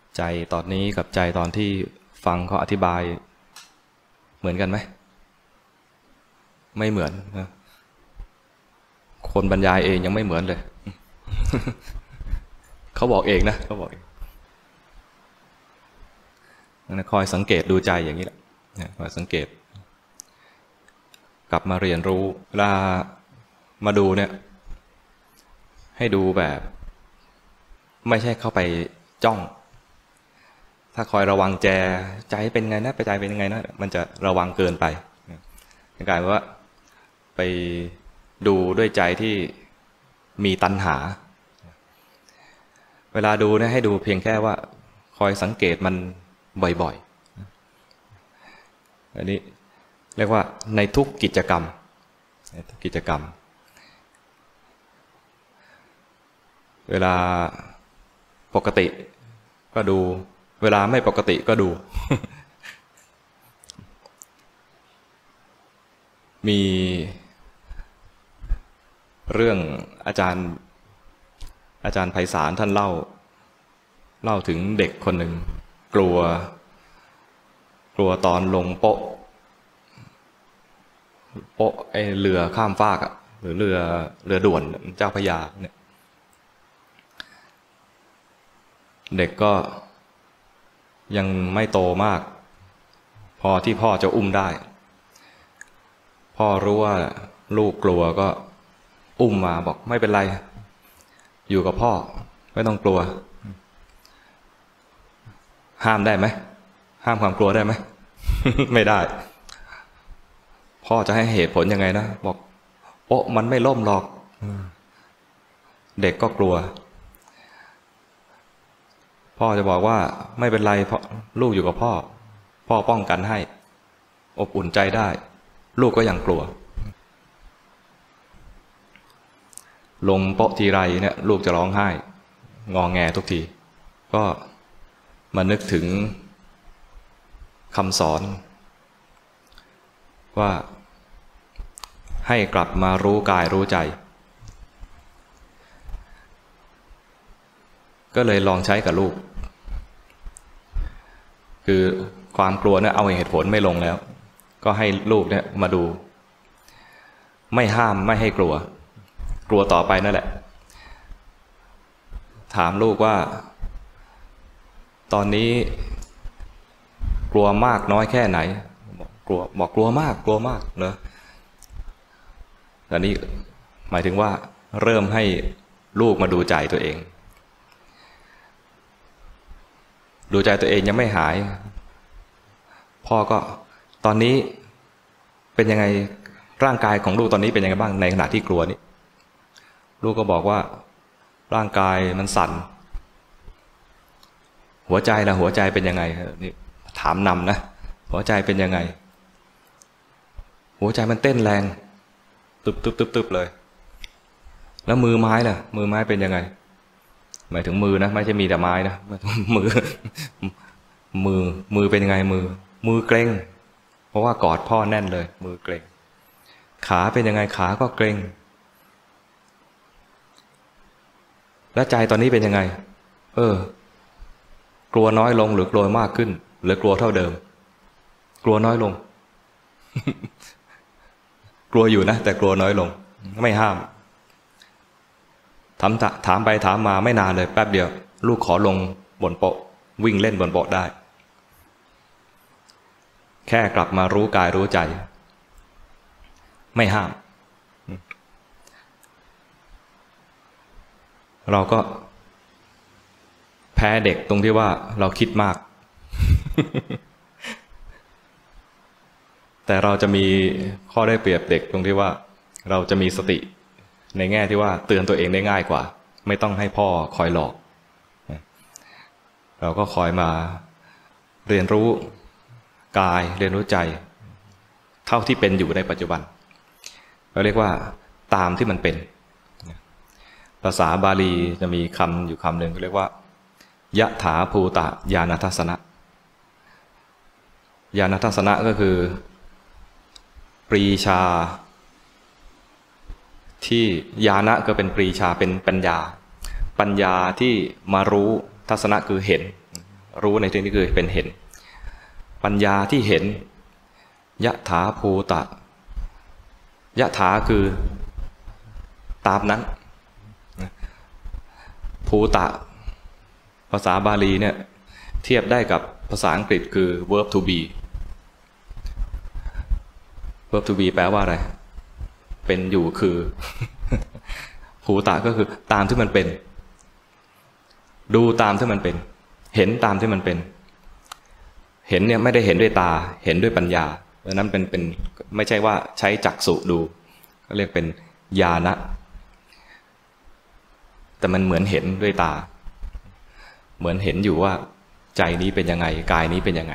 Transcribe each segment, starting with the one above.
ใจตอนนี้กับใจตอนที่ฟังเขาอธิบายเหมือนกันไหมไม่เหมือนนะคนบรรยายเองยังไม่เหมือนเลย เขาบอกเองนะเขาบอกเองคอยสังเกตดูใจอย่างนี้แหละคอยสังเกตกลับมาเรียนรู้เวลามาดูเนี่ยให้ดูแบบไม่ใช่เข้าไปจ้องถ้าคอยระวังใจเป็นไงนะไปใจเป็นยังไงนะมันจะระวังเกินไปกลายว่าไปดูด้วยใจที่มีตัณหาเวลาดูเนี่ยให้ดูเพียงแค่ว่าคอยสังเกตมันบ่อยๆอันนี้เรียกว่าในทุกกิจกรรมเวลาปกติก็ดูเวลาไม่ปกติก็ดู มีเรื่องอาจารย์ไพศาลท่านเล่าถึงเด็กคนหนึ่งกลัวตอนลงโป๊ะไอเรือข้ามฟากหรือเรือด่วนเจ้าพระยาเนี่ยเด็กก็ยังไม่โตมากพอที่พ่อจะอุ้มได้พ่อรู้ว่าลูกกลัวก็อุ้มมาบอกไม่เป็นไรอยู่กับพ่อไม่ต้องกลัวห้ามได้ไหมห้ามความกลัวได้ไหม ไม่ได้พ่อจะให้เหตุผลยังไงนะบอกโอ๊ะมันไม่ล่มหรอกเด็กก็กลัวพ่อจะบอกว่าไม่เป็นไรเพราะลูกอยู่กับพ่อป้องกันให้อบอุ่นใจได้ลูกก็ยังกลัวลงโป๊ะทีไรเนี่ยลูกจะร้องไห้งอแงทุกทีก็มานึกถึงคำสอนว่าให้กลับมารู้กายรู้ใจก็เลยลองใช้กับลูกคือความกลัวเนี่ยเอาเหตุผลไม่ลงแล้วก็ให้ลูกเนี่ยมาดูไม่ห้ามไม่ให้กลัวต่อไปนั่นแหละถามลูกว่าตอนนี้กลัวมากน้อยแค่ไหนบอกกลัวมากเนอะอันนี้หมายถึงว่าเริ่มให้ลูกมาดูใจตัวเองดูใจตัวเองยังไม่หายพ่อก็ตอนนี้เป็นยังไงร่างกายของลูกตอนนี้เป็นยังไงบ้างในขณะที่กลัวนี้ลูกก็บอกว่าร่างกายมันสั่นหัวใจล่ะหัวใจเป็นยังไงนี่ถามนำนะหัวใจเป็นยังไงหัวใจมันเต้นแรงตึบเลยแล้วมือไม้ล่ะมือไม้เป็นยังไงหมายถึงมือนะไม่ใช่มีแต่ไม้นะมือเป็นยังไงมือเกร็งเพราะว่ากอดพ่อแน่นเลยมือเกร็งขาเป็นยังไงขาก็เกร็งแล้วใจตอนนี้เป็นยังไงกลัวน้อยลงหรือกลัวมากขึ้นหรือกลัวเท่าเดิมกลัวน้อยลง กลัวอยู่นะแต่กลัวน้อยลงไม่ห้ามถามไปถามมาไม่นานเลยแป๊บเดียวลูกขอลงบนโป๊ะวิ่งเล่นบนโป๊ะได้แค่กลับมารู้กายรู้ใจไม่ห้ามเราก็แพ้เด็กตรงที่ว่าเราคิดมาก แต่เราจะมีข้อได้เปรียบเด็กตรงที่ว่าเราจะมีสติในแง่ที่ว่าเตือนตัวเองได้ง่ายกว่าไม่ต้องให้พ่อคอยหลอกเราก็คอยมาเรียนรู้กายเรียนรู้ใจเท่าที่เป็นอยู่ในปัจจุบันเราเรียกว่าตามที่มันเป็นภาษาบาลีจะมีคำอยู่คำหนึ่งเรียกว่ายะถาภูตะญาณทัสสนะญาณทัสสนะก็คือปรีชาที่ญาณะก็เป็นปรีชาเป็นปัญญาที่มารู้ทัศนะคือเห็นรู้ในที่นี้คือเป็นเห็นปัญญาที่เห็นยะถาภูตะยะถาคือตามนั้นภูตะภาษาบาลีเนี่ยเทียบได้กับภาษาอังกฤษคือ verb to be verb to be แปลว่าอะไรเป็นอยู่คือ ภูตะก็คือตามที่มันเป็นดูตามที่มันเป็นเห็นตามที่มันเป็นเห็นเนี่ยไม่ได้เห็นด้วยตาเห็นด้วยปัญญาดังนั้นเป็นไม่ใช่ว่าใช้จักษุดูก็เรียกเป็นญาณะแต่มันเหมือนเห็นด้วยตาเหมือนเห็นอยู่ว่าใจนี้เป็นยังไงกายนี้เป็นยังไง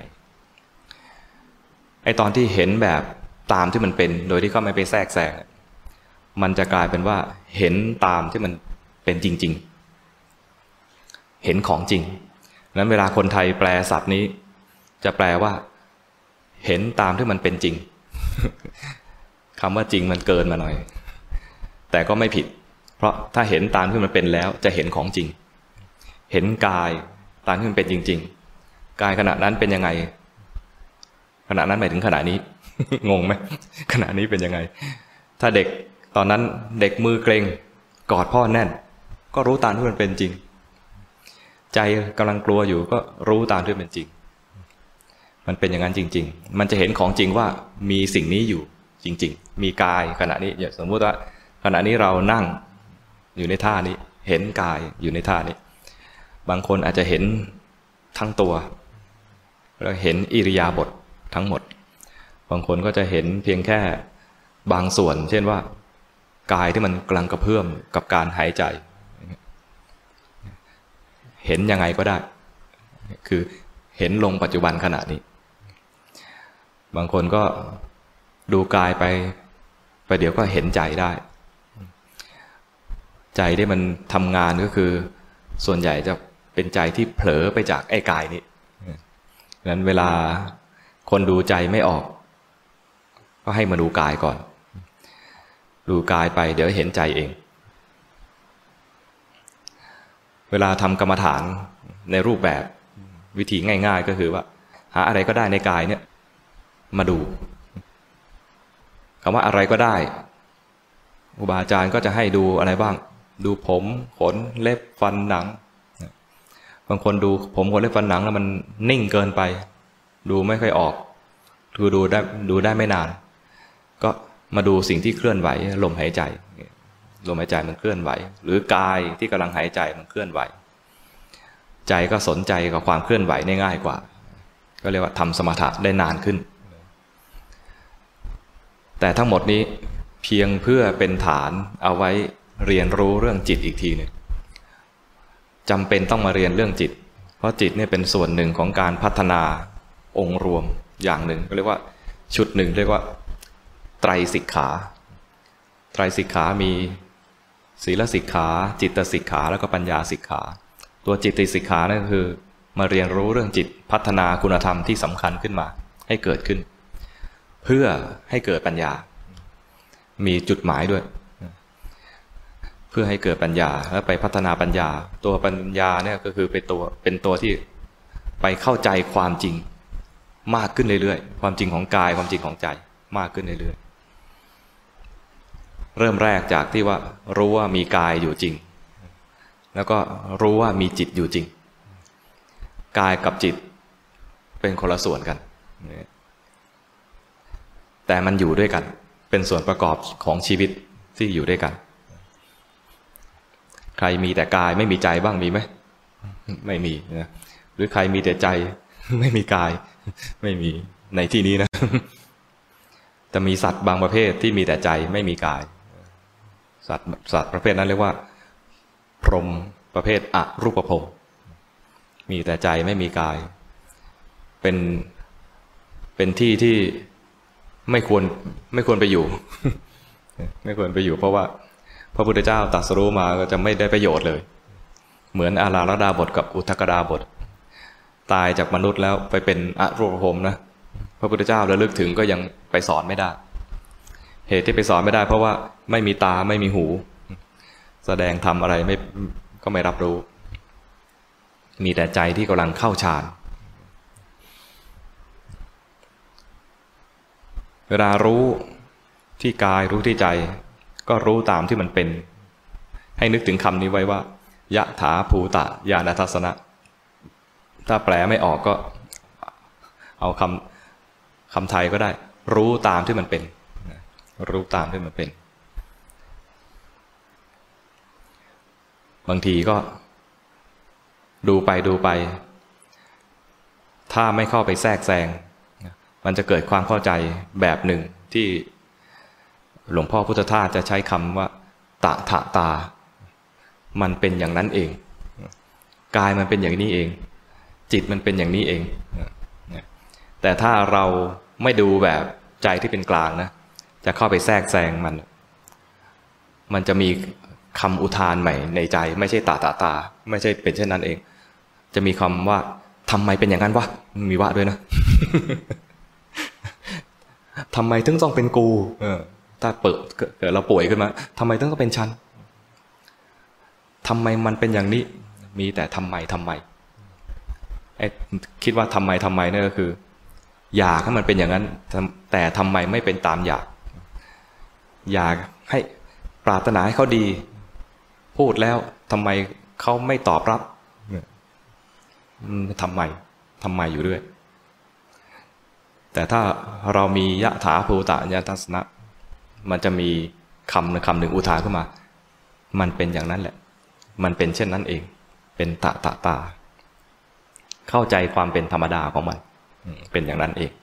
ไอตอนที่เห็นแบบตามที่มันเป็นโดยที่เขาไม่ไปแทรกแซงมันจะกลายเป็นว่าเห็นตามที่มันเป็นจริงๆเห็นของจริงนั้นเวลาคนไทยแปลศัพท์นี้จะแปลว่าเห็นตามที่มันเป็นจริง คำว่าจริงมันเกินมาหน่อยแต่ก็ไม่ผิดเพราะถ้าเห็นตามที่มันเป็นแล้วจะเห็นของจริงเห็นกายตามที่มันเป็นจริงๆกายขณะนั้นเป็นยังไงขณะนั้นหมายถึงขณะนี้ งงไหมขณะนี้เป็นยังไงถ้าเด็กตอนนั้นเด็กมือเกร็งกอดพ่อแน่นก็รู้ตามที่มันเป็นจริงใจกำลังกลัวอยู่ก็รู้ตามที่เป็นจริงมันเป็นอย่างนั้นจริงๆมันจะเห็นของจริงว่ามีสิ่งนี้อยู่จริงๆมีกายขณะนี้อย่างสมมุติว่าขณะนี้เรานั่งอยู่ในท่านี้เห็นกายอยู่ในท่านี้บางคนอาจจะเห็นทั้งตัวแล้วเห็นอิริยาบถทั้งหมดบางคนก็จะเห็นเพียงแค่บางส่วนเช่นว่ากายที่มันกำลังกระเพื่อมกับการหายใจเห็นยังไงก็ได้คือเห็นลงปัจจุบันขณะนี้บางคนก็ดูกายไปเดี๋ยวก็เห็นใจได้ใจที่มันทำงานก็คือส่วนใหญ่จะเป็นใจที่เผลอไปจากไอ้กายนี้ดังนั้นเวลาคนดูใจไม่ออกก็ให้มาดูกายก่อนดูกายไปเดี๋ยวเห็นใจเองเวลาทำกรรมฐานในรูปแบบวิธีง่ายๆก็คือว่าหาอะไรก็ได้ในกายเนี่ยมาดูคำว่าอะไรก็ได้ครูบาอาจารย์ก็จะให้ดูอะไรบ้างดูผมขนเล็บฟันหนังบางคนดูผมขนเล็บฟันหนังแล้วมันนิ่งเกินไปดูไม่ค่อยออกคือดูได้ไม่นานก็มาดูสิ่งที่เคลื่อนไหวลมหายใจลมหายใจมันเคลื่อนไหวหรือกายที่กำลังหายใจมันเคลื่อนไหวใจก็สนใจกับความเคลื่อนไหวได้ง่ายกว่าก็เรียกว่าทำสมถะได้นานขึ้นแต่ทั้งหมดนี้เพียงเพื่อเป็นฐานเอาไว้เรียนรู้เรื่องจิตอีกทีหนึ่งจำเป็นต้องมาเรียนเรื่องจิตเพราะจิตเนี่ยเป็นส่วนหนึ่งของการพัฒนาองค์รวมอย่างหนึ่งก็เรียกว่าชุดหนึ่งเรียกว่าไตรสิกขาไตรสิกขามีศีลสิกขาจิตสิกขาแล้วก็ปัญญาสิกขาตัวจิตติสิกขานั่นก็คือมาเรียนรู้เรื่องจิตพัฒนาคุณธรรมที่สำคัญขึ้นมาให้เกิดขึ้นเพื่อให้เกิดปัญญามีจุดหมายด้วยเพื่อให้เกิดปัญญาแล้วไปพัฒนาปัญญาตัวปัญญาเนี่ยก็คือเป็นตัวที่ไปเข้าใจความจริงมากขึ้นเรื่อยๆความจริงของกายความจริงของใจมากขึ้นเรื่อยๆเริ่มแรกจากที่ว่ารู้ว่ามีกายอยู่จริงแล้วก็รู้ว่ามีจิตอยู่จริงกายกับจิตเป็นคนละส่วนกันแต่มันอยู่ด้วยกันเป็นส่วนประกอบของชีวิตที่อยู่ด้วยกันใครมีแต่กายไม่มีใจบ้างมีไหมไม่มีนะหรือใครมีแต่ใจไม่มีกายไม่มีในที่นี้นะแต่มีสัตว์บางประเภทที่มีแต่ใจไม่มีกายสัตว์ประเภทนั้นเรียกว่าพรหมประเภทอรูปพรหมมีแต่ใจไม่มีกายเป็นที่ที่ไม่ควรไปอยู่ ไม่ควรไปอยู่เพราะว่าพระพุทธเจ้าตรัสรู้มาก็จะไม่ได้ประโยชน์เลยเหมือนอาราลดาบทกับอุทกดาบทตายจากมนุษย์แล้วไปเป็นอรูปพรหมนะพระพุทธเจ้าระลึกถึงก็ยังไปสอนไม่ได้เหตุที่ไปสอนไม่ได้เพราะว่าไม่มีตาไม่มีหูแสดงทำอะไรก็ไม่รับรู้มีแต่ใจที่กำลังเข้าฌานเวลารู้ที่กายรู้ที่ใจก็รู้ตามที่มันเป็นให้นึกถึงคำนี้ไว้ว่ายะถาภูตะญาณทัสสนะถ้าแปลไม่ออกก็เอาคำไทยก็ได้รู้ตามที่มันเป็นรู้ตามที่มันเป็นบางทีก็ดูไปถ้าไม่เข้าไปแทรกแซงมันจะเกิดความเข้าใจแบบหนึ่งที่หลวงพ่อพุทธทาสจะใช้คำว่าตะถะตามันเป็นอย่างนั้นเองกายมันเป็นอย่างนี้เองจิตมันเป็นอย่างนี้เองแต่ถ้าเราไม่ดูแบบใจที่เป็นกลางนะจะเข้าไปแทรกแซงมันจะมีคำอุทานใหม่ในใจไม่ใช่ตาไม่ใช่เป็นเช่นนั้นเองจะมีคำว่าทำไมเป็นอย่างนั้นวะมีวะด้วยนะ ทำไมถึงต้องเป็นกูถ้าเกิดเราป่วยขึ้นมาทำไมต้องเป็นฉันทำไมมันเป็นอย่างนี้มีแต่ทำไมคิดว่าทำไมนี่ก็คืออยากให้มันเป็นอย่างนั้นแต่ทำไมไม่เป็นตามอยากให้ปรารถนาให้เขาดีพูดแล้วทำไมเขาไม่ตอบรับทำไมอยู่ด้วยแต่ถ้าเรามียะถาภูตะญาณทัสสนะมันจะมีคำหนึ่งอุทานขึ้นมามันเป็นอย่างนั้นแหละมันเป็นเช่นนั้นเองเป็นตาเข้าใจความเป็นธรรมดาของมันเป็นอย่างนั้นเอง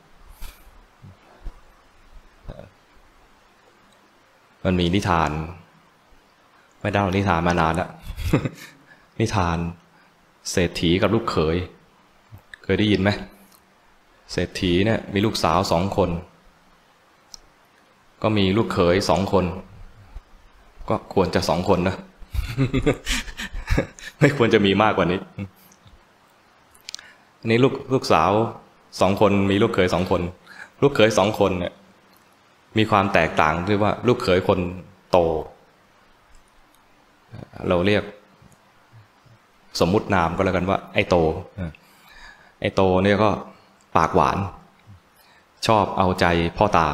มันมีนิทานไม่ได้นิทานมานานแล้ว นิทานเศรษฐีกับลูกเขยเคยได้ยินไหมเศรษฐีเนี่ยมีลูกสาว2 คนก็มีลูกเขย2 คนก็ควรจะ2 คนนะ ไม่ควรจะมีมากกว่านี้อันนี้ลูกสาว2 คนมีลูกเขย2 คนลูกเขย2 คนเนี่ยมีความแตกต่างที่ว่าลูกเขยคนโตเราเรียกสมมุตินามก็แล้วกันว่าไอ้โตเนี่ยก็ปากหวานชอบเอาใจพ่อตา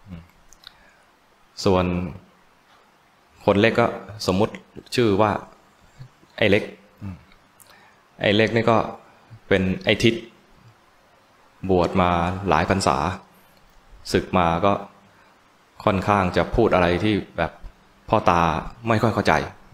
ส่วนคนเล็กก็สมมุติชื่อว่าไอ้เล็กนี่ก็เป็นไอ้ทิศบวชมาหลายพรรษาศึกมาก็ค่อนข้างจะพูดอะไรที่แบบพ่อตาไม่ค่อยเข้าใจ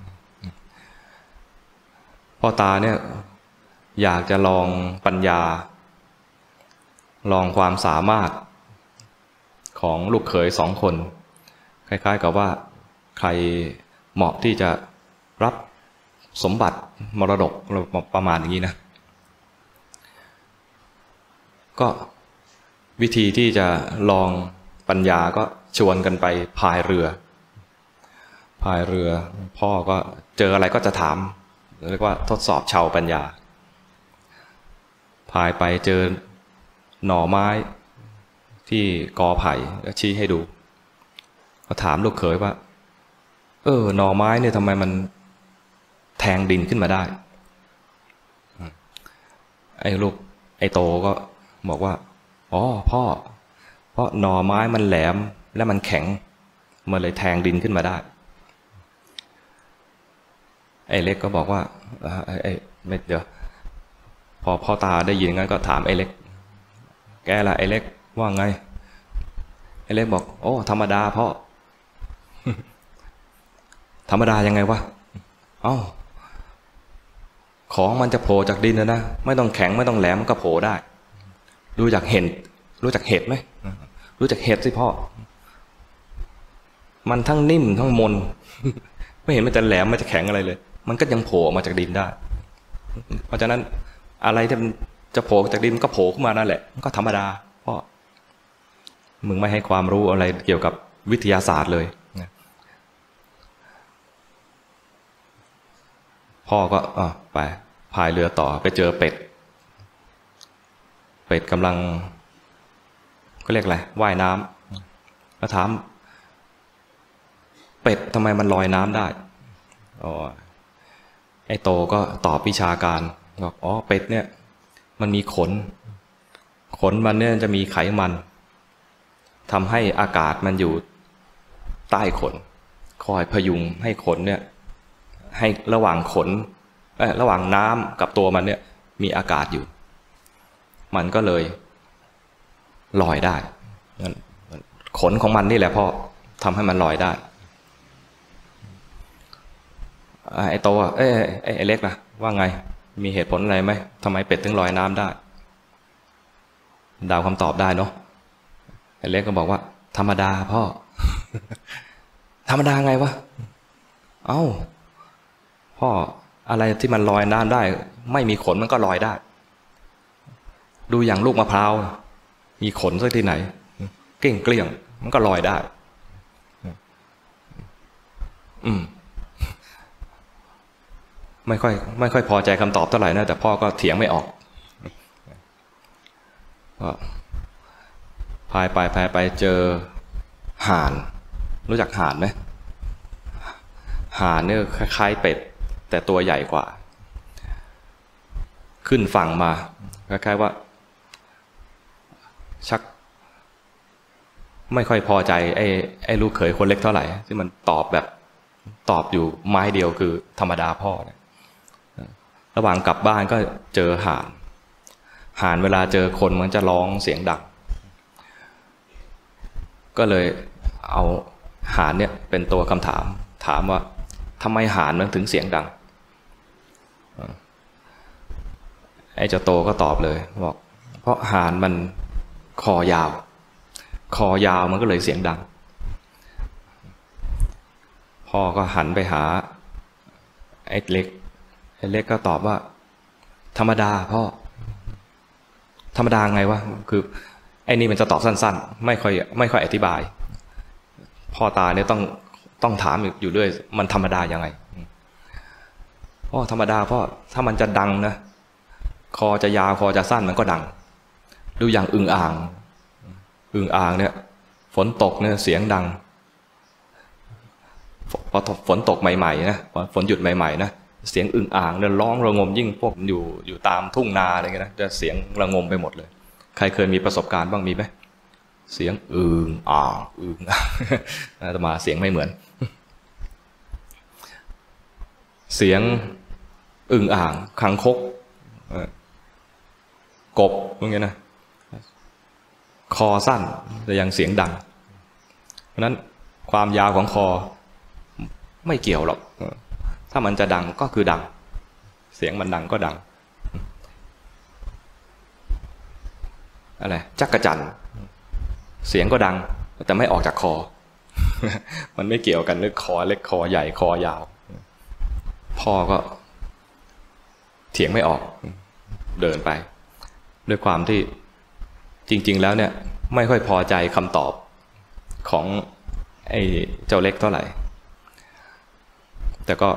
พ่อตาเนี่ยอยากจะลองปัญญาลองความสามารถของลูกเขย2 คนคล้ายๆกับว่าใครเหมาะที่จะรับสมบัติมรดกประมาณอย่างนี้นะก็วิธีที่จะลองปัญญาก็ชวนกันไปพายเรือพ่อก็เจออะไรก็จะถามเรียกว่าทดสอบชาวปัญญาพายไปเจอหน่อไม้ที่กอไผ่ก็ชี้ให้ดูก็ถามลูกเขยว่าหน่อไม้เนี่ยทำไมมันแทงดินขึ้นมาได้ไอ้โตก็บอกว่าอ๋อพ่อเพราะหน่อไม้มันแหลมและมันแข็งมันเลยแทงดินขึ้นมาได้ไอ้เล็กก็บอกว่าไม่เดี๋ยวพอพ่อตาได้ยินงั้นก็ถามไอ้เล็กแกล่ะไอ้เล็กว่าไงไอ้เล็กบอกโอ้ธรรมดาพ่อ ธรรมดายังไงวะของมันจะโผล่จากดินนะไม่ต้องแข็งไม่ต้องแหลมมันก็โผล่ได้รู้จักเห็ดไหมรู้จักเห็ดสิพ่อมันทั้งนิ่มทั้งมน ไม่เห็นมันจะแหลมมันจะแข็งอะไรเลยมันก็ยังโผล่ออกมาจากดินได้เพราะฉะนั้นอะไรที่มันจะโผล่จากดินมันก็โผล่ขึ้นมานั่นแหละมันก็ธรรมดาพ่อมึงไม่ให้ความรู้อะไรเกี่ยวกับวิทยาศาสตร์เลยพ่อก็ไปพายเรือต่อไปเจอเป็ดกำลังก็เรียกอะไรว่ายน้ำแล้วถามเป็ดทำไมมันลอยน้ำได้ไอ้โตก็ตอบวิชาการบอกอ๋อเป็ดเนี่ยมันมีขนมันเนี่ยจะมีไขมันทำให้อากาศมันอยู่ใต้ขนคอยพยุงให้ขนเนี่ยให้ระหว่างระหว่างน้ำกับตัวมันเนี่ยมีอากาศอยู่มันก็เลยลอยได้ขนของมันนี่แหละพ่อทำให้มันลอยได้ไอ้โตไอ้เล็กล่ะว่าไงมีเหตุผลอะไรไหมทำไมเป็ดถึงลอยน้ำได้เดาคำตอบได้เนาะไอ้เล็กก็บอกว่าธรรมดาพ่อ ธรรมดาไงวะเอ้าพ่ออะไรที่มันลอยน้ำได้ไม่มีขนมันก็ลอยได้ดูอย่างลูกมะพร้าวมีขนสักที่ไหนเกลี้ยงมันก็ลอยได้ไม่ค่อยพอใจคำตอบเท่าไหร่นะแต่พ่อก็เถียงไม่ออกก็พายไปเจอห่านรู้จักห่านไหมห่านเนี่ยคล้ายๆเป็ดแต่ตัวใหญ่กว่าขึ้นฝั่งมาคล้ายๆว่าชักไม่ค่อยพอใจไอ้ลูกเขยคนเล็กเท่าไหร่ที่มันตอบอยู่ไม้เดียวคือธรรมดาพ่อเนี่ยระหว่างกลับบ้านก็เจอห่านเวลาเจอคนมันจะร้องเสียงดังก็เลยเอาห่านเนี่ยเป็นตัวคำถามว่าทำไมห่านมันถึงเสียงดังไอ้เจ้าโตก็ตอบเลยบอกเพราะห่านมันคอยาวมันก็เลยเสียงดังพ่อก็หันไปหาไอ้เล็กก็ตอบว่าธรรมดาพ่อธรรมดาไงวะคือไอ้นี่มันจะตอบสั้นๆไม่ค่อยอธิบายพ่อตาเนี่ยต้องถามอยู่ด้วยมันธรรมดายังไงพ่อธรรมดาพ่อถ้ามันจะดังนะคอจะยาวคอจะสั้นมันก็ดังดูอย่างอึ่งอ่างเนี่ยฝนตกเนี่ยเสียงดังพอฝนตกใหม่ๆนะฝนหยุดใหม่ๆนะเสียงอึ่งอ่างเนี่ยร้องระงมยิ่งพวกอยู่ตามทุ่งนาอะไรเงี้ยนะจะเสียงระงมไปหมดเลยใครเคยมีประสบการณ์บ้างมีไหมเสียงอึ่งอ่างแต่มาเสียงไม่เหมือนเสียงอึ่งอ่างคังคกกบพวกนี้นะคอสั้นแต่ยังเสียงดังเพราะนั้นความยาวของคอไม่เกี่ยวหรอกถ้ามันจะดังก็คือดังเสียงมันดังก็ดังอะไรจักจั่นเสียงก็ดังแต่ไม่ออกจากคอ มันไม่เกี่ยวกันเรื่องคอเล็กคอใหญ่คอยาวพ่อก็เถียงไม่ออกเดินไปด้วยความที่จริงๆแล้วเนี่ยไม่ค่อยพอใจคำตอบของไอ้เจ้าเล็กเท่าไหร่แต่ก็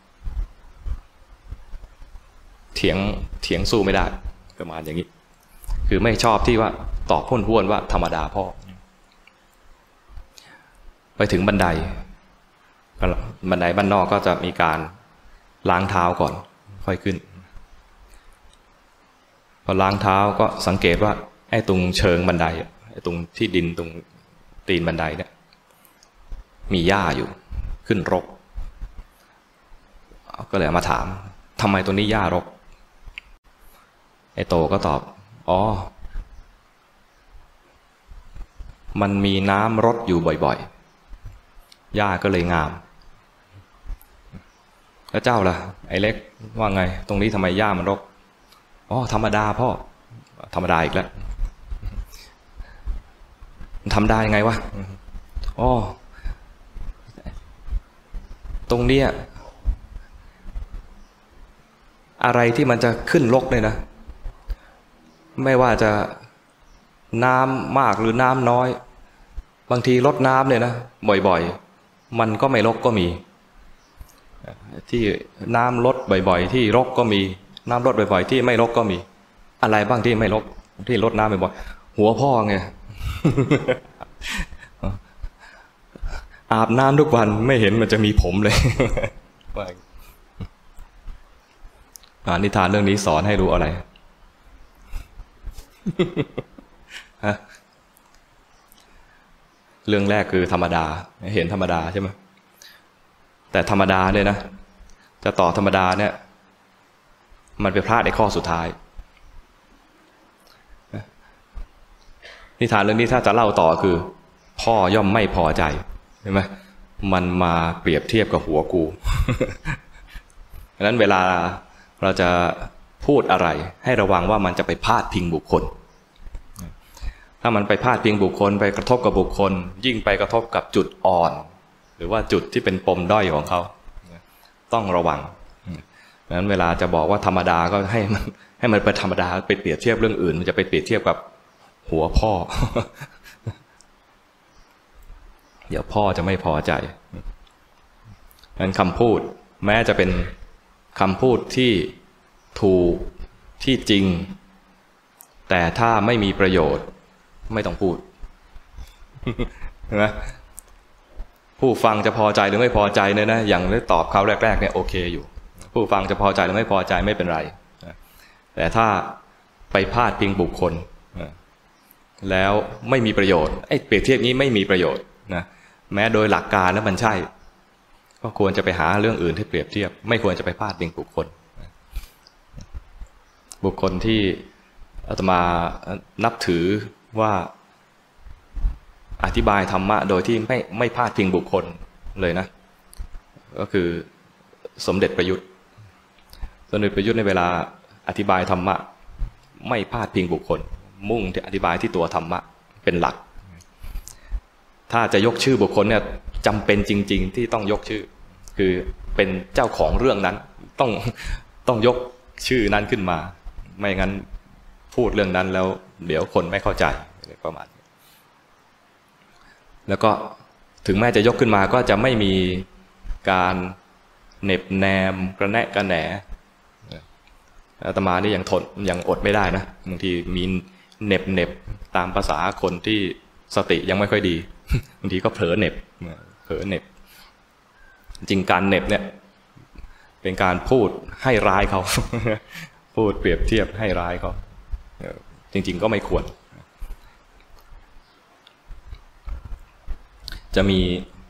เถียงสู้ไม่ได้ประมาณอย่างนี้คือไม่ชอบที่ว่าตอบพ้วนๆว่าธรรมดาพ่อไปถึงบันไดบ้านนอกก็จะมีการล้างเท้าก่อนค่อยขึ้นพอล้างเท้าก็สังเกตว่าไอ้ตรงเชิงบันไดไอ้ตรงที่ดินตรงตีนบันไดเนี่ยมีหญ้าอยู่ขึ้นรกก็เลยมาถามทำไมตัวนี้หญ้ารกไอ้โตก็ตอบอ๋อมันมีน้ำรดอยู่บ่อยๆหญ้าก็เลยงามแล้วเจ้าล่ะไอ้เล็กว่าไงตรงนี้ทำไมหญ้ามันรกอ๋อธรรมดาพ่อธรรมดาอีกแล้วทำได้ยังไงวะอ๋อตรงนี้อะไรที่มันจะขึ้นรกเนี่ยนะไม่ว่าจะน้ำมากหรือน้ำน้อยบางทีรดน้ำเนี่ยนะบ่อยๆมันก็ไม่รกก็มีที่น้ำลดบ่อยๆที่รกก็มีน้ำลดบ่อยๆที่ไม่รกก็มีอะไรบ้างที่ไม่รกที่รดน้ำบ่อยๆหัวพ่อไง อาบน้ำทุกวันไม่เห็นมันจะมีผมเลยนิทานเรื่องนี้สอนให้รู้อะไรฮะเรื่องแรกคือธรรมดาเห็นธรรมดาใช่ไหมแต่ธรรมดาเนี่ยนะจะต่อธรรมดาเนี่ยมันไปพลาดในข้อสุดท้ายนิทานเรื่องนี้ถ้าจะเล่าต่อคือพ่อย่อมไม่พอใจใช่ไหมมันมาเปรียบเทียบกับหัวกูดังนั้นเวลาเราจะพูดอะไรให้ระวังว่ามันจะไปพาดพิงบุคคลถ้ามันไปพาดพิงบุคคลไปกระทบกับบุคคลยิ่งไปกระทบกับจุดอ่อนหรือว่าจุดที่เป็นปมด้อยของเขาต้องระวังดังนั้นเวลาจะบอกว่าธรรมดาก็ให้มันเป็นธรรมดาไปเปรียบเทียบเรื่องอื่นมันจะไปเปรียบเทียบกับหัวพ่อ เดี๋ยวพ่อจะไม่พอใจดังนั้นคำพูดแม้จะเป็นคำพูดที่ถูกที่จริงแต่ถ้าไม่มีประโยชน์ไม่ต้องพูดเห็นไหมผู้ฟังจะพอใจหรือไม่พอใจเนี่ยนะอย่างได้ตอบเขาแรกๆเนี่ยโอเคอยู่ผู้ฟังจะพอใจหรือไม่พอใจไม่เป็นไรแต่ถ้าไปพาดพิงบุคคลแล้วไม่มีประโยชน์ไอ้เปรียบเทียบนี้ไม่มีประโยชน์นะแม้โดยหลักการแล้วมันใช่ก็ควรจะไปหาเรื่องอื่นที่เปรียบเทียบไม่ควรจะไปพาดพิงบุคคลที่อาตมานับถือว่าอธิบายธรรมะโดยที่ไม่พาดพิงบุคคลเลยนะก็คือสมเด็จประยุทธ์ในเวลาอธิบายธรรมะไม่พาดพิงบุคคลมุ่งที่อธิบายที่ตัวธรรมะเป็นหลักถ้าจะยกชื่อบุคคลเนี่ยจำเป็นจริงๆที่ต้องยกชื่อคือเป็นเจ้าของเรื่องนั้นต้องยกชื่อนั้นขึ้นมาไม่งั้นพูดเรื่องนั้นแล้วเดี๋ยวคนไม่เข้าใจประมาณนี้แล้วก็ถึงแม้จะยกขึ้นมาก็จะไม่มีการเหน็บแนมกระแนะกระแหนอาตมานี่ยังอดไม่ได้นะบางทีมีเหน็บตามภาษาคนที่สติยังไม่ค่อยดีบางทีก็เผลอเหน็บจริงการเหน็บเนี่ยเป็นการพูดให้ร้ายเขาพูดเปรียบเทียบให้ร้ายเขาจริงๆก็ไม่ควรจะมี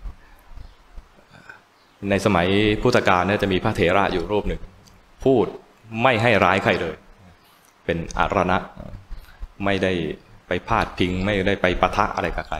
ในสมัยพุทธกาลเนี่ยจะมีพระเถระอยู่รูปหนึ่งพูดไม่ให้ร้ายใครเลยเป็นอรณะไม่ได้ไปพาดพิงไม่ได้ไปปะทะอะไรกับใคร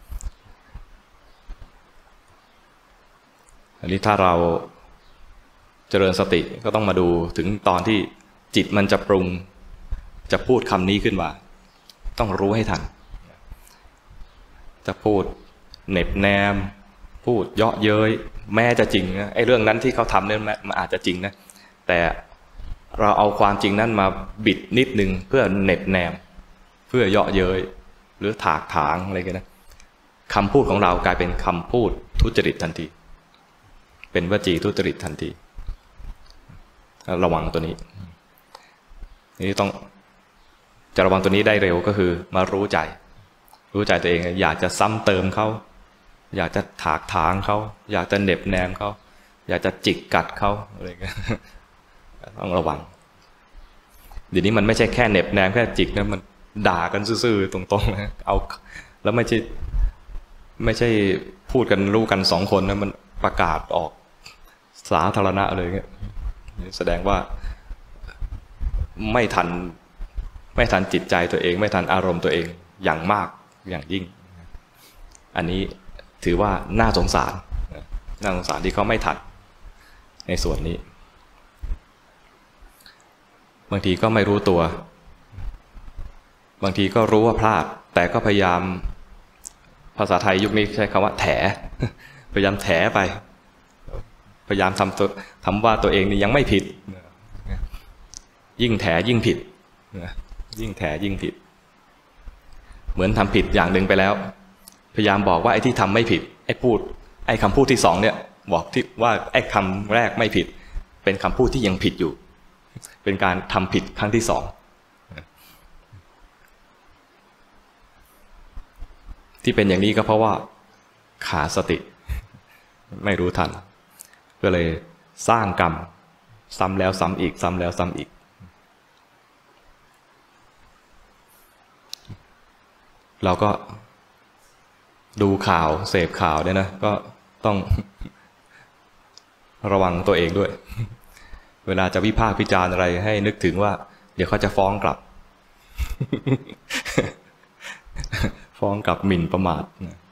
อันนี้ถ้าเราเจริญสติก็ต้องมาดูถึงตอนที่จิตมันจะปรุงจะพูดคำนี้ขึ้นมาต้องรู้ให้ทันจะพูดเหน็บแนมพูดเยาะเย้ยแม้จะจริงนะไอ้เรื่องนั้นที่เขาทำเนี่ยมันอาจจะจริงนะแต่เราเอาความจริงนั้นมาบิดนิดนึงเพื่อเหน็บแนมเพื่อเยาะเย้ยหรือถากถางอะไรกันนะคำพูดของเรากลายเป็นคำพูดทุจริตทันทีเป็นวจีทุจริตทันทีระวังตัวนี้นี่ต้องจะระวังตัวนี้ได้เร็วก็คือมารู้ใจตัวเองอยากจะซ้ำเติมเขาอยากจะถากถางเขาอยากจะเหน็บแนมเขาอยากจะจิกกัดเขาอะไรเงี้ยต้องระวังเดี๋ยวนี้มันไม่ใช่แค่เหน็บแนมแค่จิกนะมันด่ากันซื่อๆตรงๆนะเอาแล้วไม่ใช่พูดกันรู้กันสองคนนะมันประกาศออกสาธารณะเลยเงี้ยแสดงว่าไม่ทันจิตใจตัวเองไม่ทันอารมณ์ตัวเองอย่างมากอย่างยิ่งอันนี้ถือว่าน่าสงสารที่เขาไม่ทันในส่วนนี้บางทีก็ไม่รู้ตัวบางทีก็รู้ว่าพลาดแต่ก็พยายามภาษาไทยยุคนี้ใช้คำว่าแถพยายามแถไปพยายามทำว่าตัวเองนี่ยังไม่ผิดยิ่งแถยิ่งผิดยิ่งแถยิ่งผิดเหมือนทำผิดอย่างหนึ่งไปแล้วพยายามบอกว่าไอ้ที่ทำไม่ผิดไอ้คำพูดที่สองเนี่ยบอกที่ว่าไอ้คำแรกไม่ผิดเป็นคำพูดที่ยังผิดอยู่เป็นการทำผิดครั้งที่สองที่เป็นอย่างนี้ก็เพราะว่าขาดสติไม่รู้ทันก็เลยสร้างกรรมซ้ำแล้วซ้ำอีกซ้ำแล้วซ้ำอีกเราก็ดูข่าวเสพข่าวเนี่ยนะก็ต้องระวังตัวเองด้วยเวลาจะวิพากษ์วิจารณ์อะไรให้นึกถึงว่าเดี๋ยวเขาจะฟ้องกลับ ฟ้องกลับหมิ่นประมาท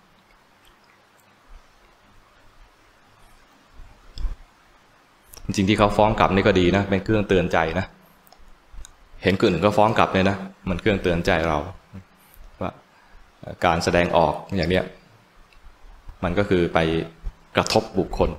จริงๆที่เขาฟ้องกลับนี่ก็ดีนะเป็นเครื่องเตือนใจนะเห็นคนอื่นก็ฟ้องกลับเนี่ยนะมันเครื่องเตือนใจเราว่าการแสดงออกอย่างเนี้ยมันก็คือไปกระทบบุคคล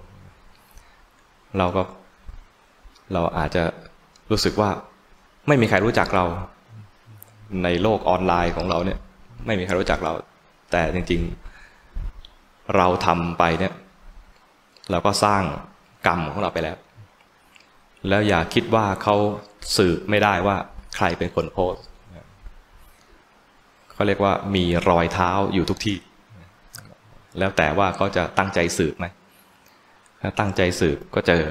เราอาจจะรู้สึกว่าไม่มีใครรู้จักเราในโลกออนไลน์ของเราเนี่ยไม่มีใครรู้จักเราแต่จริงๆเราทำไปเนี่ยเราก็สร้างกรรมของเราไปแล้วอย่าคิดว่าเขาสืบไม่ได้ว่าใครเป็นคนโพสต์เขาเรียกว่ามีรอยเท้าอยู่ทุกที่แล้วแต่ว่าเขาจะตั้งใจสืบไหมถ้าตั้งใจสืบก็เจ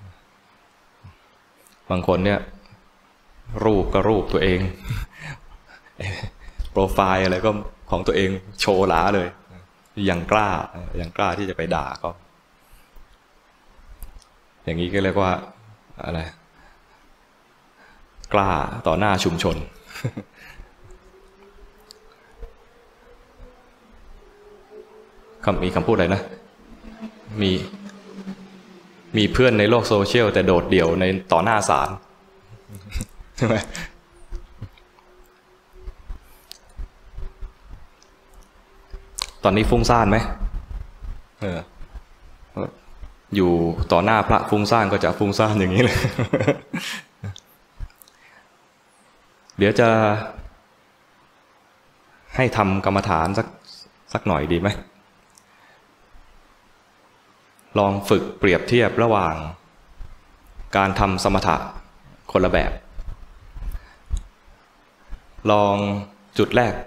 อบางคนเนี่ยรูปก็รูปตัวเองโปรไฟล์อะไรก็ของตัวเองโชว์หลาเลยยังกล้าที่จะไปด่าเขาอย่างนี้ก็เรียกว่าอะไรกล้าต่อหน้าชุมชนมีคำพูดอะไรนะมีเพื่อนในโลกโซเชียลแต่โดดเดี่ยวในต่อหน้าศาลใช่ไหมตอนนี้ฟุ้งซ่านไหมอยู่ต่อหน้าพระฟุ้งซ่านก็จะฟุ้งซ่านอย่างนี้เลย เดี๋ยวจะให้ทำกรรมฐานสักหน่อยดีไหมลองฝึกเปรียบเทียบระหว่างการทำสมถะคนละแบบลองจุดแรก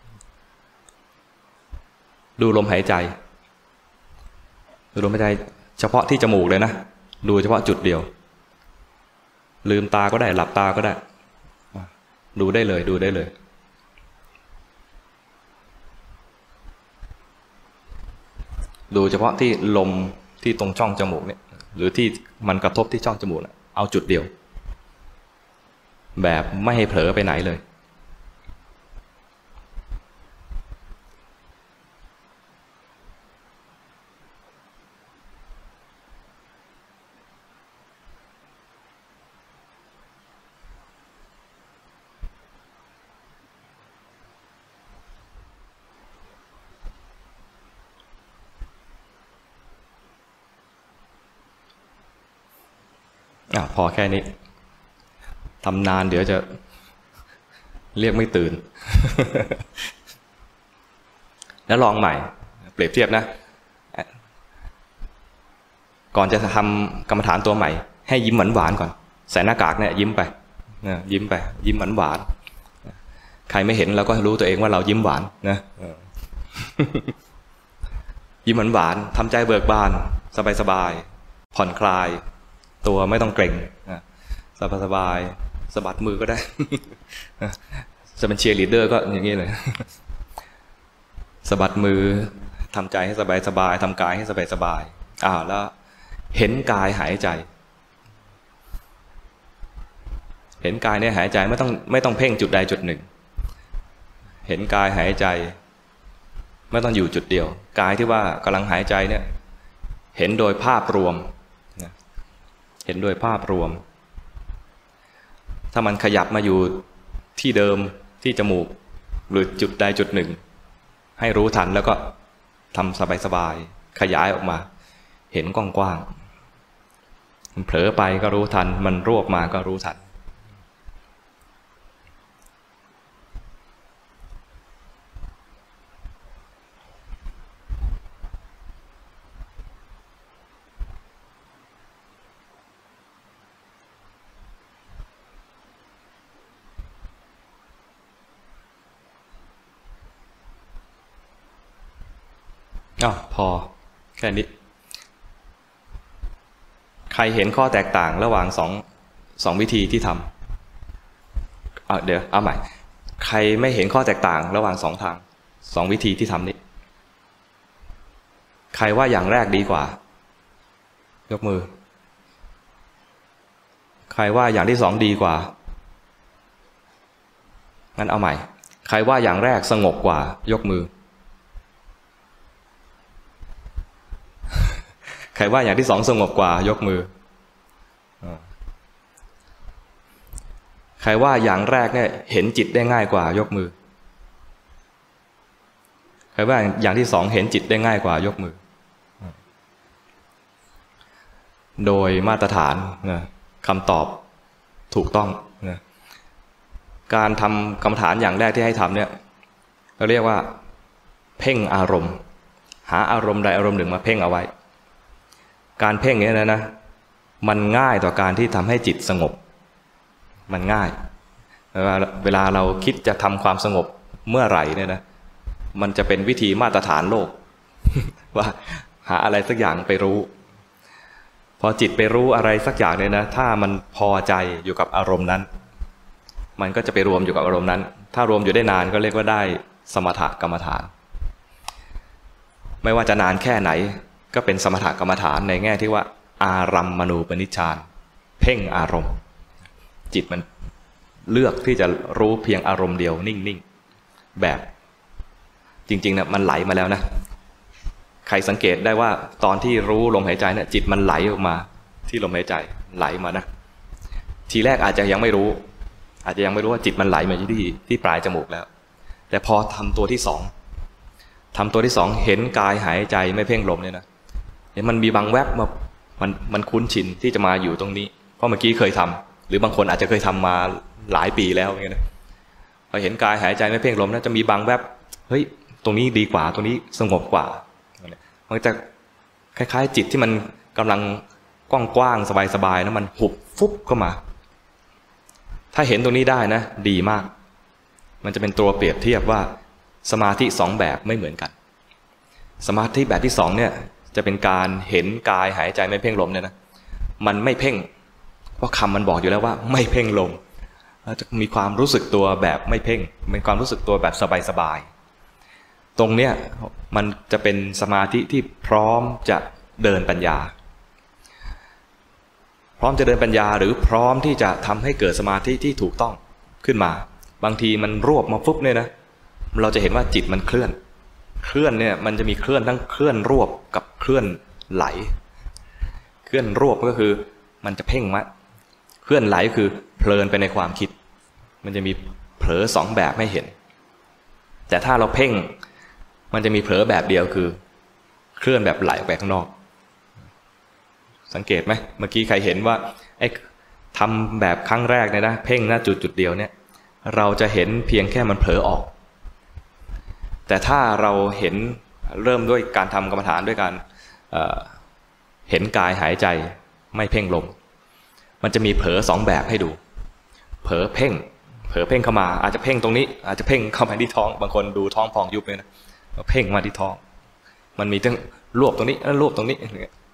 ดูลมหายใจดูลมหายใจเฉพาะที่จมูกเลยนะดูเฉพาะจุดเดียวลืมตาก็ได้หลับตาก็ได้ดูได้เลยดูเฉพาะที่ลมที่ตรงช่องจมูกเนี่ยหรือที่มันกระทบที่ช่องจมูกเอาจุดเดียวแบบไม่ให้เผลอไปไหนเลยพอแค่นี้ทำนานเดี๋ยวจะเรียกไม่ตื่น แล้วลองใหม่เปรียบเทียบนะก่อนจะทำกรรมฐานตัวใหม่ให้ยิ้มหวานๆก่อนใส่หน้ากากเนี่ยยิ้มไปยิ้มหวานใครไม่เห็นเราก็รู้ตัวเองว่าเรายิ้มหวานนะ ยิ้มหวานทำใจเบิกบานสบายๆผ่อนคลายตัวไม่ต้องเกร็งสบายสะบัดมือก็ได้ จะเป็นเชียร์ลีดเดอร์ก็อย่างนี้เลย สะบัดมือทำใจให้สบายทำกายให้สบายแล้วเห็นกายหายใจเห็นกายเนี่ยหายใจไม่ต้องเพ่งจุดใดจุดหนึ่งเห็นกายหายใจไม่ต้องอยู่จุดเดียวกายที่ว่ากำลังหายใจเนี่ยเห็นโดยภาพรวมเห็นโดยภาพรวมถ้ามันขยับมาอยู่ที่เดิมที่จมูกหรือจุดใดจุดหนึ่งให้รู้ทันแล้วก็ทำสบายๆขยายออกมาเห็นกว้างๆมันเผลอไปก็รู้ทันมันรวบมาก็รู้ทันพอแค่นี้ใครรเห็นข้อแตกต่างระหว่างสองวิธีที่ทำเดี๋ยวเอาใหม่ใครไม่เห็นข้อแตกต่างระหว่างสองวิธีที่ทำนี้ใครว่าอย่างแรกดีกว่ายกมือใครว่าอย่างที่สองดีกว่างั้นเอาใหม่ใครว่าอย่างแรกสงบกว่ายกมือใครว่าอย่างที่สองสงบกว่ายกมือใครว่าอย่างแรกเนี่ยเห็นจิตได้ง่ายกว่ายกมือใครว่าอย่างที่สองเห็นจิตได้ง่ายกว่ายกมือโดยมาตรฐานนะคำตอบถูกต้องนะการทำกรรมฐานอย่างแรกที่ให้ทำเนี่ยเราเรียกว่าเพ่งอารมณ์หาอารมณ์ใดอารมณ์หนึ่งมาเพ่งเอาไว้การเพ่งนี้นะมันง่ายต่อการที่ทำให้จิตสงบมันง่ายเวลาเราคิดจะทำความสงบเมื่อไหร่เนี่ยนะมันจะเป็นวิธีมาตรฐานโลก ว่าหาอะไรสักอย่างไปรู้พอจิตไปรู้อะไรสักอย่างเนี่ยนะถ้ามันพอใจอยู่กับอารมณ์นั้นมันก็จะไปรวมอยู่กับอารมณ์นั้นถ้ารวมอยู่ได้นานก็เรียกว่าได้สมถกรรมฐานไม่ว่าจะนานแค่ไหนก็เป็นสมถกรรมฐานในแง่ที่ว่าอารัมมณูปนิชฌานเพ่งอารมณ์จิตมันเลือกที่จะรู้เพียงอารมณ์เดียวนิ่งๆแบบจริงๆเนี่ยมันไหลมาแล้วนะใครสังเกตได้ว่าตอนที่รู้ลมหายใจเนี่ยจิตมันไหลออกมาที่ลมหายใจไหลมานะทีแรกอาจจะยังไม่รู้ว่าจิตมันไหลมาที่ปลายจมูกแล้วแต่พอทำตัวที่สองเห็นกายหายใจไม่เพ่งลมเนี่ยนะเห็นมันมีบางแวบมามันคุ้นชินที่จะมาอยู่ตรงนี้เพราะเมื่อกี้เคยทำหรือบางคนอาจจะเคยทำมาหลายปีแล้วอย่างเงี้ยนะพอเห็นกายหายใจไม่เพ่งลมนะจะมีบางแวบเฮ้ยตรงนี้ดีกว่าตรงนี้สงบกว่ามันจะคล้ายๆจิตที่มันกำลังกว้างๆสบายๆนะมันหุบฟุบเข้ามาถ้าเห็นตรงนี้ได้นะดีมากมันจะเป็นตัวเปรียบเทียบว่าสมาธิสองแบบไม่เหมือนกันสมาธิแบบที่สองเนี่ยจะเป็นการเห็นกายหายใจไม่เพ่งลมเนี่ยนะมันไม่เพ่งเพราะคำมันบอกอยู่แล้วว่าไม่เพ่งลมจะมีความรู้สึกตัวแบบไม่เพ่งเป็นความรู้สึกตัวแบบสบายๆตรงเนี้ยมันจะเป็นสมาธิที่พร้อมจะเดินปัญญาพร้อมจะเดินปัญญาหรือพร้อมที่จะทำให้เกิดสมาธิที่ถูกต้องขึ้นมาบางทีมันรวบมาฟุบเนี่ยนะเราจะเห็นว่าจิตมันเคลื่อนเนี่ยมันจะมีเคลื่อนทั้งเคลื่อนรวบกับเคลื่อนไหลเคลื่อนรวบก็คือมันจะเพ่งไว้เคลื่อนไหลคือเพลินไปในความคิดมันจะมีเผลอสองแบบให้เห็นแต่ถ้าเราเพ่งมันจะมีเผลอแบบเดียวคือเคลื่อนแบบไหลไปข้างนอกสังเกตไหมเมื่อกี้ใครเห็นว่าไอ้ทำแบบครั้งแรกเนี่ยนะเพ่งหน้าจุดเดียวเนี่ยเราจะเห็นเพียงแค่มันเผลอออกแต่ถ้าเราเห็นเริ่มด้วยการทำกรรมฐานด้วยการเห็นกายหายใจไม่เพ่งลมมันจะมีเผลอสองแบบให้ดูเผลอเพ่งเข้ามาอาจจะเพ่งตรงนี้อาจจะเพ่งเข้ามาที่ท้องบางคนดูท้องพองยุบเลยนะเพ่งมาที่ท้องมันมีทั้งรวบตรงนี้แล้วรวบตรงนี้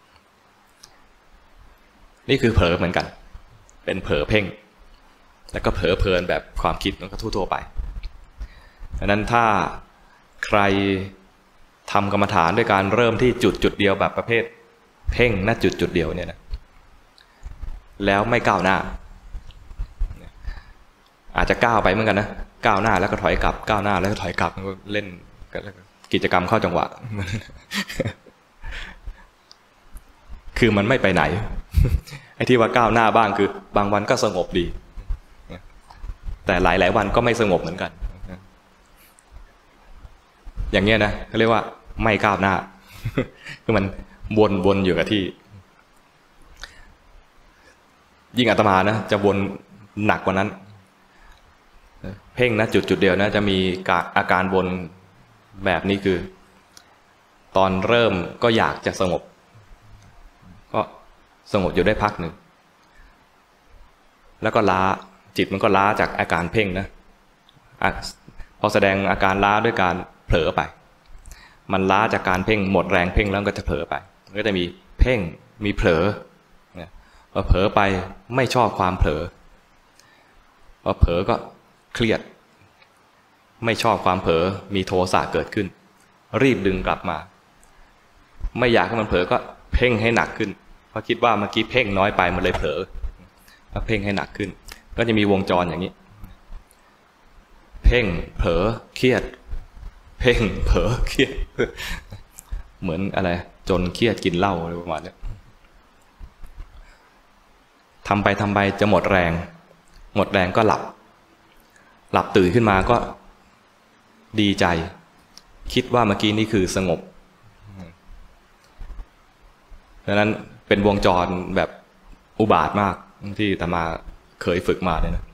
นี่คือเผลอเหมือนกันเป็นเผลอเพ่งแล้วก็เผลอเพลินแบบความคิดมันก็ทั่วๆไปดังนั้นถ้าใครทำกรรมฐานด้วยการเริ่มที่จุดเดียวแบบประเภทเพ่งณจุดเดียวเนี่ยนะแล้วไม่ก้าวหน้าอาจจะก้าวไปเหมือนกันนะก้าวหน้าแล้วก็ถอยกลับก้าวหน้าแล้วก็ถอยกลับเล่นกิจกรรมเข้าจังหวะคือมันไม่ไปไหนไอ้ที่ว่าก้าวหน้าบ้างคือบางวันก็สงบดีแต่หลายวันก็ไม่สงบเหมือนกันอย่างเงี้ยนะเขาเรียกว่าไม่ก้าวหน้าคือมันวนอยู่กับที่ยิ่งอาตมานะจะวนหนักกว่านั้นเพ่งนะจุดเดียวนะจะมีอาการวนแบบนี้คือตอนเริ่มก็อยากจะสงบก็สงบอยู่ได้พักหนึ่งแล้วก็ล้าจิตมันก็ล้าจากอาการเพ่งนะพอแสดงอาการล้าด้วยการเผลอไปมันล้าจากการเพ่งหมดแรงเพ่งแล้วก็จะเผลอไปมันก็จะมีเพ่งมีเผลอพอเผลอไปไม่ชอบความเผลอพอเผลอก็เครียดไม่ชอบความเผลอมีโทสะเกิดขึ้นรีบดึงกลับมาไม่อยากให้มันเผลอก็เพ่งให้หนักขึ้นเพราะคิดว่าเมื่อกี้เพ่งน้อยไปมันเลยเผลอก็เพ่งให้หนักขึ้นก็จะมีวงจรอย่างนี้เพ่งเผลอเครียดเพ่งเผลอเครียดเหมือนอะไรจนเครียดกินเหล้าอะไรประมาณนี้ทำไปจะหมดแรงก็หลับตื่นขึ้นมาก็ดีใจคิดว่าเมื่อกี้นี่คือสงบดังนั้นเป็นวงจรแบบอุบาทมากที่อาตมาเคยฝึกมาเลยนะ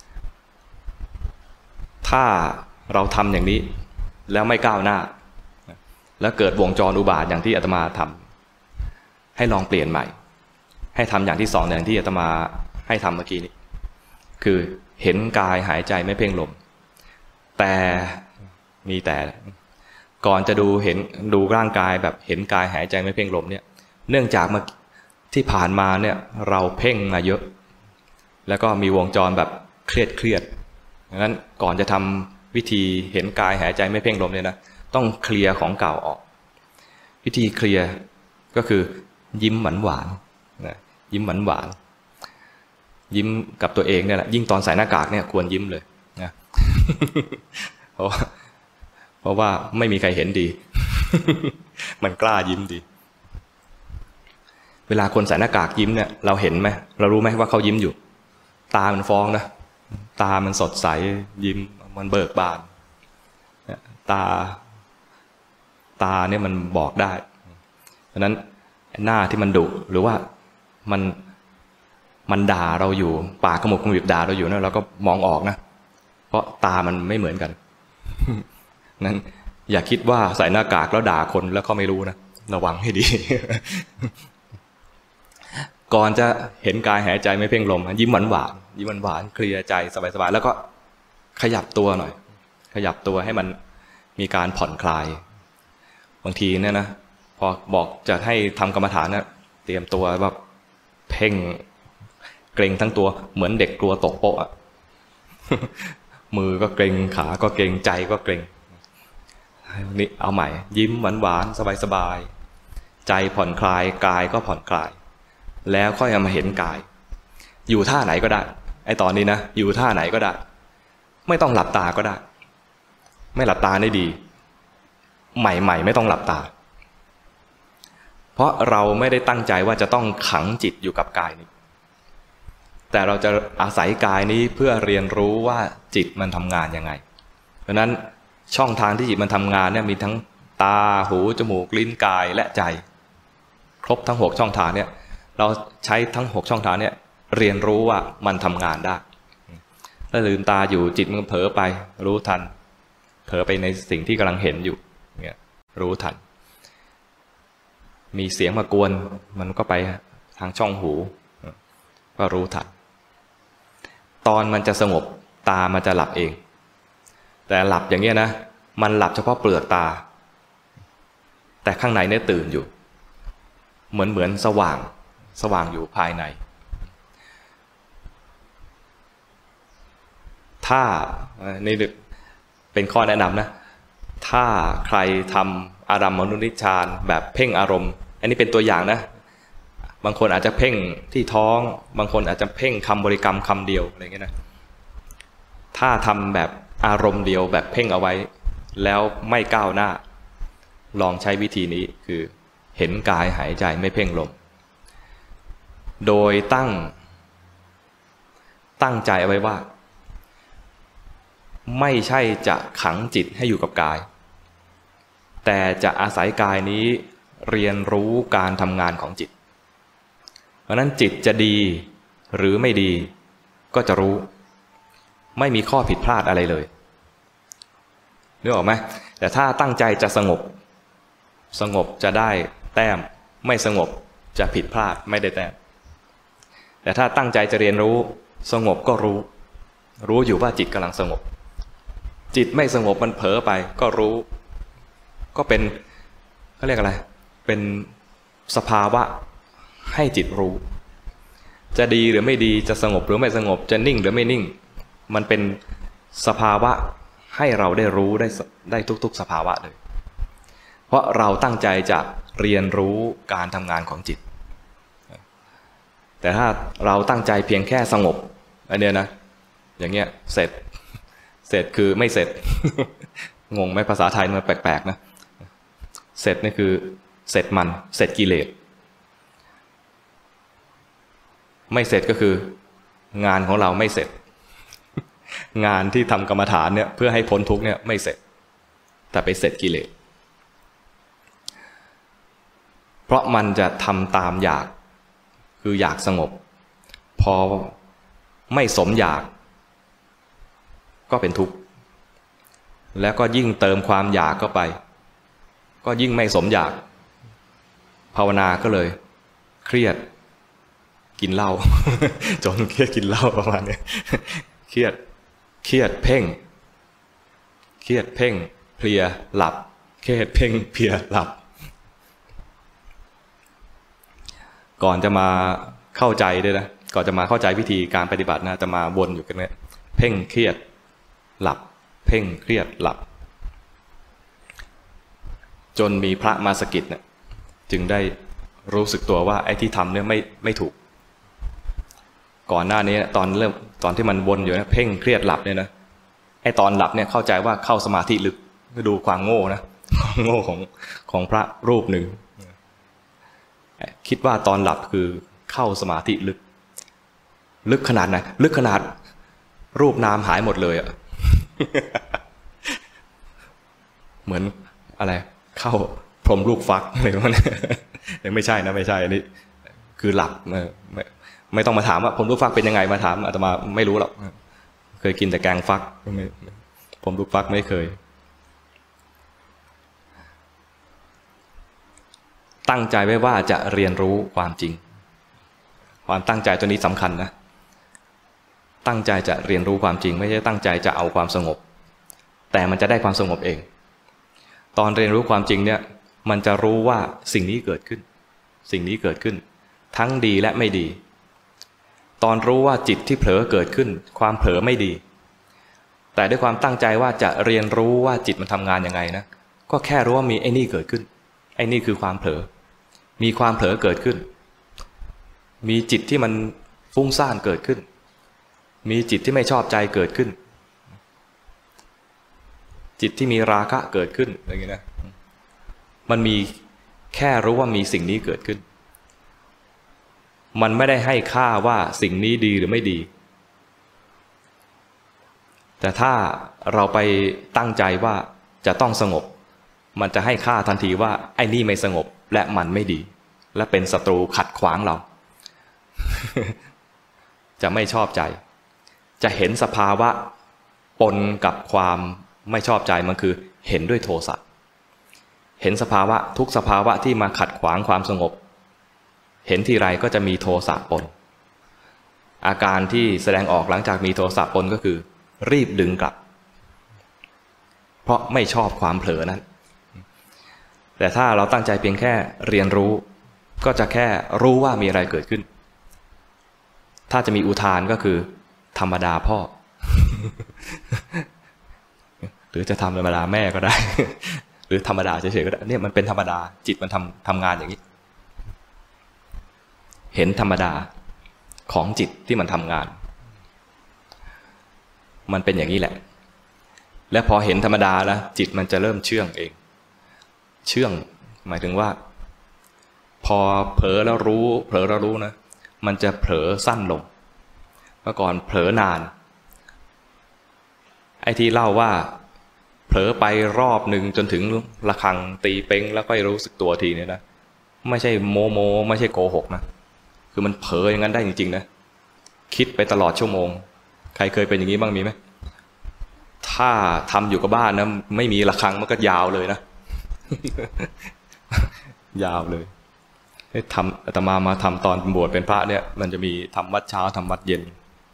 ถ้าเราทำอย่างนี้แล้วไม่ก้าวหน้าแล้วเกิดวงจรอุบาทอย่างที่อาตมาทำให้ลองเปลี่ยนใหม่ให้ทำอย่างที่สองอย่างที่อาตมาให้ทำเมื่อกี้นี้คือเห็นกายหายใจไม่เพ่งลมแต่มีแต่ก่อนจะดูร่างกายแบบเห็นกายหายใจไม่เพ่งลมเนี่ยเนื่องจากเมื่อที่ผ่านมาเนี่ยเราเพ่งมาเยอะแล้วก็มีวงจรแบบเครียดดังนั้นก่อนจะทำวิธีเห็นกายหายใจไม่เพ่งลมเนี่ยนะต้องเคลียร์ของเก่าออกวิธีเคลียร์ก็คือยิ้มหวานนะยิ้มหวานยิ้มกับตัวเองเนี่ยแหละยิ่งตอนใส่หน้ากากเนี่ยควรยิ้มเลยนะ เพราะว่าไม่มีใครเห็นดี มันกล้ายิ้มดีเวลาคนใส่หน้ากากยิ้มเนี่ยเราเห็นไหมเรารู้ไหมว่าเขายิ้มอยู่ตามันฟ้องนะตามันสดใสยิ้มมันเบิกบานตาเนี่ยมันบอกได้เพราะนั้นหน้าที่มันดุหรือว่ามันด่าเราอยู่ปากขมุบขมิบด่าเราอยู่นะเราก็มองออกนะเพราะตามันไม่เหมือนกันนั้นอย่าคิดว่าใส่หน้ากากแล้วด่าคนแล้วเขาไม่รู้นะระวังให้ดี ก่อนจะเห็นกายหายใจไม่เพ่งลมยิ้มหวานเคลียร์ใจสบายๆแล้วก็ขยับตัวหน่อยขยับตัวให้มันมีการผ่อนคลายบางทีเนี่ยนะพอบอกจะให้ทำกรรมฐานนะเตรียมตัวแบบเพ่งเกร็งทั้งตัวเหมือนเด็กกลัวตกโป๊ะ มือก็เกร็งขาก็เกร็งใจก็เกร็งนี่เอาใหม่ยิ้มหวานสบายๆใจผ่อนคลายกายก็ผ่อนคลายแล้วค่อยเอามาเห็นกายอยู่ท่าไหนก็ได้ไอ้ตอนนี้นะอยู่ท่าไหนก็ได้ไม่ต้องหลับตาก็ได้ไม่หลับตาได้ดีใหม่ไม่ต้องหลับตาเพราะเราไม่ได้ตั้งใจว่าจะต้องขังจิตอยู่กับกายนี้แต่เราจะอาศัยกายนี้เพื่อเรียนรู้ว่าจิตมันทำงานยังไงเพราะนั้นช่องทางที่จิตมันทำงานเนี่ยมีทั้งตาหูจมูกลิ้นกายและใจครบทั้ง6ช่องทางเนี่ยเราใช้ทั้ง6ช่องทางเนี่ยเรียนรู้ว่ามันทำงานได้ถ้าลืมตาอยู่จิตมันเผลอไปรู้ทันเผลอไปในสิ่งที่กำลังเห็นอยู่เนี่ยรู้ทันมีเสียงมากวนมันก็ไปทางช่องหูก็รู้ทันตอนมันจะสงบตามันจะหลับเองแต่หลับอย่างเงี้ยนะมันหลับเฉพาะเปลือกตาแต่ข้างในเนี่ยตื่นอยู่เหมือนสว่างอยู่ภายในถ้านี่เป็นข้อแนะนำนะถ้าใครทำอารัมมณุนิชฌานแบบเพ่งอารมณ์อันนี้เป็นตัวอย่างนะบางคนอาจจะเพ่งที่ท้องบางคนอาจจะเพ่งคำบริกรรมคำเดียวอะไรเงี้ยนะถ้าทำแบบอารมณ์เดียวแบบเพ่งเอาไว้แล้วไม่ก้าวหน้าลองใช้วิธีนี้คือเห็นกายหายใจไม่เพ่งลมโดยตั้งใจเอาไว้ว่าไม่ใช่จะขังจิตให้อยู่กับกายแต่จะอาศัยกายนี้เรียนรู้การทำงานของจิตเพราะนั้นจิตจะดีหรือไม่ดีก็จะรู้ไม่มีข้อผิดพลาดอะไรเลยนึกออกไหมแต่ถ้าตั้งใจจะสงบจะได้แต้มไม่สงบจะผิดพลาดไม่ได้แต้มแต่ถ้าตั้งใจจะเรียนรู้สงบก็รู้อยู่ว่าจิตกำลังสงบจิตไม่สงบมันเผลอไปก็รู้ก็เป็นเขาเรียกอะไรเป็นสภาวะให้จิตรู้จะดีหรือไม่ดีจะสงบหรือไม่สงบจะนิ่งหรือไม่นิ่งมันเป็นสภาวะให้เราได้รู้ได้ทุกๆสภาวะเลยเพราะเราตั้งใจจะเรียนรู้การทำงานของจิตแต่ถ้าเราตั้งใจเพียงแค่สงบอันเนี้ยนะอย่างเงี้ยเสร็จคือไม่เสร็จ งงไหมภาษาไทยมันแปลกๆนะเสร็จนี่คือเสร็จกิเลสไม่เสร็จก็คืองานของเราไม่เสร็จงานที่ทำกรรมฐานเนี่ยเพื่อให้พ้นทุกข์เนี่ยไม่เสร็จแต่ไปเสร็จกิเลสเพราะมันจะทำตามอยากคืออยากสงบพอไม่สมอยากก็เป็นทุกข์แล้วก็ยิ่งเติมความอยากเข้าไปก็ยิ่งไม่สมอยากภาวนาก็เลยเครียดกินเหล้า จนเครียดกินเหล้าประมาณนี้เครียดเพ่งเพลียหลับเครียดเพ่งเพลียหลับก่อนจะมาเข้าใจด้วยนะก่อนจะมาเข้าใจวิธีการปฏิบัตินะจะมาวนอยู่กันเนี่ยเพ่งเครียดหลับเพ่งเครียดหลับจนมีพระมาสะกิดเนี่ยจึงได้รู้สึกตัวว่าไอ้ที่ทำเนี่ยไม่ถูกก่อนหน้านี้ตอนที่มันวนอยู่นะเพ่งเครียดหลับเนี่ยนะไอ้ตอนหลับเนี่ยเข้าใจว่าเข้าสมาธิลึกดูความโง่นะความโง่ของพระรูปหนึ่งคิดว่าตอนหลับคือเข้าสมาธิลึกขนาดไหนลึกขนาดรูปนามหายหมดเลยอ่ะ เหมือนอะไรเข้าพรหมลูกฟักอะไรประมาณนี้ไม่ใช่นะไม่ใช่อันนี้คือหลับไม่ต้องมาถามว่าพรหมลูกฟักเป็นยังไงมาถามอาตมาไม่รู้หรอกเคยกินแต่แกงฟักพรหมลูกฟักไม่เคยตั้งใจไว้ว่าจะเรียนรู้ความจริงความตั้งใจตัวนี้สำคัญนะตั้งใจจะเรียนรู้ความจริงไม่ใช่ตั้งใจจะเอาความสงบแต่มันจะได้ความสงบเองตอนเรียนรู้ความจริงเนี่ยมันจะรู้ว่าสิ่งนี้เกิดขึ้นทั้งดีและไม่ดีตอนรู้ว่าจิตที่เผลอเกิดขึ้นความเผลอไม่ดีแต่ด้วยความตั้งใจว่าจะเรียนรู้ว่าจิตมันทำงานยังไงนะก็แค่รู้ว่ามีไอ้นี่เกิดขึ้นไอ้นี่คือความเผลอมีความเผลอเกิดขึ้นมีจิตที่มันฟุ้งซ่านเกิดขึ้นมีจิตที่ไม่ชอบใจเกิดขึ้นจิตที่มีราคะเกิดขึ้นอะไรอย่างนี้นะมันมีแค่รู้ว่ามีสิ่งนี้เกิดขึ้นมันไม่ได้ให้ค่าว่าสิ่งนี้ดีหรือไม่ดีแต่ถ้าเราไปตั้งใจว่าจะต้องสงบมันจะให้ค่าทันทีว่าไอ้นี่ไม่สงบและมันไม่ดีและเป็นศัตรูขัดขวางเรา จะไม่ชอบใจจะเห็นสภาวะปนกับความไม่ชอบใจมันคือเห็นด้วยโทสะเห็นสภาวะทุกสภาวะที่มาขัดขวางความสงบเห็นทีไรก็จะมีโทสะปนอาการที่แสดงออกหลังจากมีโทสะปนก็คือรีบดึงกลับเพราะไม่ชอบความเผลอนั้นแต่ถ้าเราตั้งใจเพียงแค่เรียนรู้ก็จะแค่รู้ว่ามีอะไรเกิดขึ้นถ้าจะมีอุทานก็คือธรรมดาพ่อ หรือจะธรรมดาแม่ก็ได้ หรือธรรมดาเฉยๆก็ได้เนี่ยมันเป็นธรรมดาจิตมันทำงานอย่างนี้เห็นธรรมดาของจิตที่มันทำงานมันเป็นอย่างนี้แหละและพอเห็นธรรมดาแล้วจิตมันจะเริ่มเชื่องเองเชื่องหมายถึงว่าพอเผลอแล้วรู้นะมันจะเผลอสั้นลงเมื่อก่อนเผลอนานไอ้ที่เล่าว่าเผลอไปรอบหนึ่งจนถึงระฆังตีเป้งแล้วก็รู้สึกตัวทีเนี่ยนะไม่ใช่โมไม่ใช่โกหกนะคือมันเผลออย่างนั้นได้จริงๆนะคิดไปตลอดชั่วโมงใครเคยเป็นอย่างนี้บ้างมีไหมถ้าทำอยู่กับบ้านนะไม่มีระฆังมันก็ยาวเลยนะ ยาวเลยทำอาตมาทำตอนบวชเป็นพระเนี่ยมันจะมีทำวัดเช้าทำวัดเย็น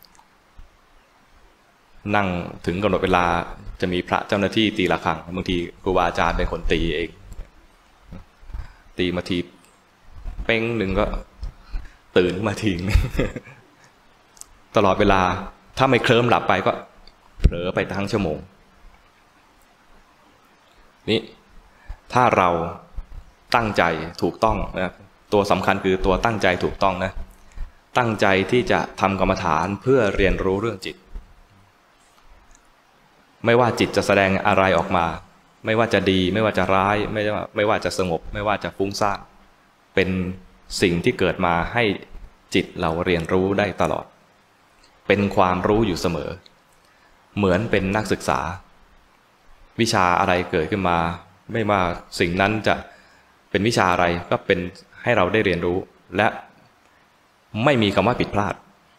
นั่งถึงกำหนดเวลาจะมีพระเจ้าหน้าที่ตีระฆังบางทีครูบาอาจารย์เป็นคนตีเองตีมาทีเป้งหนึ่งก็ตื่นมาทิ้ง ตลอดเวลาถ้าไม่เคลิ้มหลับไปก็เผลอไปทั้งชั่วโมงนี่ถ้าเราตั้งใจถูกต้องนะตัวสำคัญคือตัวตั้งใจถูกต้องนะตั้งใจที่จะทำกรรมฐานเพื่อเรียนรู้เรื่องจิตไม่ว่าจิตจะแสดงอะไรออกมาไม่ว่าจะดีไม่ว่าจะร้ายไม่ว่าจะสงบไม่ว่าจะฟุ้งซ่านเป็นสิ่งที่เกิดมาให้จิตเราเรียนรู้ได้ตลอดเป็นความรู้อยู่เสมอเหมือนเป็นนักศึกษาวิชาอะไรเกิดขึ้นมาไม่ว่าสิ่งนั้นจะเป็นวิชาอะไรก็เป็นให้เราได้เรียนรู้และไม่มีคำว่าผิดพลาด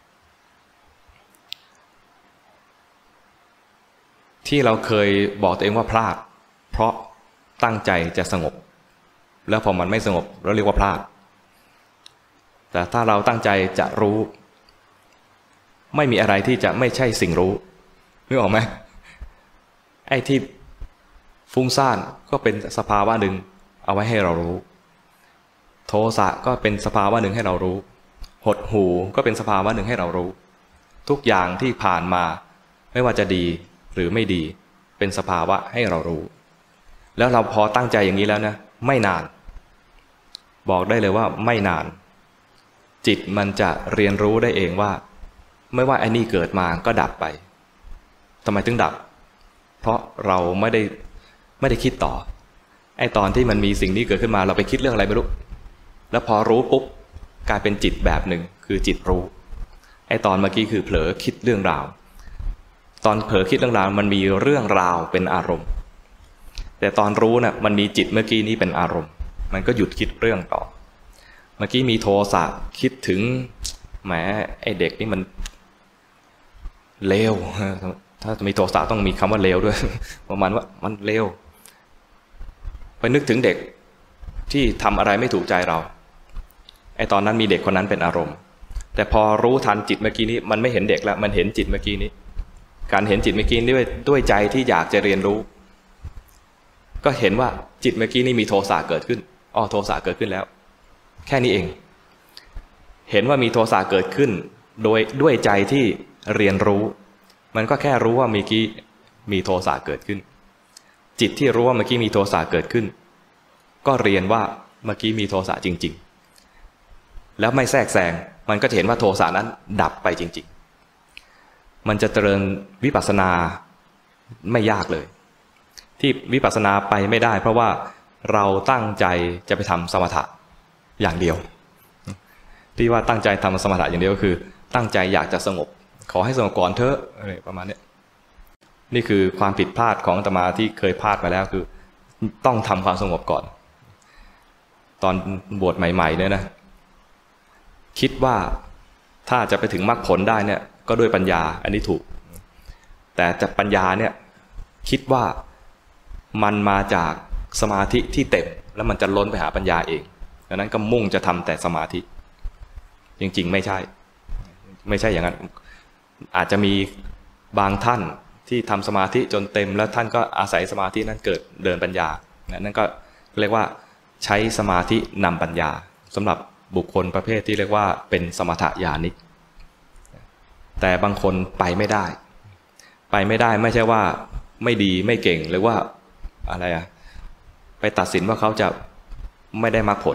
ที่เราเคยบอกตัวเองว่าพลาดเพราะตั้งใจจะสงบแล้วพอมันไม่สงบเราเรียกว่าพลาดแต่ถ้าเราตั้งใจจะรู้ไม่มีอะไรที่จะไม่ใช่สิ่งรู้นึกออกไหมไอ้ที่ฟุ้งซ่านก็เป็นสภาวะหนึ่งเอาไว้ให้เรารู้โทสะก็เป็นสภาวะหนึ่งให้เรารู้หดหู่ก็เป็นสภาวะหนึ่งให้เรารู้ทุกอย่างที่ผ่านมาไม่ว่าจะดีหรือไม่ดีเป็นสภาวะให้เรารู้แล้วเราพอตั้งใจอย่างนี้แล้วนะไม่นานบอกได้เลยว่าไม่นานจิตมันจะเรียนรู้ได้เองว่าไม่ว่าไอ้นี่เกิดมาก็ดับไปทำไมถึงดับเพราะเราไม่ได้คิดต่อไอ้ตอนที่มันมีสิ่งนี้เกิดขึ้นมาเราไปคิดเรื่องอะไรไม่รู้แล้วพอรู้ปุ๊บกลายเป็นจิตแบบหนึ่งคือจิตรู้ไอ้ตอนเมื่อกี้คือเผลอคิดเรื่องราวตอนเผลอคิดเรื่องราวมันมีเรื่องราวเป็นอารมณ์แต่ตอนรู้น่ะมันมีจิตเมื่อกี้นี้เป็นอารมณ์มันก็หยุดคิดเรื่องต่อเมื่อกี้มีโทสะคิดถึงแหมไอ้เด็กนี่มันเลวถ้าจะมีโทสะต้องมีคำว่าเลวด้วยประมาณว่ามันเลวไปนึกถึงเด็กที่ทำอะไรไม่ถูกใจเราไอ้ตอนนั้นมีเด็กคนนั้นเป็นอารมณ์แต่พอรู้ทันจิตเมื่อกี้นี้มันไม่เห็นเด็กแล้วมันเห็นจิตเมื่อกี้นี้การเห็นจิตเมื่อกี้ด้วยใจที่อยากจะเรียนรู้ก็เห็นว่าจิตเมื่อกี้นี้มีโทสะเกิดขึ้นอ๋อโทสะเกิดขึ้นแล้วแค่นี้เองเห็นว่ามีโทสะเกิดขึ้นด้วยใจที่เรียนรู้มันก็แค่รู้ว่าเมื่อกี้มีโทสะเกิดขึ้นจิตที่รู้ว่าเมื่อกี้มีโทสะเกิดขึ้นก็เรียนว่าเมื่อกี้มีโทสะจริงๆแล้วไม่แทรกแซงมันก็จะเห็นว่าโทสะนั้นดับไปจริงๆมันจะเจริญวิปัสสนาไม่ยากเลยที่วิปัสสนาไปไม่ได้เพราะว่าเราตั้งใจจะไปทำสมถะอย่างเดียวที่ว่าตั้งใจทำสมถะอย่างเดียวก็คือตั้งใจอยากจะสงบขอให้สงบก่อนเถอะอะไรประมาณนี้นี่คือความผิดพลาดของอาตมาที่เคยพลาดมาแล้วคือต้องทำความสงบก่อนตอนบวชใหม่ๆเนี่ยนะคิดว่าถ้าจะไปถึงมรรคผลได้เนี่ยก็ด้วยปัญญาอันนี้ถูกแต่จากปัญญาเนี่ยคิดว่ามันมาจากสมาธิที่เต็มแล้วมันจะล้นไปหาปัญญาเองดังนั้นก็มุ่งจะทำแต่สมาธิจริงๆไม่ใช่อย่างนั้นอาจจะมีบางท่านที่ทำสมาธิจนเต็มแล้วท่านก็อาศัยสมาธินั้นเกิดเดินปัญญานั่นก็เรียกว่าใช้สมาธินำปัญญาสำหรับบุคคลประเภทที่เรียกว่าเป็นสมถญาณิกแต่บางคนไปไม่ได้ไม่ใช่ว่าไม่ดีไม่เก่งหรือว่าอะไรไปตัดสินว่าเขาจะไม่ได้มรรคผล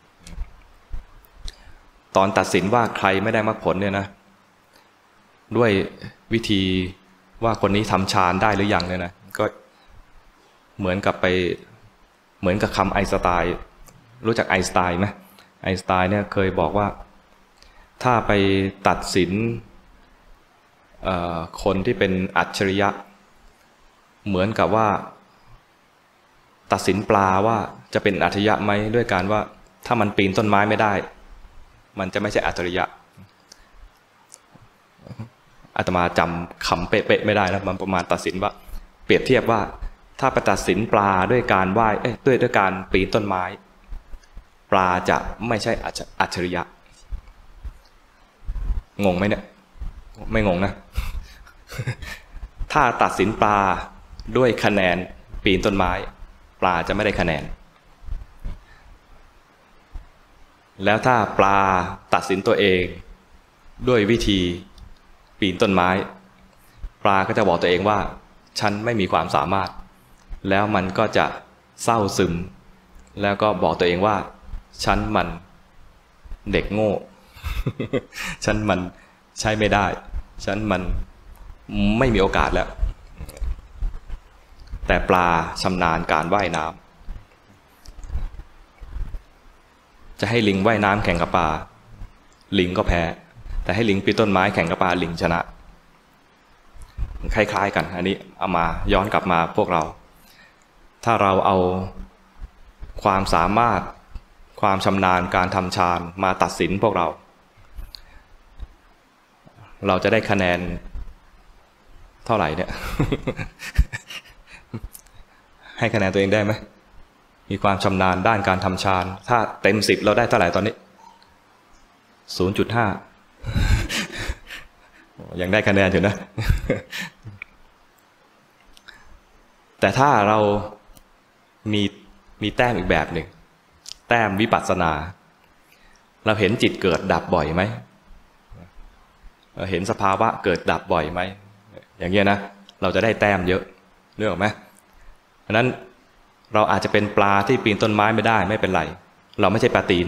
ตอนตัดสินว่าใครไม่ได้มรรคผลเนี่ยนะด้วยวิธีว่าคนนี้ทำฌานได้หรือยังเนี่ยนะก็เหมือนกับคำไอน์สไตน์รู้จักไอน์สไตน์ไหมไอน์สไตน์เนี่ยเคยบอกว่าถ้าไปตัดสินคนที่เป็นอัจฉริยะเหมือนกับว่าตัดสินปลาว่าจะเป็นอัจฉริยะไหมด้วยการว่าถ้ามันปีนต้นไม้ไม่ได้มันจะไม่ใช่อัจฉริยะอาตมาจำคำเป๊ะๆไม่ได้แล้วมันประมาณตัดสินว่าเปรียบเทียบว่าถ้าไปตัดสินปลาด้วยการว่ายด้วยการปีนต้นไม้ปลาจะไม่ใช่อัจฉริยะงงไหมเนี่ยไม่งงนะ ถ้าตัดสินปลาด้วยคะแนนปีนต้นไม้ปลาจะไม่ได้คะแนนแล้วถ้าปลาตัดสินตัวเองด้วยวิธีปีนต้นไม้ปลาก็จะบอกตัวเองว่าฉันไม่มีความสามารถแล้วมันก็จะเศร้าซึมแล้วก็บอกตัวเองว่าฉันมันเด็กโง่ ฉันมันใช้ไม่ได้ฉันมันไม่มีโอกาสแล้วแต่ปลาชำนาญการว่ายน้ำจะให้ลิงว่ายน้ำแข่งกับปลาลิงก็แพ้แต่ให้ลิงปีนต้นไม้แข่งกับปลาลิงชนะคล้ายๆกันอันนี้เอามาย้อนกลับมาพวกเราถ้าเราเอาความสามารถความชำนาญการทำฌานมาตัดสินพวกเราเราจะได้คะแนนเท่าไหร่เนี่ย ให้คะแนนตัวเองได้ไหมมีความชำนาญด้านการทำฌานถ้าเต็ม10เราได้เท่าไหร่ตอนนี้ 0.5 ยังได้คะแนนอยู่นะ แต่ถ้าเรามีแต้มอีกแบบหนึ่งแต้มวิปัสสนาเราเห็นจิตเกิดดับบ่อยไหมเห็นสภาวะเกิดดับบ่อยไหมอย่างเงี้ยนะเราจะได้แต้มเยอะเรื่องไหมเพราะนั้นเราอาจจะเป็นปลาที่ปีนต้นไม้ไม่ได้ไม่เป็นไรเราไม่ใช่ปลาตีน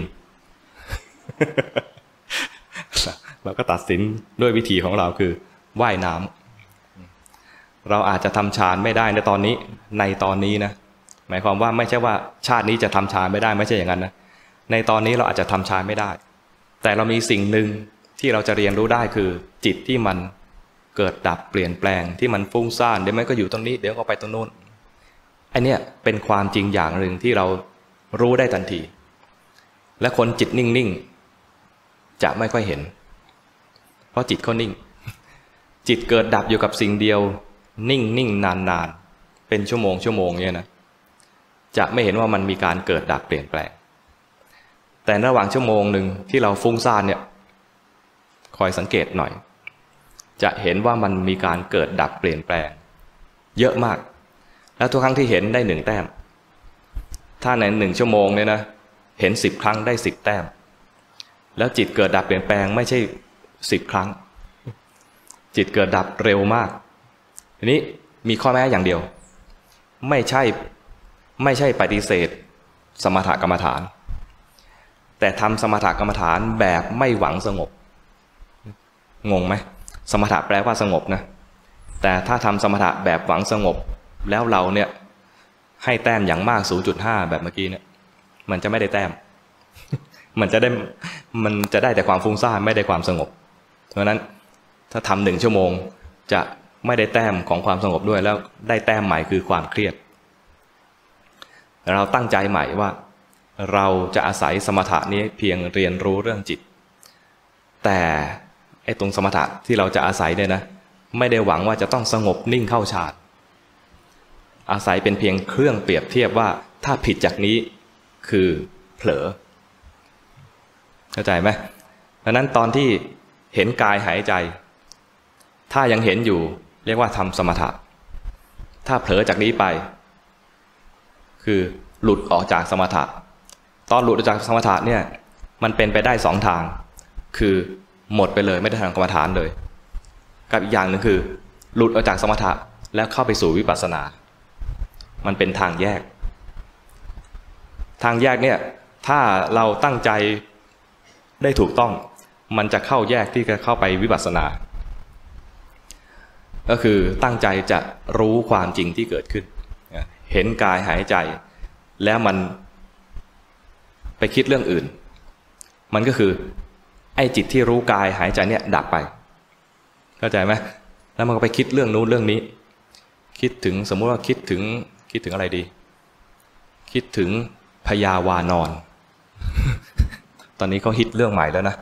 เราก็ตัดสินด้วยวิธีของเราคือว่ายน้ำเราอาจจะทำฌานไม่ได้ในตอนนี้นะหมายความว่าไม่ใช่ว่าชาตินี้จะทำฌานไม่ได้ไม่ใช่อย่างนั้นนะในตอนนี้เราอาจจะทำฌานไม่ได้แต่เรามีสิ่งหนึ่งที่เราจะเรียนรู้ได้คือจิตที่มันเกิดดับเปลี่ยนแปลงที่มันฟุ้งซ่านเดี๋ยวมันก็อยู่ตรงนี้เดี๋ยวก็ไปตรงโน้นอันเนี้ยเป็นความจริงอย่างหนึ่งที่เรารู้ได้ทันทีและคนจิตนิ่งๆจะไม่ค่อยเห็นเพราะจิตเขานิ่งจิตเกิดดับอยู่กับสิ่งเดียวนิ่งนานเป็นชั่วโมงเนี่ยนะจะไม่เห็นว่ามันมีการเกิดดับเปลี่ยนแปลงแต่ระหว่างชั่วโมงหนึ่งที่เราฟุ้งซ่านเนี่ยคอยสังเกตหน่อยจะเห็นว่ามันมีการเกิดดับเปลี่ยนแปลงเยอะมากแล้วทุกครั้งที่เห็นได้1 แต้มถ้าใน1 ชั่วโมงเนี่ยนะเห็น10 ครั้งได้10 แต้มแล้วจิตเกิดดับเปลี่ยนแปลงไม่ใช่10 ครั้งจิตเกิดดับเร็วมากทีนี้มีข้อแม้อย่างเดียวไม่ใช่ปฏิเสธสมถกรรมฐานแต่ทำสมถกรรมฐานแบบไม่หวังสงบงงไหมสมถะแปลว่าสงบนะแต่ถ้าทำสมถะแบบหวังสงบแล้วเราเนี่ยให้แต้มอย่างมาก 0.5 แบบเมื่อกี้เนี่ยมันจะไม่ได้แต้ม มันจะได้แต่ความฟุ้งซ่านไม่ได้ความสงบเพราะนั้นถ้าทำ1 ชั่วโมงจะไม่ได้แต้มของความสงบด้วยแล้วได้แต้มใหม่คือความเครียดเราตั้งใจใหม่ว่าเราจะอาศัยสมถะนี้เพียงเรียนรู้เรื่องจิตแต่ไอ้ตรงสมถะที่เราจะอาศัยเนี่ยนะไม่ได้หวังว่าจะต้องสงบนิ่งเข้าฌานอาศัยเป็นเพียงเครื่องเปรียบเทียบว่าถ้าผิดจากนี้คือเผลอเข้าใจไหมดังนั้นตอนที่เห็นกายหายใจถ้ายังเห็นอยู่เรียกว่าทำสมถะถ้าเผลอจากนี้ไปคือหลุดออกจากสมถะตอนหลุดออกจากสมถะเนี่ยมันเป็นไปได้2 ทางคือหมดไปเลยไม่ได้ทำกรรมฐานเลยกับอีกอย่างหนึ่งคือหลุดออกจากสมถะแล้วเข้าไปสู่วิปัสสนามันเป็นทางแยกเนี่ยถ้าเราตั้งใจได้ถูกต้องมันจะเข้าแยกที่จะเข้าไปวิปัสสนาก็คือตั้งใจจะรู้ความจริงที่เกิดขึ้นเห็นกายหายใจแล้วมันไปคิดเรื่องอื่นมันก็คือไอ้จิตที่รู้กายหายใจเนี่ยดับไปเข้าใจไหมแล้วมันก็ไปคิดเรื่องนู้นเรื่องนี้คิดถึงสมมติว่าคิดถึงอะไรดีคิดถึงพยาวานอน ตอนนี้เขาฮิตเรื่องใหม่แล้วนะ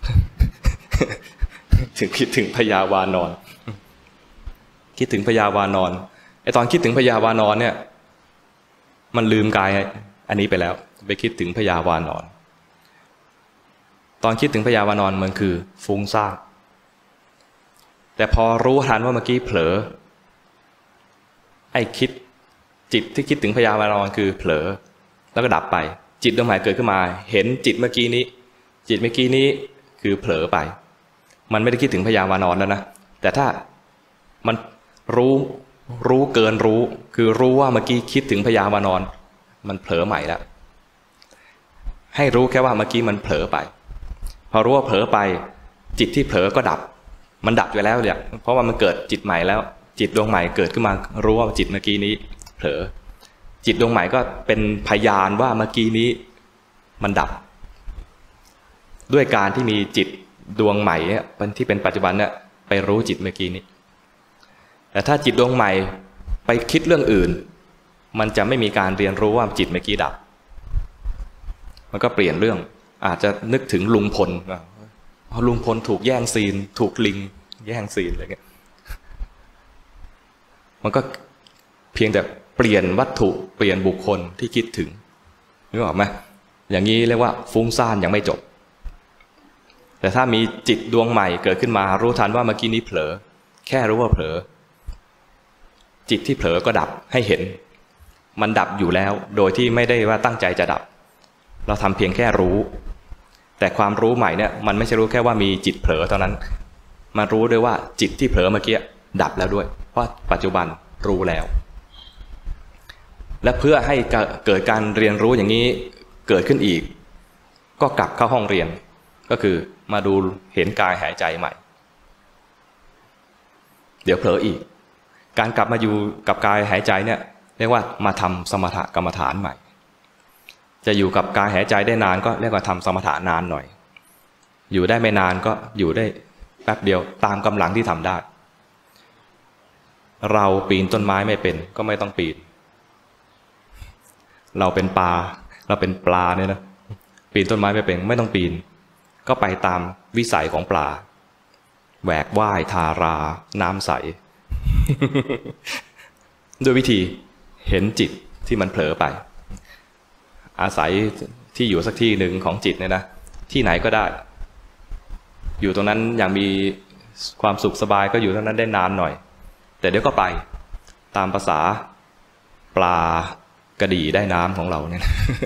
คิดถึงพยาวานอนคิดถึงพยาวานอนไอตอนคิดถึงพยาวานอนเนี่ยมันลืมกายอันนี้ไปแล้วไปคิดถึงพยาวานอนตอนคิดถึงพยาวานอนมันคือฟุ้งซ่านแต่พอรู้ทันว่าเมื่อกี้เผลอไอ้จิตที่คิดถึงพยาวานอนคือเผลอแล้วก็ดับไปจิตดวงใหม่เกิดขึ้นมาเห็นจิตเมื่อกี้นี้จิตเมื่อกี้นี้คือเผลอไปมันไม่ได้คิดถึงพยาวานอนแล้วนะแต่ถ้ามันรู้เกินรู้คือรู้ว่าเมื่อกี้คิดถึงพยาวานอนมันเผลอใหม่แล้วให้รู้แค่ว่าเมื่อกี้มันเผลอไปพอรู้ว่าเผลอไปจิตที่เผลอก็ดับมันดับอยู่แล้วเนี่ยเพราะว่ามันเกิดจิตใหม่แล้วจิตดวงใหม่เกิดขึ้นมารู้ว่าจิตเมื่อกี้นี้เผลอจิตดวงใหม่ก็เป็นพยานว่าเมื่อกี้นี้มันดับด้วยการที่มีจิตดวงใหม่ที่เป็นปัจจุบันเนี่ยไปรู้จิตเมื่อกี้นี้แต่ถ้าจิตดวงใหม่ไปคิดเรื่องอื่นมันจะไม่มีการเรียนรู้ว่าจิตเมื่อกี้ดับมันก็เปลี่ยนเรื่องอาจจะนึกถึงลุงพลลุงพลถูกแย่งซีนถูกลิงแย่งซีนอะไรเงี้ยมันก็เพียงแต่เปลี่ยนวัตถุเปลี่ยนบุคคลที่คิดถึงนึกออกไหมอย่างนี้เรียกว่าฟุ้งซ่านยังไม่จบแต่ถ้ามีจิตดวงใหม่เกิดขึ้นมารู้ทันว่าเมื่อกี้นี้เผลอแค่รู้ว่าเผลอจิตที่เผลอก็ดับให้เห็นมันดับอยู่แล้วโดยที่ไม่ได้ว่าตั้งใจจะดับเราทำเพียงแค่รู้แต่ความรู้ใหม่เนี่ยมันไม่ใช่รู้แค่ว่ามีจิตเผลอเท่านั้นมันรู้ด้วยว่าจิตที่เผลอเมื่อกี้ดับแล้วด้วยเพราะปัจจุบันรู้แล้วและเพื่อให้เกิดการเรียนรู้อย่างนี้เกิดขึ้นอีกก็กลับเข้าห้องเรียนก็คือมาดูเห็นกายหายใจใหม่เดี๋ยวเผลออีกการกลับมาอยู่กับกายหายใจเนี่ยเรียกว่ามาทำสมถกรรมฐานใหม่จะอยู่กับกายหายใจได้นานก็เรียกว่าทำสมถะนานหน่อยอยู่ได้ไม่นานก็อยู่ได้แป๊บเดียวตามกำลังที่ทำได้เราปีนต้นไม้ไม่เป็นก็ไม่ต้องปีนเราเป็นปลาเนี่ยนะปีนต้นไม้ไม่เป็นไม่ต้องปีนก็ไปตามวิสัยของปลาแหวกว่ายทาราน้ำใส ด้วยวิธีเห็นจิตที่มันเผลอไปอาศัยที่อยู่สักที่หนึ่งของจิตเนี่ยนะที่ไหนก็ได้อยู่ตรงนั้นอย่างมีความสุขสบายก็อยู่ตรงนั้นได้นานหน่อยแต่เดี๋ยวก็ไปตามภาษาปลากระดี่ได้น้ำของเราเนี่ย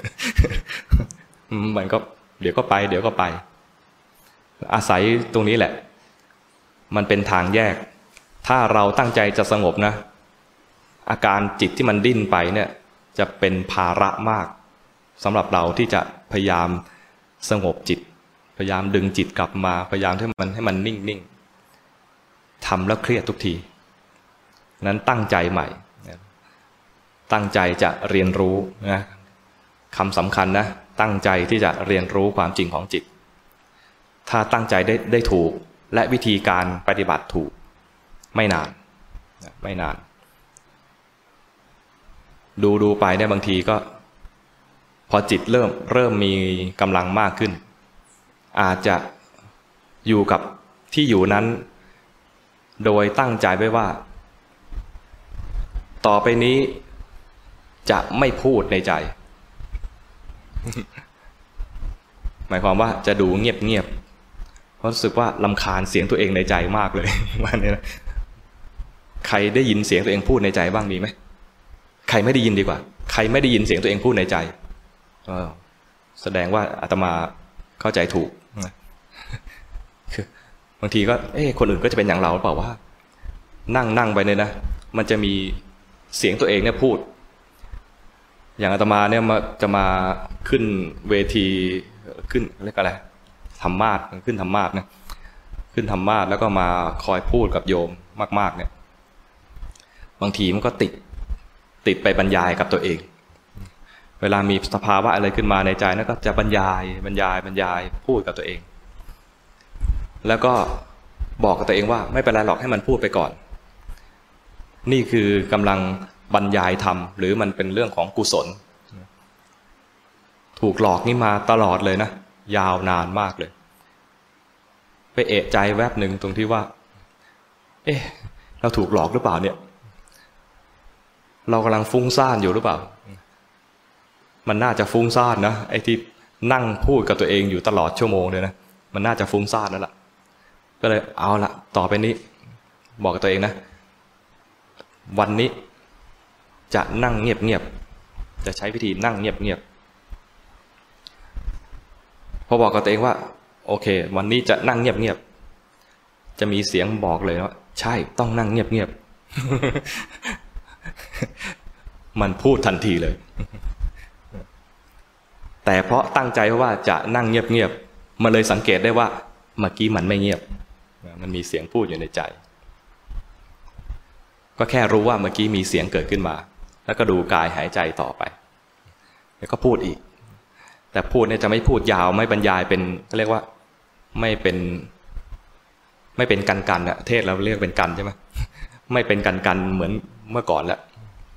มันก็เดี๋ยวก็ไปอาศัยตรงนี้แหละมันเป็นทางแยกถ้าเราตั้งใจจะสงบนะอาการจิตที่มันดิ้นไปเนี่ยจะเป็นภาระมากสำหรับเราที่จะพยายามสงบจิตพยายามดึงจิตกลับมาพยายามให้มันนิ่งทำแล้วเครียดทุกทีนั้นตั้งใจใหม่ตั้งใจจะเรียนรู้นะคำสำคัญนะตั้งใจที่จะเรียนรู้ความจริงของจิตถ้าตั้งใจได้ถูกและวิธีการปฏิบัติถูกไม่นานดูไปเนี่ยบางทีก็พอจิตเริ่มมีกำลังมากขึ้นอาจจะอยู่กับที่อยู่นั้นโดยตั้งใจไว้ว่าต่อไปนี้จะไม่พูดในใจ หมายความว่าจะดูเงียบเพราะรู้สึกว่ารำคาญเสียงตัวเองในใจมากเลย ว่าเนี่ยนะใครได้ยินเสียงตัวเองพูดในใจบ้างมีไหมใครไม่ได้ยินดีกว่าใครไม่ได้ยินเสียงตัวเองพูดในใจแสดงว่าอาตมาเข้าใจถูกคือบางทีก็คนอื่นก็จะเป็นอย่างเราหรือเปล่าว่านั่งไปเนี่ยนะมันจะมีเสียงตัวเองเนี่ยพูดอย่างอาตมาเนี่ยจะมาขึ้นเวทีขึ้นเรียกอะไรธรรมาสน์ขึ้นธรรมาสน์นะขึ้นธรรมาสน์แล้วก็มาคอยพูดกับโยมมากๆเนี่ยบางทีมันก็ติดไปบรรยายกับตัวเองเวลามีสภาวะอะไรขึ้นมาในใจนั่นก็จะบรรยายพูดกับตัวเองแล้วก็บอกกับตัวเองว่าไม่เป็นไรหรอกให้มันพูดไปก่อนนี่คือกำลังบรรยายธรรมหรือมันเป็นเรื่องของกุศลถูกหลอกนี่มาตลอดเลยนะยาวนานมากเลยไปเอะใจแวบหนึ่งตรงที่ว่าเราถูกหลอกหรือเปล่าเนี่ยเรากำลังฟุ้งซ่านอยู่หรือเปล่ามันน่าจะฟุ้งซ่านนะไอ้ที่นั่งพูดกับตัวเองอยู่ตลอดชั่วโมงเลยนะมันน่าจะฟุ้งซ่านแล้วล่ะก็เลยเอาละต่อไปนี้บอกกับตัวเองนะวันนี้จะนั่งเงียบจะใช้วิธีนั่งเงียบพอบอกกับตัวเองว่าโอเควันนี้จะนั่งเงียบๆจะมีเสียงบอกเลยว่าใช่ต้องนั่งเงียบๆมันพูดทันทีเลยแต่เพราะตั้งใจว่าจะนั่งเงียบๆมันเลยสังเกตได้ว่าเมื่อกี้มันไม่เงียบมันมีเสียงพูดอยู่ในใจก็แค่รู้ว่าเมื่อกี้มีเสียงเกิดขึ้นมาแล้วก็ดูกายหายใจต่อไปแล้วก็พูดอีกแต่พูดเนี่ยจะไม่พูดยาวไม่บรรยายเป็นเรียกว่าไม่เป็นกันอะเทศเราเรียกเป็นกันใช่ไหมไม่เป็นกันเหมือนเมื่อก่อนแล้ว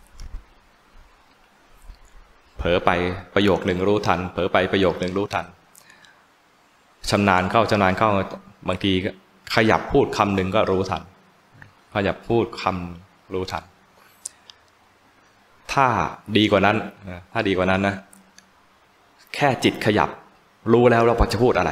เผลอไปประโยคหนึ่งรู้ทันเผลอไปประโยคหนึ่งรู้ทันชำนาญเข้าบางทีขยับพูดคำหนึ่งก็รู้ทันขยับพูดคำรู้ทันถ้าดีกว่านั้นนะแค่จิตขยับรู้แล้วเราจะพูดอะไร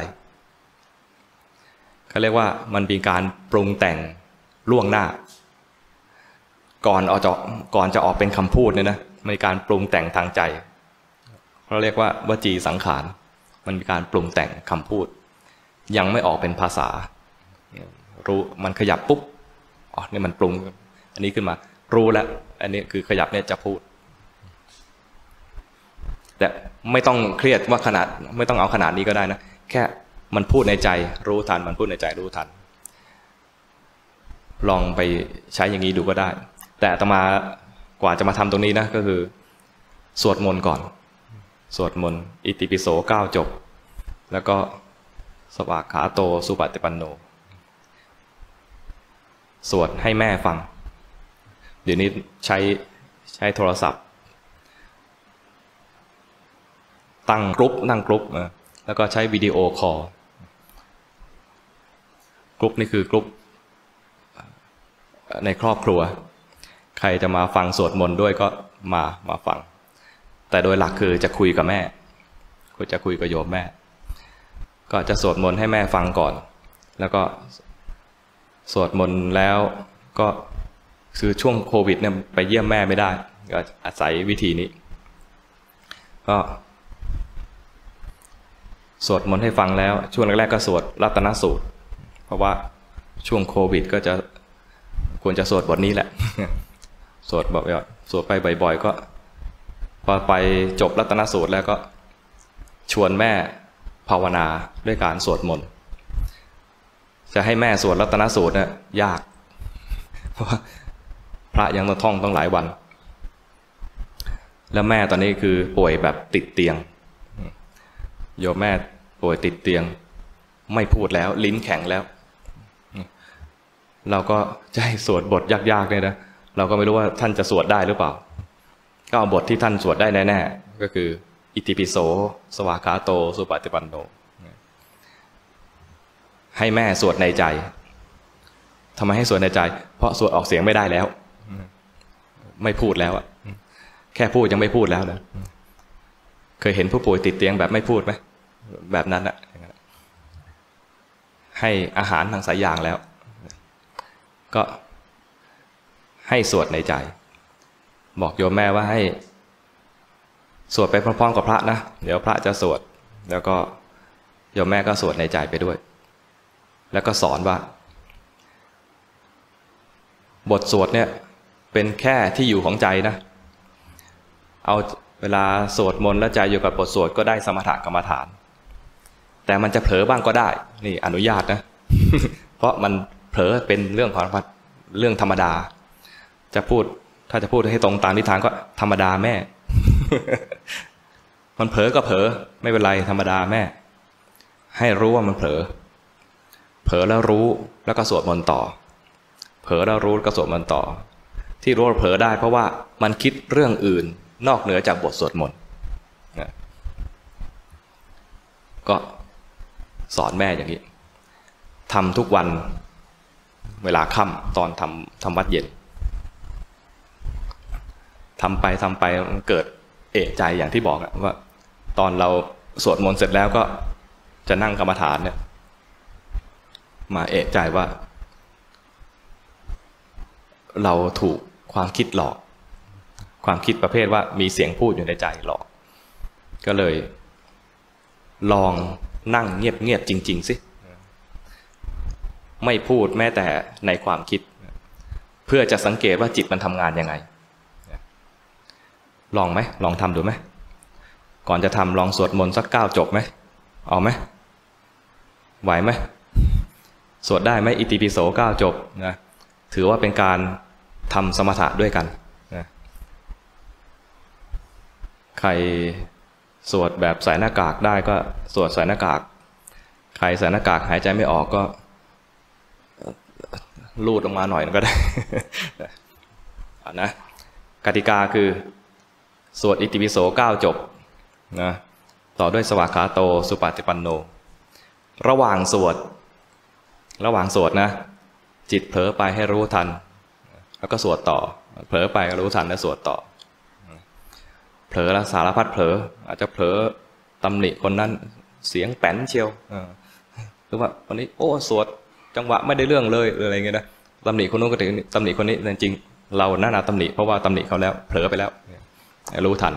เขาเรียกว่ามันเป็นการปรุงแต่งล่วงหน้าก่อนจะออกเป็นคำพูดเนี่ยนะมีการปรุงแต่งทางใจเขาเรียกว่าวจีสังขารมันมีการปรุงแต่งคำพูดยังไม่ออกเป็นภาษารู้มันขยับปุ๊บอ๋อนี่มันปรุงอันนี้ขึ้นมารู้แล้วอันนี้คือขยับเนี่ยจะพูดแต่ไม่ต้องเครียดว่าไม่ต้องเอาขนาดนี้ก็ได้นะแค่มันพูดในใจรู้ทันมันพูดในใจรู้ทันลองไปใช้อย่างนี้ดูก็ได้แต่อาตมากว่าจะมาทำตรงนี้นะก็คือสวดมนต์ก่อนสวดมนต์อิติปิโส9จบแล้วก็สวากขาโตสุปฏิปันโนสวดให้แม่ฟังเดี๋ยวนี้ใช้โทรศัพท์ตั้งกรุ๊ปแล้วก็ใช้วิดีโอคอลกรุ๊ปนี่คือกรุ๊ปในครอบครัวใครจะมาฟังสวดมนต์ด้วยก็มาฟังแต่โดยหลักคือจะคุยกับแม่จะคุยกับโยมแม่ก็จะสวดมนต์ให้แม่ฟังก่อนแล้วก็สวดมนต์แล้วก็คือช่วงโควิดเนี่ยไปเยี่ยมแม่ไม่ได้ก็อาศัยวิธีนี้ก็สวดมนต์ให้ฟังแล้วช่วงแรกๆก็สวดรัตนสูตรเพราะว่าช่วงโควิดก็จะควรจะสวดบทนี้แหละสวดบ่อยๆสวดไปบ่อยๆก็พอไปจบรัตนสูตรแล้วก็ชวนแม่ภาวนาด้วยการสวดมนต์จะให้แม่สวดรัตนสูตรเนี่ยยากเพราะว่าพระยังต้องท่องต้องหลายวันแล้วแม่ตอนนี้คือป่วยแบบติดเตียงโยมแม่ป่วยติดเตียงไม่พูดแล้วลิ้นแข็งแล้วเราก็จะให้สวดบทยากๆเนี่ยนะเราก็ไม่รู้ว่าท่านจะสวดได้หรือเปล่าก็เอาบทที่ท่านสวดได้แน่ๆก็คืออิติปิโสสวากขาโตสุปฏิปันโนให้แม่สวดในใจทำไมให้สวดในใจเพราะสวดออกเสียงไม่ได้แล้วไม่พูดแล้วอะแค่พูดยังไม่พูดแล้วนะเคยเห็นผู้ป่วยติดเตียงแบบไม่พูดไหมแบบนั้นอะให้อาหารทางสายยางแล้วก็ให้สวดในใจบอกโยมแม่ว่าให้สวดไปพร้อมๆกับพระนะเดี๋ยวพระจะสวดแล้วก็โยมแม่ก็สวดในใจไปด้วยแล้วก็สอนว่าบทสวดเนี่ยเป็นแค่ที่อยู่ของใจนะเอาเวลาสวดมนต์แล้วใจอยู่กับบทสวดก็ได้สมถกรรมฐานแต่มันจะเผลอบ้างก็ได้นี่อนุญาตนะ เพราะมันเผลอเป็นเรื่องของเรื่องธรรมดาถ้าจะพูดให้ตรงตามนิทานก็ธรรมดาแม่ มันเผลอก็เผลอไม่เป็นไรธรรมดาแม่ให้รู้ว่ามันเผลอแล้วรู้แล้วก็สวดมนต์ต่อเผลอแล้วรู้แล้วก็สวดมนต์ต่อที่รู้ว่าเผลอได้เพราะว่ามันคิดเรื่องอื่นนอกเหนือจากบทสวดมนต์ก็สอนแม่อย่างนี้ทำทุกวันเวลาค่ำตอนทำวัดเย็นทำไปมันเกิดเอะใจอย่างที่บอกว่าตอนเราสวดมนต์เสร็จแล้วก็จะนั่งกรรมฐานเนี่ยมาเอะใจว่าเราถูกความคิดหลอกความคิดประเภทว่ามีเสียงพูดอยู่ในใจหลอกก็เลยลองนั่งเงียบๆจริงๆสิไม่พูดแม้แต่ในความคิดเพื่อจะสังเกตว่าจิตมันทำงานยังไงลองไหมลองทำดูไหมก่อนจะทำลองสวดมนต์สัก9 จบไหมเอาไหมไหวไหมสวดได้ไหมอิติปิโส9 จบนะถือว่าเป็นการทำสมถะด้วยกันนะใครสวดแบบใส่หน้ากากได้ก็สวดใส่หน้ากากใครใส่หน้ากากหายใจไม่ออกก็ลูดออกมาหน่อยก็ได้ นะกติกาคือสวดอิติปิโส9 จบนะต่อด้วยสวากขาโตสุปฏิปันโนระหว่างสวดนะจิตเผลอไปให้รู้ทันแล้วก็สวดต่อเผลอไปก็รู้ทันแล้วสวดต่อเผลอแล้วสารพัดเผลออาจจะเผลอตำหนิคนนั้นเสียงแป้นเชียวหรือว่าวันนี้โอ้สวดจังหวะไม่ได้เรื่องเลยอะไรเงี้ยนะตำหนิคนนู้นก็ถึงตำหนิคนนี้แต่จริงเราหน้าตำหนิเพราะว่าตำหนิเขาแล้วเผลอไปแล้วรู้ทัน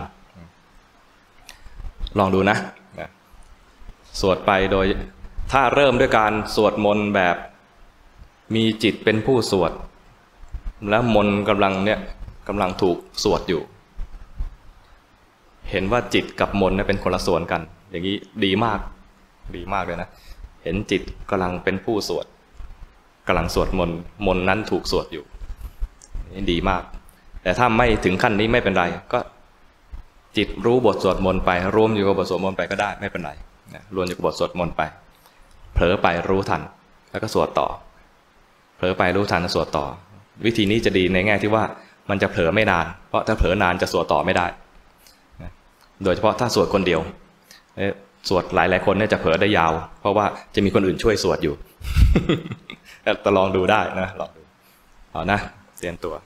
ลองดูนะสวดไปโดยถ้าเริ่มด้วยการสวดมนต์แบบมีจิตเป็นผู้สวดแล้วมนต์กำลังถูกสวดอยู่เห็นว่าจิตกับมนต์เป็นคนละส่วนกันอย่างนี้ดีมากเลยนะเห็นจิตกำลังเป็นผู้สวดกำลังสวดมนต์นั้นถูกสวดอยู่นี่ดีมากแต่ถ้าไม่ถึงขั้นนี้ไม่เป็นไรก็จิตรู้บทสวดมนต์ไปรวมอยู่กับบทสวดมนต์ไปก็ได้ไม่เป็นไรรวมอยู่กับบทสวดมนต์ไปเผลอไปรู้ทันแล้วก็สวดต่อเผลอไปรู้ทันสวดต่อวิธีนี้จะดีในแง่ที่ว่ามันจะเผลอไม่นานเพราะถ้าเผลอนานจะสวดต่อไม่ได้โดยเฉพาะถ้าสวดคนเดียวสวดหลายคนเนี่ยจะเผลอได้ยาวเพราะว่าจะมีคนอื่นช่วยสวดอยู่ แต่ลองดูได้นะลองดูเอานะเตรียมตัว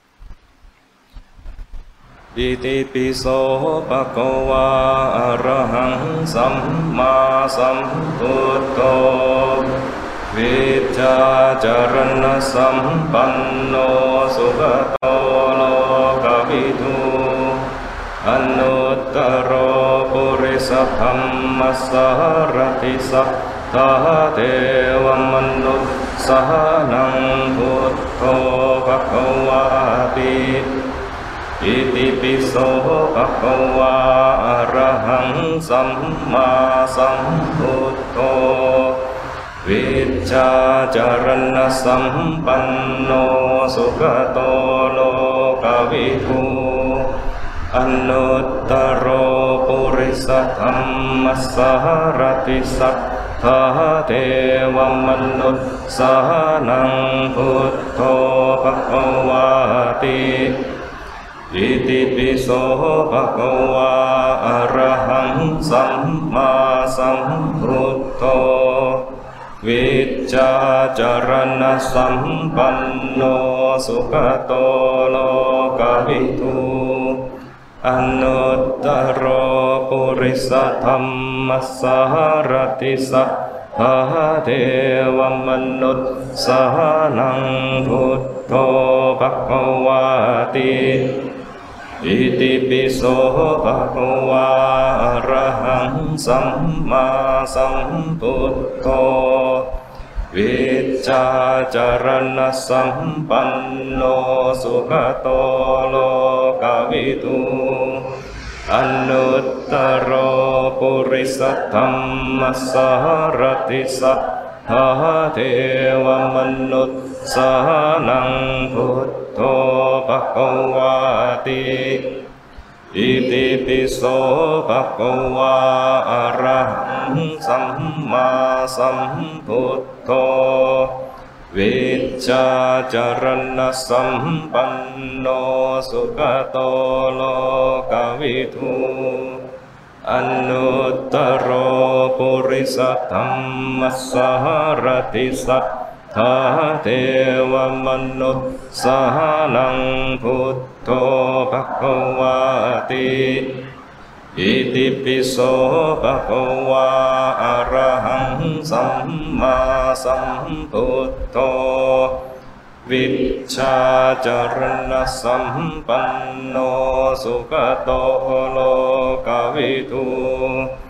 อิติปิโสภะคะวะอะระหังสัมมาสัมพุทโธวิชชาจารณะสัมปันโนสุขโตโลกวิทูอนุตตโรปุริสธัมมัสสารติสัทธาเทวมนุสสานังพุทโธภควาติอิติปิโสภควาอะระหังสัมมาสัมพุทโธวิชชาจารณะสัมปันโนสุขโตโลกวิทูอนุตตโรปุริสธัมมัสสารติสัทธาเทวมนุสสานังพุทโธภควาติอิติปิโสภควาอะระหังสัมมาสัมพุทโธวิชชาจารณะสัมปันโนสุขโตโลกวิทูอนุตตโรปุริสธัมมัสสารติสัทธาเทวมนุสสานังพุทโธภควาติอิติปิโสภควาอะระหังสัมมาสัมพุทโธวิชชาจารณะสัมปันโนสุขโตโลกวิทูอนุตตโรปุริสธัมมัสสารติสัทธาเทวมนุสสานังพุทโธภควาติอิติปิโสภควาอะระหังสัมมาสัมพุทโธวิชชาจารณะสัมปันโนสุขโตโลกวิทูอนุตตโรปุริสธัมมัสสารติสัทธาเทวมนุสสานังพุทโธภควาติอิติปิโสภควาอะระหังสัมมาสัมพุทโธวิชชาจารณะสัมปันโนสุขโตโลกวิทูอ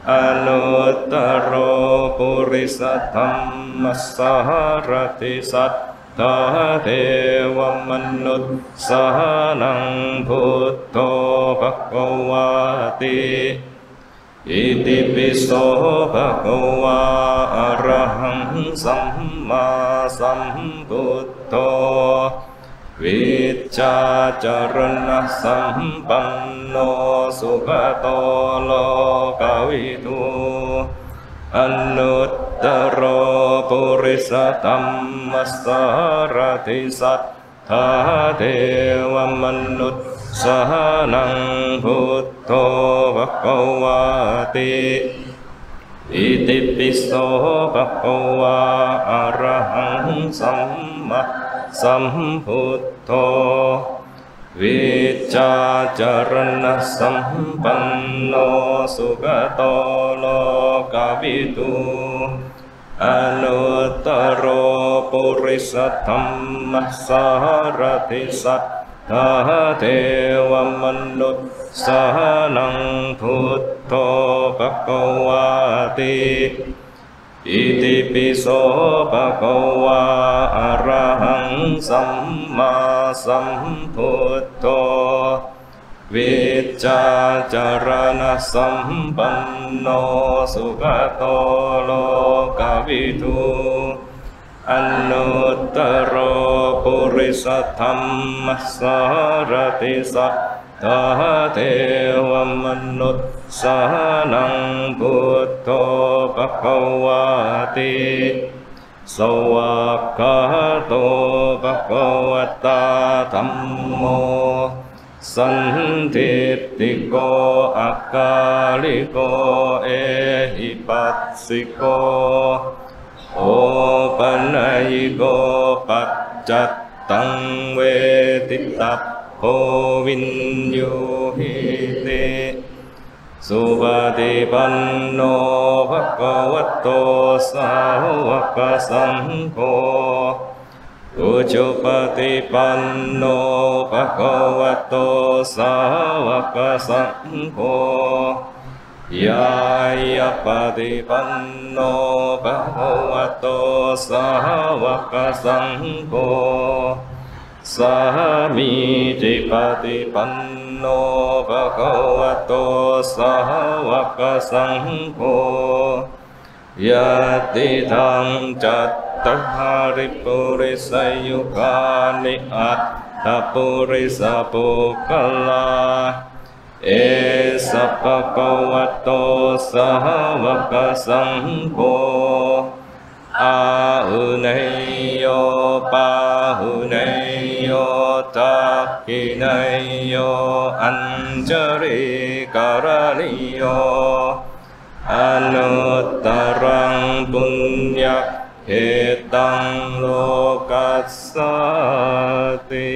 อนุตตรปุริสธรรมสารติสัทธาเทวมนุษย์สานังพุทโธภควาติอิติปิโสภควาอะระหังสัมมาสัมพุทโธวิชชาจรณะสัมปันโนสุขโตโลกวิทูอนุตตรปุริสธรรมสารติสัทธาเทวมนุษย์สานังพุทโธภควาติอิติปิโสภควาอะระหังสัมมาสัมพุทโธวิชชาจรณะสัมปันโนสุขโตโลกวิทูอนุตตรปุริสธรรมสารติสัทธาเทวมนุษย์สานังพุทโธภควาติอิติปิโสภควาอะระหังสัมมาสัมพุทโธวิชชาจรณะสัมปันโนสุขโตโลกวิทูอนุตตรปุริสธรรมสารติสัทธาเทวมนุษย์สานังพุทโธภควาติสวากขาโตภควตาธัมโมสันทิฏฐิโกอัคคาลิโกเอหิปัสสิโกโอปัญญิโกปัจจัตตังเวทิตัพโพวินยูหิติสุปฏิปันโนภควโตสาวกสังโฆอุจุปฏิปันโนภควโตสาวกสังโฆยายาปฏิปันโนภควโตสาวกสังโฆสามีจิปฏิปันโนภควโตสาวกสังโฆยะติทังจัตตหาริปุริสยุคานิอัตถปุริสปุคลาเอสัพพะควโตสาวกสังโฆอาหุเนโยปาหุเนโยทักขิเนโยอัญจริกรณิโยอนุตตรังปุญญเหตังโลกัสสติ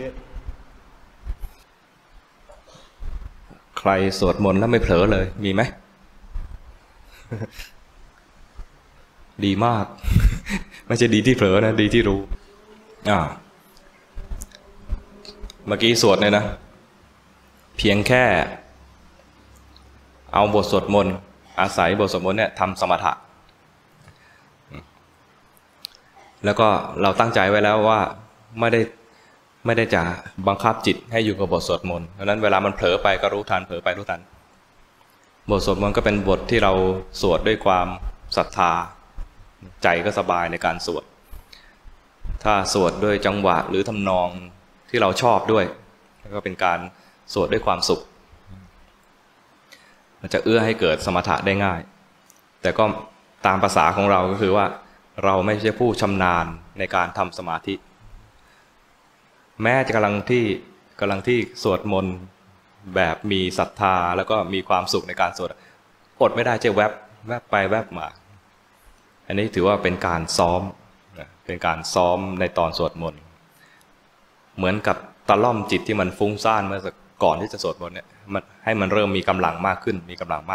ใครสวดมนต์แล้วไม่เผลอเลยมีไหม ดีมาก ไม่ใช่ดีที่เผลอนะดีที่รู้เมื่อกี้สวดเนี่ยนะเพียงแค่เอาบทสวดมนต์อาศัยบทสวดมนต์เนี่ยทำสมถะแล้วก็เราตั้งใจไว้แล้วว่าไม่ได้จะบังคับจิตให้อยู่กับบทสวดมนต์เพราะนั้นเวลามันเผลอไปก็รู้ทันเผลอไปรู้ทันบทสวดมนต์ก็เป็นบทที่เราสวดด้วยความศรัทธาใจก็สบายในการสวดถ้าสวดด้วยจังหวะหรือทำนองที่เราชอบด้วยก็เป็นการสวดด้วยความสุขมันจะเอื้อให้เกิดสมถะได้ง่ายแต่ก็ตามภาษาของเราก็คือว่าเราไม่ใช่ผู้ชำนาญในการทำสมาธิแม้จะกำลังที่สวดมนต์แบบมีศรัทธาแล้วก็มีความสุขในการสวดอดไม่ได้จะแวบไปแวบมาอันนี้ถือว่าเป็นการซ้อมในตอนสวดมนต์เหมือนกับตะล่อมจิตที่มันฟุ้งซ่านเมื่อก่อนที่จะสวดมนต์เนี่ยมันให้มันเริ่มมีกำลังมากขึ้น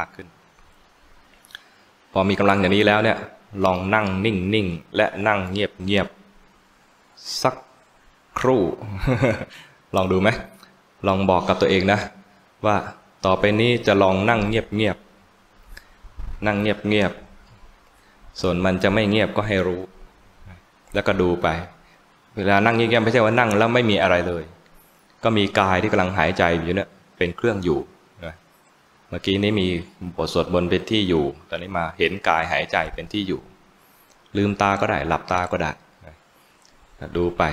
พอมีกำลังอย่างนี้แล้วเนี่ยลองนั่งนิ่งและนั่งเงียบสักครู่ ลองดูไหมลองบอกกับตัวเองนะว่าต่อไปนี้จะลองนั่งเงียบนั่งเงียบๆส่วนมันจะไม่เงียบก็ให้รู้แล้วก็ดูไปเวลานั่งเงียบๆไม่ใช่ว่านั่งแล้วไม่มีอะไรเลยก็มีกายที่กำลังหายใจอยู่เนี่ยเป็นเครื่องอยู่เมื่อกี้นี้มีบทสวดมนต์เป็นที่อยู่ตอนนี้มาเห็นกายหายใจเป็นที่อยู่ลืมตาก็ได้หลับตาก็ได้ดูไป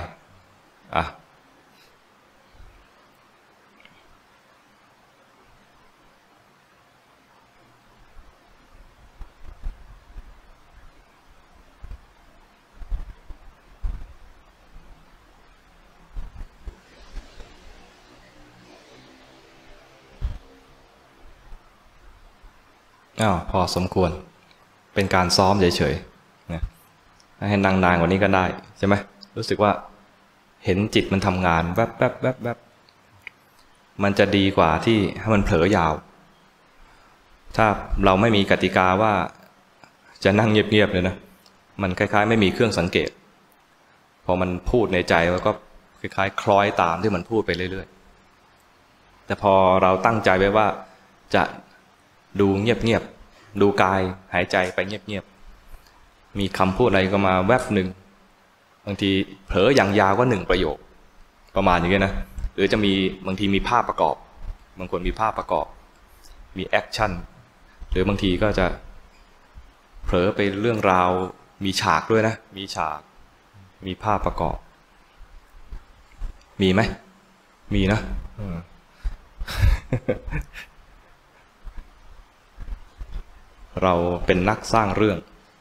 พอสมควรเป็นการซ้อมเฉยๆนะให้นั่งนานกว่านี้ก็ได้ใช่ไหมรู้สึกว่าเห็นจิตมันทำงานแวบแวบแวบแวบมันจะดีกว่าที่ให้มันเผลอยาวถ้าเราไม่มีกติกาว่าจะนั่งเงียบๆเลยนะมันคล้ายๆไม่มีเครื่องสังเกตพอมันพูดในใจแล้วก็คล้ายๆคล้อยตามที่มันพูดไปเรื่อยๆแต่พอเราตั้งใจไว้ว่าจะดูเงียบๆดูกายหายใจไปเงียบๆมีคำพูดอะไรก็มาแวบหนึ่งบางทีเผลออย่างยาวก็1 ประโยคประมาณอย่างนี้นะหรือจะมีบางทีมีภาพประกอบบางคนมีภาพประกอบมีแอคชั่นหรือบางทีก็จะเผลอไปเรื่องราวมีฉากด้วยนะมีฉากมีภาพประกอบมีไหมมีนะเราเป็นนักสร้างเรื่อง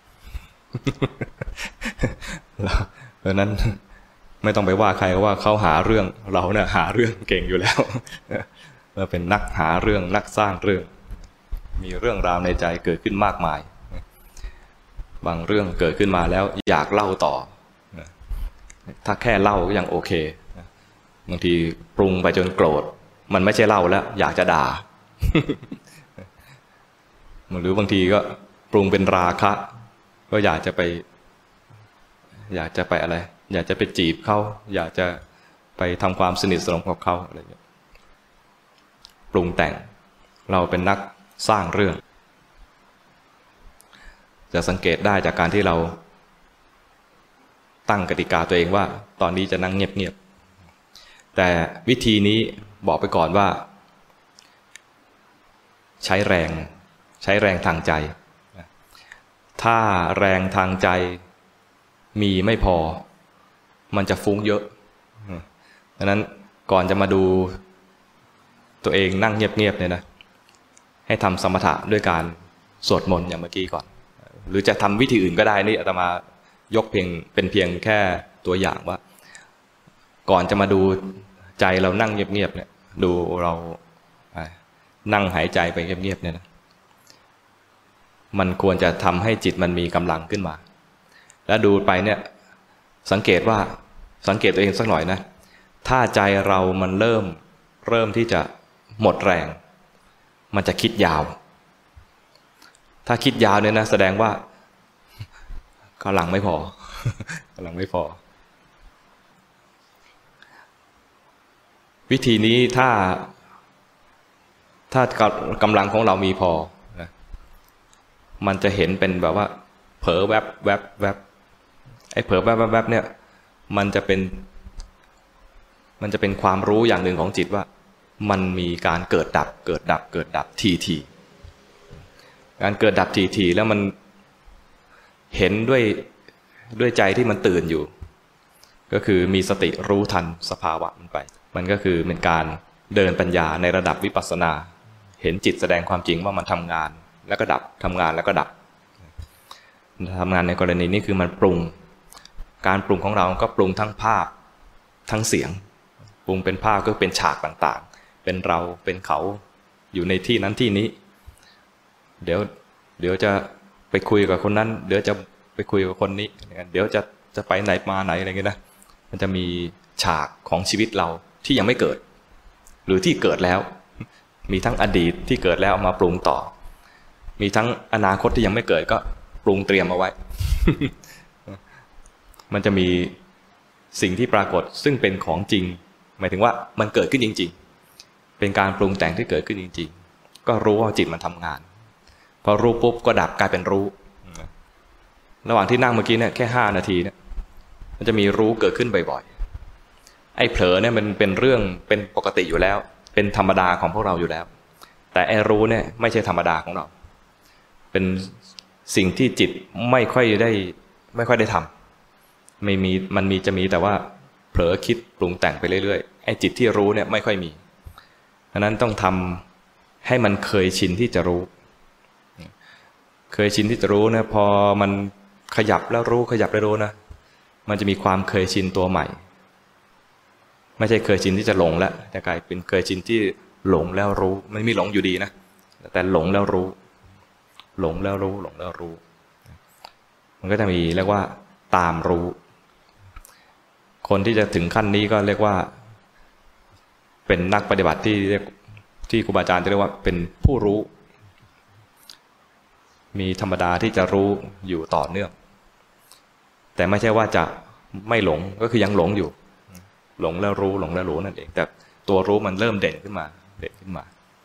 เพราะนั้นไม่ต้องไปว่าใครว่าเขาหาเรื่องเราเนี่ยหาเรื่องเก่งอยู่แล้วเราเป็นนักหาเรื่องนักสร้างเรื่องมีเรื่องราวในใจเกิดขึ้นมากมายบางเรื่องเกิดขึ้นมาแล้วอยากเล่าต่อถ้าแค่เล่าก็ยังโอเคบางทีปรุงไปจนโกรธมันไม่ใช่เล่าแล้วอยากจะด่าหรือบางทีก็ปรุงเป็นราคะก็อยากจะไปอะไรอยากจะไปจีบเขาอยากจะไปทำความสนิทสนมกับเขาอะไรอย่างเงี้ยปรุงแต่งเราเป็นนักสร้างเรื่องจะสังเกตได้จากการที่เราตั้งกติกาตัวเองว่าตอนนี้จะนั่งเงียบๆแต่วิธีนี้บอกไปก่อนว่าใช้แรงทางใจถ้าแรงทางใจมีไม่พอมันจะฟุ้งเยอะดังนั้นก่อนจะมาดูตัวเองนั่งเงียบๆเนี่ยนะให้ทำสมถะด้วยการสวดมนต์อย่างเมื่อกี้ก่อนหรือจะทำวิธีอื่นก็ได้นี่อาตมายกเป็นเพียงแค่ตัวอย่างว่าก่อนจะมาดูใจเรานั่งเงียบๆเนี่ยดูเรานั่งหายใจไปเงียบๆเนี่ยนะมันควรจะทำให้จิตมันมีกำลังขึ้นมาแล้วดูไปเนี่ยสังเกตตัวเองสักหน่อยนะถ้าใจเรามันเริ่มที่จะหมดแรงมันจะคิดยาวถ้าคิดยาวเนี่ยนะแสดงว่ากำลังไม่พอกำลังไม่พอวิธีนี้ถ้ากำลังของเรามีพอนะมันจะเห็นเป็นแบบว่าเผลอแวบแวบแวบไอ้เผลอแวบแวบแวบเนี่ยมันจะเป็นความรู้อย่างหนึ่งของจิตว่ามันมีการเกิดดับเกิดดับเกิดดับทีการเกิดดับทีแล้วมันเห็นด้วยใจที่มันตื่นอยู่ก็คือมีสติรู้ทันสภาวะมันไปมันก็คือเป็นการเดินปัญญาในระดับวิปัสสนาเห็นจิตแสดงความจริงว่ามันทำงานแล้วก็ดับทำงานแล้วก็ดับทำงานในกรณีนี้คือมันปรุงการปรุงของเราก็ปรุงทั้งภาพทั้งเสียงปรุงเป็นภาพก็เป็นฉากต่างๆเป็นเราเป็นเขาอยู่ในที่นั้นที่นี้เดี๋ยวจะไปคุยกับคนนั้นเดี๋ยวจะไปคุยกับคนนี้เดี๋ยวจะไปไหนมาไหนอะไรเงี้ยนะมันจะมีฉากของชีวิตเราที่ยังไม่เกิดหรือที่เกิดแล้วมีทั้งอดีตที่เกิดแล้วเอามาปรุงต่อมีทั้งอนาคตที่ยังไม่เกิดก็ปรุงเตรียมเอาไว้ มันจะมีสิ่งที่ปรากฏซึ่งเป็นของจริงหมายถึงว่ามันเกิดขึ้นจริงๆเป็นการปรุงแต่งที่เกิดขึ้นจริงๆก็รู้ว่าจิตมันทำงานพพอรู้ปุ๊บก็ดับกลายเป็นรู้ระหว่างที่นั่งเมื่อกี้เนี่ยแค่5 นาทีเนี่ยมันจะมีรู้เกิดขึ้นบ่อยๆไอ้เผลอเนี่ยมันเป็นเรื่องเป็นปกติอยู่แล้วเป็นธรรมดาของพวกเราอยู่แล้วแต่ไอ้รู้เนี่ยไม่ใช่ธรรมดาของเราเป็นสิ่งที่จิตไม่ค่อยได้ทำไม่มีมันจะมีแต่ว่าเผลอคิดปรุงแต่งไปเรื่อยๆไอ้จิตที่รู้เนี่ยไม่ค่อยมีดังนั้นต้องทำให้มันเคยชินที่จะรู้เคยชินที่จะรู้นะพอมันขยับแล้วรู้ขยับแล้วรู้นะมันจะมีความเคยชินตัวใหม่ไม่ใช่เคยชินที่จะหลงแล้วจะกลายเป็นเคยชินที่หลงแล้วรู้ไม่มีหลงอยู่ดีนะแต่หลงแล้วรู้หลงแล้วรู้หลงแล้วรู้มันก็จะมีเรียกว่าตามรู้คนที่จะถึงขั้นนี้ก็เรียกว่าเป็นนักปฏิบัติที่ครูบาอาจารย์จะเรียกว่าเป็นผู้รู้มีธรรมดาที่จะรู้อยู่ต่อเนื่องแต่ไม่ใช่ว่าจะไม่หลงก็คือยังหลงอยู่หลงแล้วรู้หลงแล้วรู้นั่นเองแต่ตัวรู้มันเริ่มเด่นขึ้นมา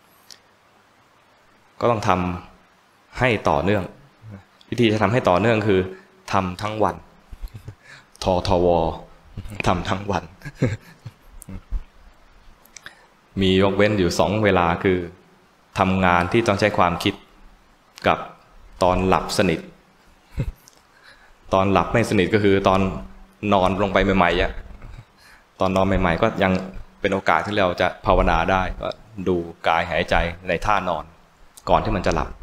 ก็ต้องทำให้ต่อเนื่องวิธีจะทำให้ต่อเนื่องคือทำทั้งวันทวทำทั้งวันมียกเว้นอยู่2 เวลาคือทำงานที่ต้องใช้ความคิดกับตอนหลับสนิทตอนหลับไม่สนิทก็คือตอนนอนลงไปใหม่ๆตอนนอนใหม่ๆก็ยังเป็นโอกาสที่เราจะภาวนาได้ก็ดูกายหายใจในท่านอนก่อนที่มันจะหลับ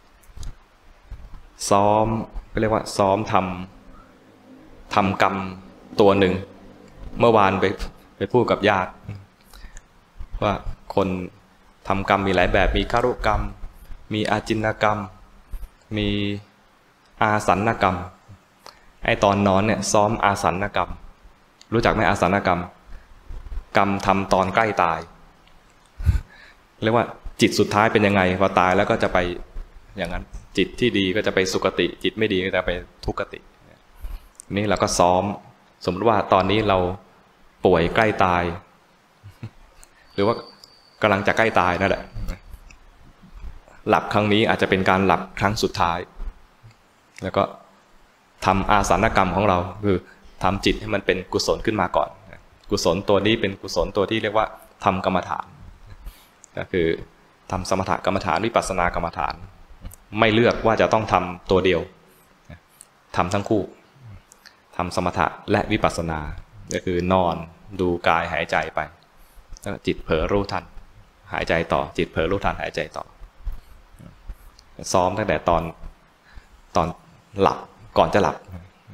ซ้อมก็เรียกว่าซ้อมทำกรรมตัวหนึ่งเมื่อวานไปพูดกับญาติว่าคนทำกรรมมีหลายแบบมีคารุกรรมมีอาจินกรรมมีอาสันกรรมไอ้ตอนนอนเนี่ยซ้อมอาสันกรรมรู้จักไหมอาสันกรรมกรรมทำตอนใกล้ตายเรียกว่าจิตสุดท้ายเป็นยังไงพอตายแล้วก็จะไปอย่างนั้นจิตที่ดีก็จะไปสุคติจิตไม่ดีก็จะไปทุกขตินี่เราก็ซ้อมสมมติว่าตอนนี้เราป่วยใกล้ตายหรือว่ากำลังจะใกล้ตายนั่นแหละหลับครั้งนี้อาจจะเป็นการหลับครั้งสุดท้ายแล้วก็ทำอาสันกรรมของเราคือทำจิตให้มันเป็นกุศลขึ้นมาก่อนกุศลตัวนี้เป็นกุศลตัวที่เรียกว่าทำกรรมฐานก็คือทำสมถกรรมฐานวิปัสสนากรรมฐานไม่เลือกว่าจะต้องทำตัวเดียวทำทั้งคู่ทำสมถะและวิปัสสนาก็คือนอนดูกายหายใจไปแล้วจิตเผลอรู้ทันหายใจต่อจิตเผลอรู้ทันหายใจต่อซ้อมตั้งแต่ตอนหลับก่อนจะหลับ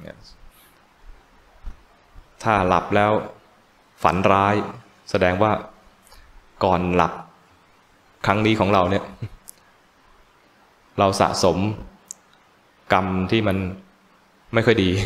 ถ้าหลับแล้วฝันร้ายแสดงว่าก่อนหลับครั้งนี้ของเราเนี่ยเราสะสมกรรมที่มันไม่ค่อยดี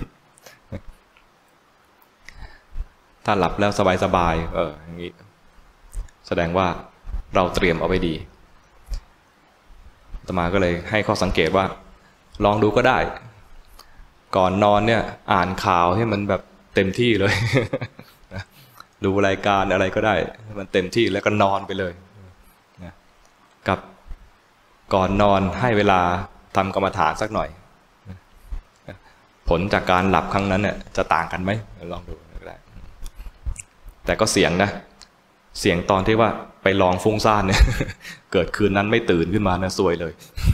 ถ้าหลับแล้วสบายๆอย่างนี้แสดงว่าเราเตรียมเอาไว้ดีอาตมาก็เลยให้ข้อสังเกตว่าลองดูก็ได้ก่อนนอนเนี่ยอ่านข่าวให้มันแบบเต็มที่เลยดูรายการอะไรก็ได้มันเต็มที่แล้วก็นอนไปเลยกับก่อนนอนให้เวลาทำกรรมฐานสักหน่อยผลจากการหลับครั้งนั้นเนี่ยจะต่างกันไหมลองดูก็ได้แต่ก็เสี่ยงนะเสี่ยงตอนที่ว่าไปลองฟุ้งซ่านเนี่ยเกิดคืนนั้นไม่ตื่นขึ้นมานะซวยเลย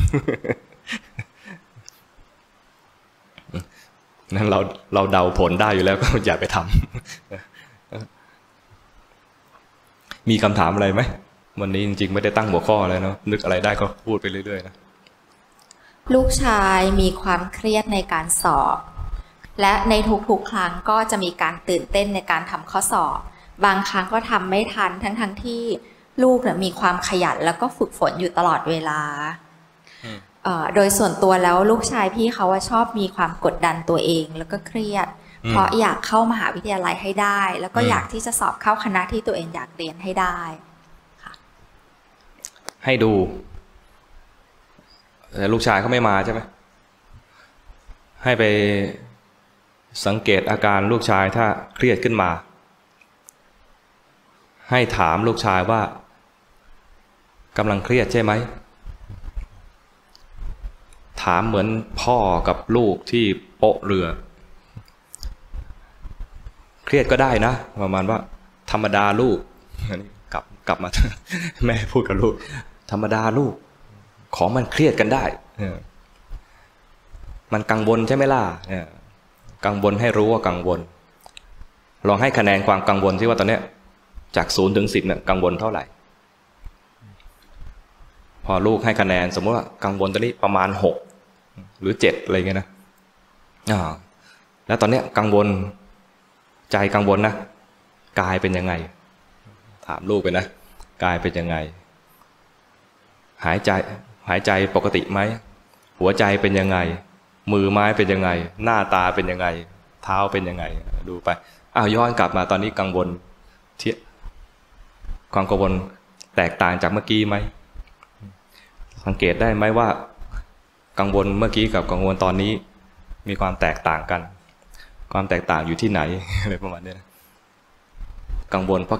นั้นเราเดาผลได้อยู่แล้วก็อย่าไปทำมีคำถามอะไรไหมวันนี้จริงๆไม่ได้ตั้งหัวข้ออะไรเนาะนึกอะไรได้ก็พูดไปเรื่อยๆนะลูกชายมีความเครียดในการสอบและในทุกๆครั้งก็จะมีการตื่นเต้นในการทำข้อสอบบางครั้งก็ทำไม่ทันทั้งที่ลูกมีความขยันแล้วก็ฝึกฝนอยู่ตลอดเวลาโดยส่วนตัวแล้วลูกชายพี่เขาว่าชอบมีความกดดันตัวเองแล้วก็เครียดเพราะอยากเข้ามหาวิทยาลัยให้ได้แล้วก็อยากที่จะสอบเข้าคณะที่ตัวเองอยากเรียนให้ได้ค่ะให้ดูแต่ลูกชายเขาไม่มาใช่ไหมให้ไปสังเกตอาการลูกชายถ้าเครียดขึ้นมาให้ถามลูกชายว่ากำลังเครียดใช่ไหมถามเหมือนพ่อกับลูกที่โป๊ะเรือเครียดก็ได้นะประมาณว่าธรรมดาลูกอันนี้กลับมา แม่พูดกับลูกธรรมดาลูกของมันเครียดกันได้มันกังวลใช่ไหมล่ะกังวลให้รู้ว่ากังวลลองให้คะแนนความกังวลซิว่าตอนนี้จาก0 ถึง 10เนี่ยกังวลเท่าไหร่พอลูกให้คะแนนสมมติว่ากังวลตอนนี้ประมาณ6หรือ7อะไรเงี้ยนะแล้วตอนนี้กังวลใจกังวลนะกายเป็นยังไงถามลูกไปนะกายเป็นยังไงหายใจปกติไหมหัวใจเป็นยังไงมือไม้เป็นยังไงหน้าตาเป็นยังไงเท้าเป็นยังไงดูไปย้อนกลับมาตอนนี้กังวลความกังวลแตกต่างจากเมื่อกี้ไหมสังเกตได้ไหมว่ากังวลเมื่อกี้กับกังวลตอนนี้มีความแตกต่างกันความแตกต่างอยู่ที่ไหนอะไรประมาณนี้นะกังวลเพราะ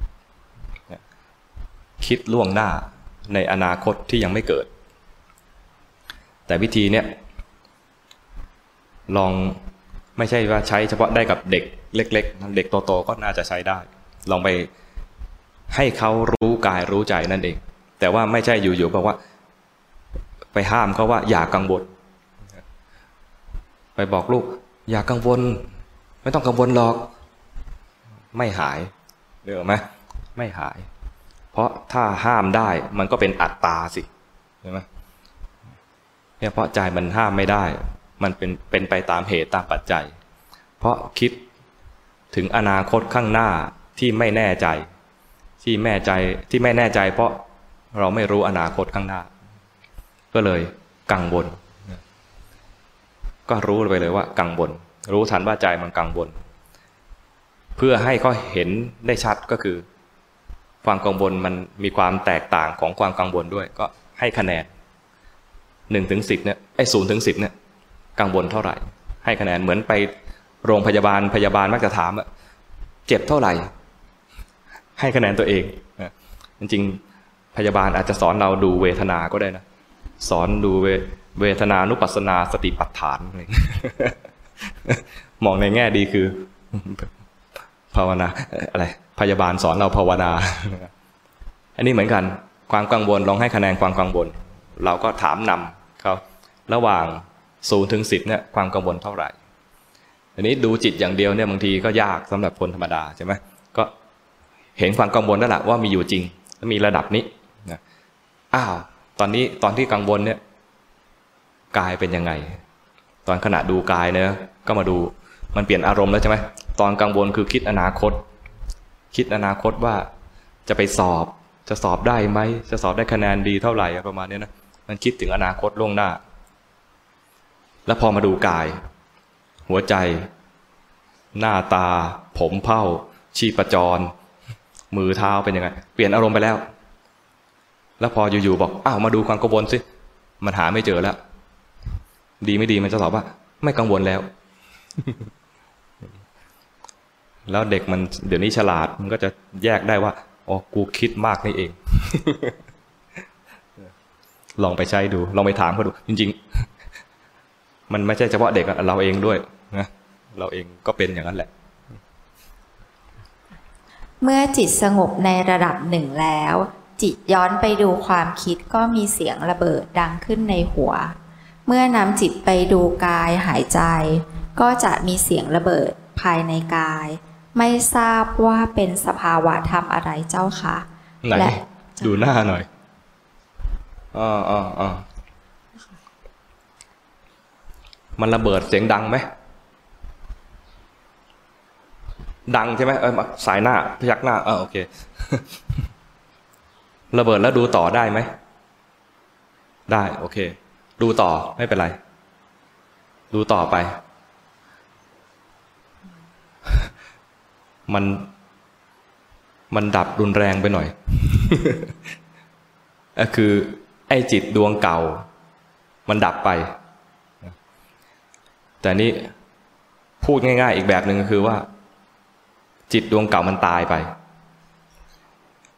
คิดล่วงหน้าในอนาคตที่ยังไม่เกิดแต่วิธีเนี้ยลองไม่ใช่ว่าใช้เฉพาะได้กับเด็กเล็กๆเด็กโตๆก็น่าจะใช้ได้ลองไปให้เขารู้กายรู้ใจนั่นเองแต่ว่าไม่ใช่อยู่ๆบอกว่าไปห้ามเขาว่าอย่ากังวลไปบอกลูกอย่ากังวลไม่ต้องกังวลหรอกไม่หายเห็นไหมไม่หายเพราะถ้าห้ามได้มันก็เป็นอัตตาสิใช่ไหมเนี่ยเพราะใจมันห้ามไม่ได้มันเป็นไปตามเหตุตามปัจจัยเพราะคิดถึงอนาคตข้างหน้าที่ไม่แน่ใจที่ไม่แน่ใจเพราะเราไม่รู้อนาคตข้างหน้าก็เลยกังวลก็รู้ไปเลยว่ากังวลรู้ทันว่าใจมันกังวลเพื่อให้เขาเห็นได้ชัดก็คือความกังวลมันมีความแตกต่างของความกังวลด้วยก็ให้คะแนน1 ถึง 10เนี่ย0 ถึง 10เนี่ยกังวลเท่าไหร่ให้คะแนนเหมือนไปโรงพยาบาลมักจะถามเจ็บเท่าไหร่ให้คะแนนตัวเองจริงๆพยาบาลอาจจะสอนเราดูเวทนาก็ได้นะสอนดูเวทนานุปัสสนาสติปัฏฐานอะไรมองในแง่ดีคือภาวนาอะไรพยาบาลสอนเราภาวนาอันนี้เหมือนกันความกังวลลองให้คะแนนความกังวลเราก็ถามนำเขาระหว่าง0 ถึง 10เนี่ยความกังวลเท่าไหร่อันนี้ดูจิตอย่างเดียวเนี่ยบางทีก็ยากสำหรับคนธรรมดาใช่ไหมก็เห็นความกังวลแล้วล่ะว่ามีอยู่จริงและมีระดับนี้นะตอนที่กังวลเนี่ยกายเป็นยังไงตอนขณะดูกายเนี่ยก็มาดูมันเปลี่ยนอารมณ์แล้วใช่ไหมตอนกังวลคือคิดอนาคตว่าจะไปจะสอบได้ไหมจะสอบได้คะแนนดีเท่าไหร่ประมาณนี้นะมันคิดถึงอนาคตล่วงหน้าแล้วพอมาดูกายหัวใจหน้าตาผมเผ้าชีพจรมือเท้าเป็นยังไงเปลี่ยนอารมณ์ไปแล้วแล้วพออยู่ๆบอกมาดูความกังวลสิมันหาไม่เจอแล้วดีไม่ดีมันจะตอบว่าไม่กังวลแล้ว แล้วเด็กมันเดี๋ยวนี้ฉลาดมันก็จะแยกได้ว่ากูคิดมากนี่เอง ลองไปใช้ดูลองไปถามเขาดูจริงๆมันไม่ใช่เฉพาะเด็กเราเองด้วยนะเราเองก็เป็นอย่างนั้นแหละเมื่อจิตสงบในระดับหนึ่งแล้วจิตย้อนไปดูความคิดก็มีเสียงระเบิดดังขึ้นในหัวเมื่อนำจิตไปดูกายหายใจก็จะมีเสียงระเบิดภายในกายไม่ทราบว่าเป็นสภาวะธรรมอะไรเจ้าคะและดูหน้าหน่อยมันระเบิดเสียงดังไหมดังใช่ไหมสายหน้าพยักหน้าโอเค ระเบิดแล้วดูต่อได้ไหมได้โอเคดูต่อไม่เป็นไรดูต่อไปมันดับรุนแรงไปหน่อย คือไอ้จิตดวงเก่ามันดับไปแต่นี่พูดง่ายๆอีกแบบหนึ่งก็คือว่าจิตดวงเก่ามันตายไป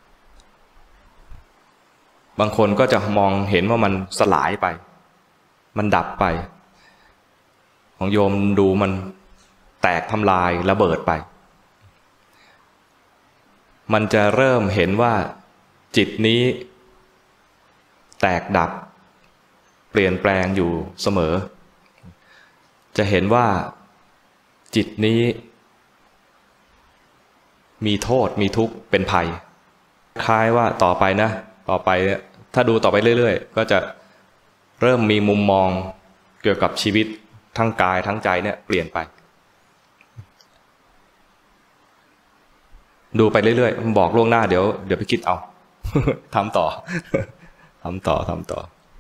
บางคนก็จะมองเห็นว่ามันสลายไปมันดับไปของโยมดูมันแตกทำลายระเบิดไปมันจะเริ่มเห็นว่าจิตนี้แตกดับเปลี่ยนแปลงอยู่เสมอจะเห็นว่าจิตนี้มีโทษมีทุกข์เป็นภัยคล้ายว่าต่อไปนะต่อไปถ้าดูต่อไปเรื่อยๆก็จะเริ่มมีมุมมองเกี่ยวกับชีวิตทั้งกายทั้งใจเนี่ยเปลี่ยนไปดูไปเรื่อยๆบอกล่วงหน้าเดี๋ยวไปคิดเอา ทำต่อ ทำต่อ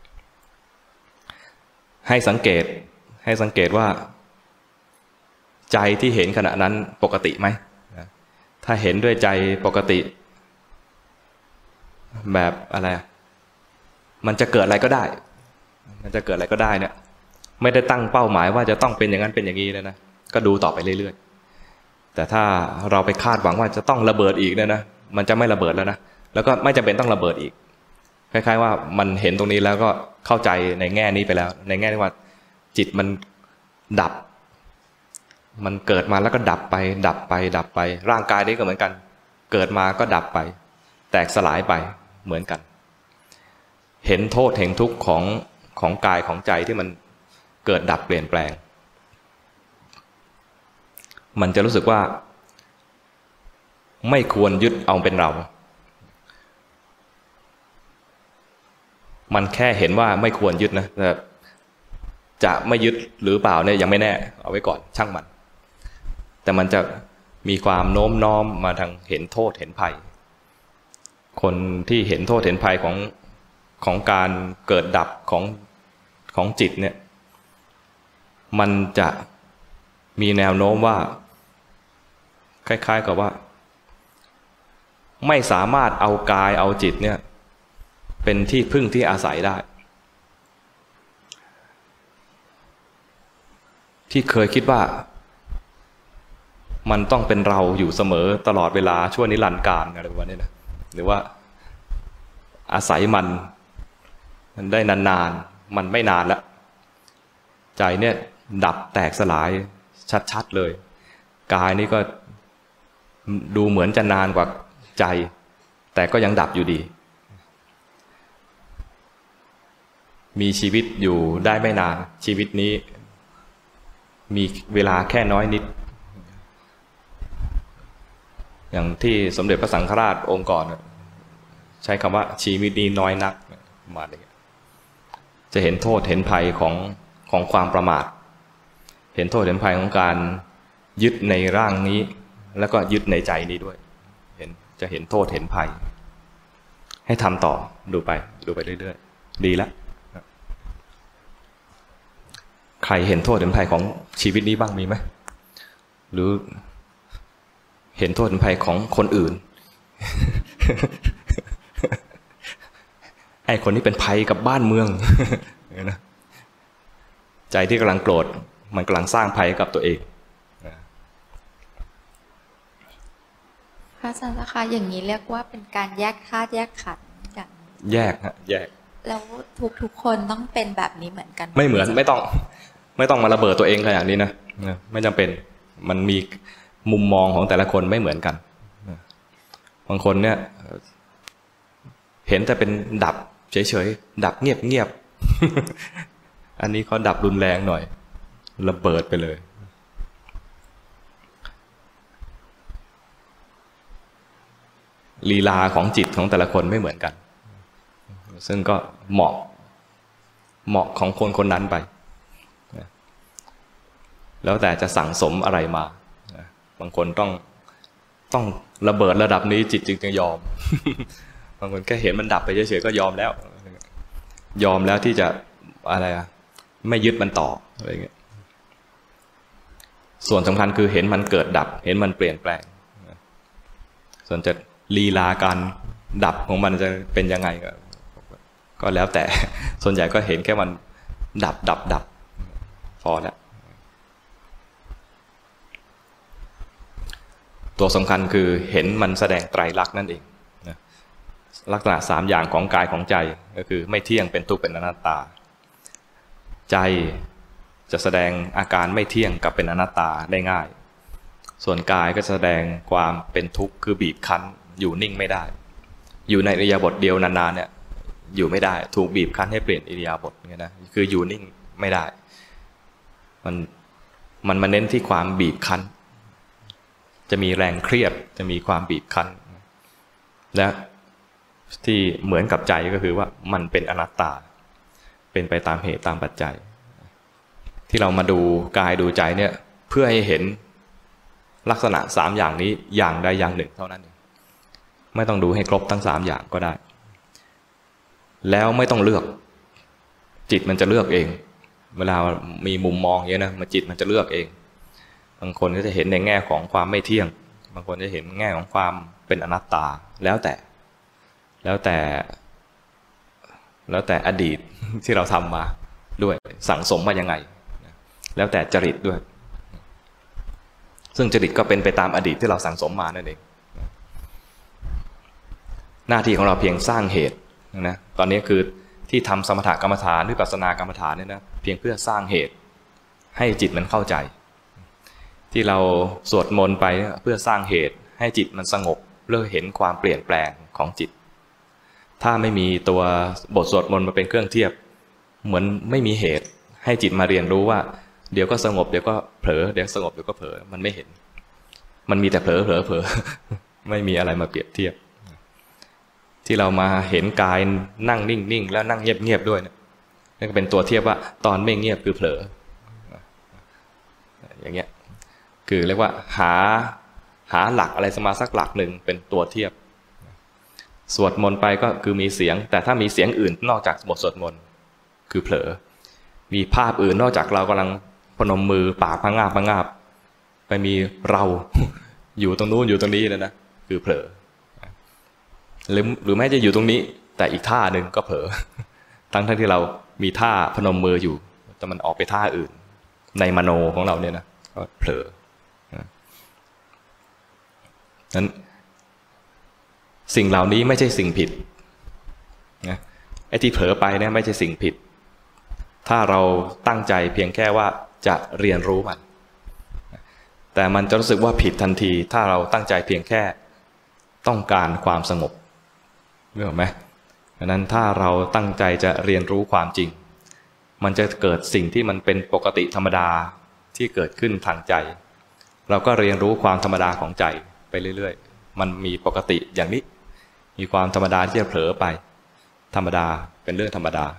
ให้สังเกตว่าใจที่เห็นขณะนั้นปกติไหมถ้าเห็นด้วยใจปกติแบบอะไรมันจะเกิดอะไรก็ได้เนี่ยไม่ได้ตั้งเป้าหมายว่าจะต้องเป็นอย่างนั้นเป็นอย่างนี้เลยนะก็ดูต่อไปเรื่อยๆแต่ถ้าเราไปคาดหวังว่าจะต้องระเบิดอีกเนี่ยนะมันจะไม่ระเบิดแล้วนะแล้วก็ไม่จำเป็นต้องระเบิดอีกคล้ายๆว่ามันเห็นตรงนี้แล้วก็เข้าใจในแง่นี้ไปแล้วในแง่ที่ว่าจิตมันดับมันเกิดมาแล้วก็ดับไปร่างกายนี้ก็เหมือนกันเกิดมาก็ดับไปแตกสลายไปเหมือนกันเห็นโทษเห็นทุกข์ของกายของใจที่มันเกิดดับเปลี่ยนแปลงมันจะรู้สึกว่าไม่ควรยึดเอาเป็นเรามันแค่เห็นว่าไม่ควรยึดนะแต่จะไม่ยึดหรือเปล่าเนี่ยยังไม่แน่เอาไว้ก่อนช่างมันแต่มันจะมีความโน้มน้อมมาทางเห็นโทษเห็นภัยคนที่เห็นโทษเห็นภัยของการเกิดดับของจิตเนี่ยมันจะมีแนวโน้มว่าคล้ายๆกับว่าไม่สามารถเอากายเอาจิตเนี่ยเป็นที่พึ่งที่อาศัยได้ที่เคยคิดว่ามันต้องเป็นเราอยู่เสมอตลอดเวลาชั่วนิรันดร์กาลอะไรประมาณนี้นะหรือว่าอาศัยมันได้นานๆมันไม่นานแล้วใจเนี่ยดับแตกสลายชัดๆเลยกายนี้ก็ดูเหมือนจะนานกว่าใจแต่ก็ยังดับอยู่ดีมีชีวิตอยู่ได้ไม่นานชีวิตนี้มีเวลาแค่น้อยนิดอย่างที่สมเด็จพระสังฆราชองค์ก่อนใช้คำว่าชีวิตนี้น้อยนักมาเลยจะเห็นโทษเห็นภัยของความประมาทเห็นโทษเห็นภัยของการยึดในร่างนี้แล้วก็ยึดในใจนี้ด้วยจะเห็นโทษเห็นภัยให้ทำต่อดูไปเรื่อยๆดีแล้วใครเห็นโทษเห็นภัยของชีวิตนี้บ้างมีไหมหรือเห็นโทษเห็นภัยของคนอื่น ไอ้คนนี้เป็นภัยกับบ้านเมือง ใจที่กำลังโกรธมันกำลังสร้างภัยกับตัวเองพระอาจารย์คะอย่างนี้เรียกว่าเป็นการแยกธาตุแยกขันธ์อย่างแยกแล้วทุกคนต้องเป็นแบบนี้เหมือนกันไม่เหมือนไม่ต้องมาระเบิดตัวเองขนาดนี้นะไม่จำเป็นมันมีมุมมองของแต่ละคนไม่เหมือนกันบางคนเนี่ยเห็นแต่เป็นดับเฉยๆดับเงียบๆ อันนี้เขาดับรุนแรงหน่อยระเบิดไปเลยลีลาของจิตของแต่ละคนไม่เหมือนกันซึ่งก็เหมาะของคนคนนั้นไปแล้วแต่จะสั่งสมอะไรมาบางคนต้องระเบิดระดับนี้จิตจึงจะยอม บางคนแค่เห็นมันดับไปเฉยๆก็ยอมแล้วที่จะอะไรไม่ยึดมันต่ออะไรเงี้ยส่วนสำคัญคือเห็นมันเกิดดับเห็นมันเปลี่ยนแปลงส่วนจะลีลาการดับของมันจะเป็นยังไงก็แล้วแต่ส่วนใหญ่ก็เห็นแค่มันดับพอแล้วตัวสำคัญคือเห็นมันแสดงไตรลักษณ์นั่นเองลักษณะ3อย่างของกายของใจก็คือไม่เที่ยงเป็นทุกข์เป็นอนัตตาใจจะแสดงอาการไม่เที่ยงกับเป็นอนัตตาได้ง่ายส่วนกายก็แสดงความเป็นทุกข์คือบีบคั้นอยู่นิ่งไม่ได้อยู่ในอิริยาบถเดียวนานๆเนี่ยอยู่ไม่ได้ถูกบีบคั้นให้เปลี่ยนอิริยาบถเนี่ยนะคืออยู่นิ่งไม่ได้มันมาเน้นที่ความบีบคั้นจะมีแรงเครียดจะมีความบีบคั้นและที่เหมือนกับใจก็คือว่ามันเป็นอนัตตาเป็นไปตามเหตุตามปัจจัยที่เรามาดูกายดูใจเนี่ยเพื่อให้เห็นลักษณะ3อย่างนี้อย่างใดอย่างหนึ่งเท่านั้นเองไม่ต้องดูให้ครบทั้ง3อย่างก็ได้แล้วไม่ต้องเลือกจิตมันจะเลือกเองเวลามีมุมมองอย่างนี้นะจิตมันจะเลือกเองบางคนก็จะเห็นในแง่ของความไม่เที่ยงบางคนจะเห็นแง่ของความเป็นอนัตตาแล้วแต่อดีตที่เราทำมาด้วยสั่งสมมายังไงแล้วแต่จริตด้วยซึ่งจริตก็เป็นไปตามอดีตที่เราสั่งสมมานั่นเองหน้าที่ของเราเพียงสร้างเหตุนะตอนนี้คือที่ทำสมถกรรมฐานวิปัสสนากรรมฐานเนี่ยนะเพียงเพื่อสร้างเหตุให้จิตมันเข้าใจที่เราสวดมนต์ไปเพื่อสร้างเหตุให้จิตมันสงบเริ่มเห็นความเปลี่ยนแปลงของจิตถ้าไม่มีตัวบทสวดมนต์มาเป็นเครื่องเทียบเหมือนไม่มีเหตุให้จิตมาเรียนรู้ว่าเดี๋ยวก็สงบเดี๋ยวก็เผลอเดี๋ยวสงบเดี๋ยวก็เผลอมันไม่เห็นมันมีแต่เผลอไม่มีอะไรมาเปรียบเทียบที่เรามาเห็นกายนั่งนิ่งๆแล้วนั่งเงียบๆด้วยเนี่ยนี่ก็เป็นตัวเทียบว่าตอนไม่เงียบคือเผลออย่างเงี้ยคือเรียกว่าหาหลักอะไรมาสักหลักหนึ่งเป็นตัวเทียบสวดมนต์ไปก็คือมีเสียงแต่ถ้ามีเสียงอื่นนอกจากบทสวดมนต์คือเผลอมีภาพอื่นนอกจากเรากำลังพนมมือปากพะงาบไปมีเราอยู่ตรงนู้นอยู่ตรงนี้นะคือเผลอหรือแม้จะอยู่ตรงนี้แต่อีกท่าหนึ่งก็เผลอทั้งที่เรามีท่าพนมมืออยู่แต่มันออกไปท่าอื่นในมโนของเราเนี่ยนะก็เผลอนั้นสิ่งเหล่านี้ไม่ใช่สิ่งผิดนะไอ้ที่เผลอไปเนี่ยไม่ใช่สิ่งผิดถ้าเราตั้งใจเพียงแค่ว่าจะเรียนรู้มันแต่มันจะรู้สึกว่าผิดทันทีถ้าเราตั้งใจเพียงแค่ต้องการความสงบรู้ไหมดังนั้นถ้าเราตั้งใจจะเรียนรู้ความจริงมันจะเกิดสิ่งที่มันเป็นปกติธรรมดาที่เกิดขึ้นทางใจเราก็เรียนรู้ความธรรมดาของใจไปเรื่อยๆมันมีปกติอย่างนี้มีความธรรมดาที่จะเผลอไปธรรมดาเป็นเรื่องธรรมดา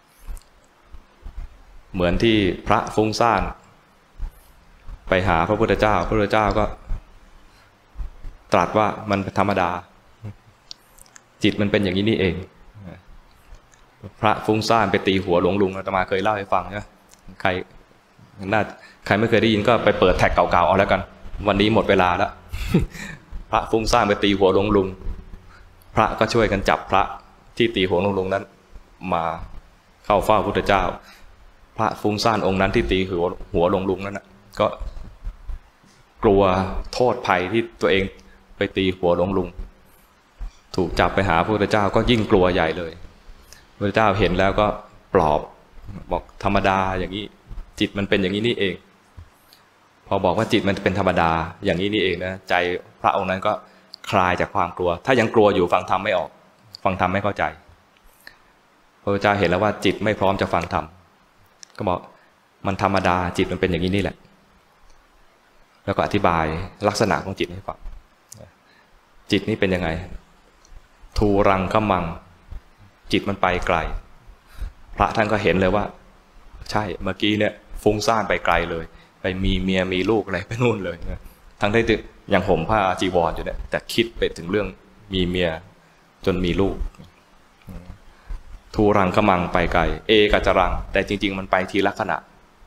เหมือนที่พระฟุ้งซ่านไปหาพระพุทธเจ้าพระพุทธเจ้าก็ตรัสว่ามันเป็นธรรมดาจิตมันเป็นอย่างนี้นี่เองพระฟุ้งซ่านไปตีหัวหลวงลุงอาตมาเคยเล่าให้ฟังนะใครไม่เคยได้ยินก็ไปเปิดแท็กเก่าๆเอาแล้วกันวันนี้หมดเวลาแล้วพระฟุ้งซ่านไปตีหัวหลวงลุงพระก็ช่วยกันจับพระที่ตีหัวหลวงลุงนั้นมาเข้าเฝ้าพระพุทธเจ้าพระฟุ้งซ่านองค์นั้นที่ตีหัวหลวงลุงนั้นนะก็กลัวโทษภัยที่ตัวเองไปตีหัวหลวงลุงถูกจับไปหาพระพุทธเจ้าก็ยิ่งกลัวใหญ่เลยพระพุทธเจ้าเห็นแล้วก็ปลอบบอกธรรมดาอย่างนี้จิตมันเป็นอย่างนี้นี่เองพอบอกว่าจิตมันเป็นธรรมดาอย่างนี้นี่เองนะใจพระองค์นั้นก็คลายจากความกลัวถ้ายังกลัวอยู่ฟังธรรมไม่ออกฟังธรรมไม่เข้าใจพระพุทธเจ้าเห็นแล้วว่าจิตไม่พร้อมจะฟังธรรมก็บอกมันธรรมดาจิตมันเป็นอย่างนี้นี่แหละแล้วก็อธิบายลักษณะของจิตให้ฟังจิตนี้เป็นยังไงทูรังขมังจิตมันไปไกลพระท่านก็เห็นเลยว่าใช่เมื่อกี้เนี่ยฟุ้งซ่านไปไกลเลยไปมีเมียมีลูกอะไรไปนู่นเลยนะทั้งที่ยังห่มผ้าจีวรอยู่เนี่ยแต่คิดไปถึงเรื่องมีเมียจนมีลูกทูรังขมังไปไกลเอกจรังแต่จริงๆมันไปทีละขณะ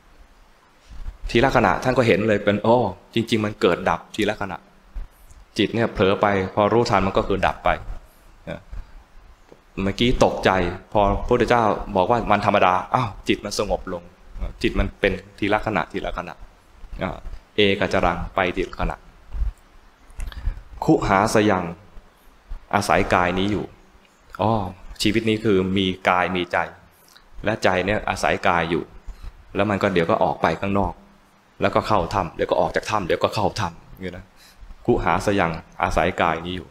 ท่านก็เห็นเลยเป็นจริงๆมันเกิดดับทีละขณะจิตเนี่ยเผลอไปพอรู้ทันมันก็คือดับไปเมื่อกี้ตกใจพอพระพุทธเจ้าบอกว่ามันธรรมดาจิตมันสงบลงจิตมันเป็นทีละขณะเอกจรังไปทีละขณะคุหาสยังอาศัยกายนี้อยู่ชีวิตนี้คือมีกายมีใจและใจเนี่ยอาศัยกายอยู่แล้วมันก็เดี๋ยวก็ออกไปข้างนอกแล้วก็เข้าถ้ำเดี๋ยวก็ออกจากถ้ำเดี๋ยวก็เข้าถ้ำอย่างนี้นะกุหาสยังอาศัยกายนี้อยู่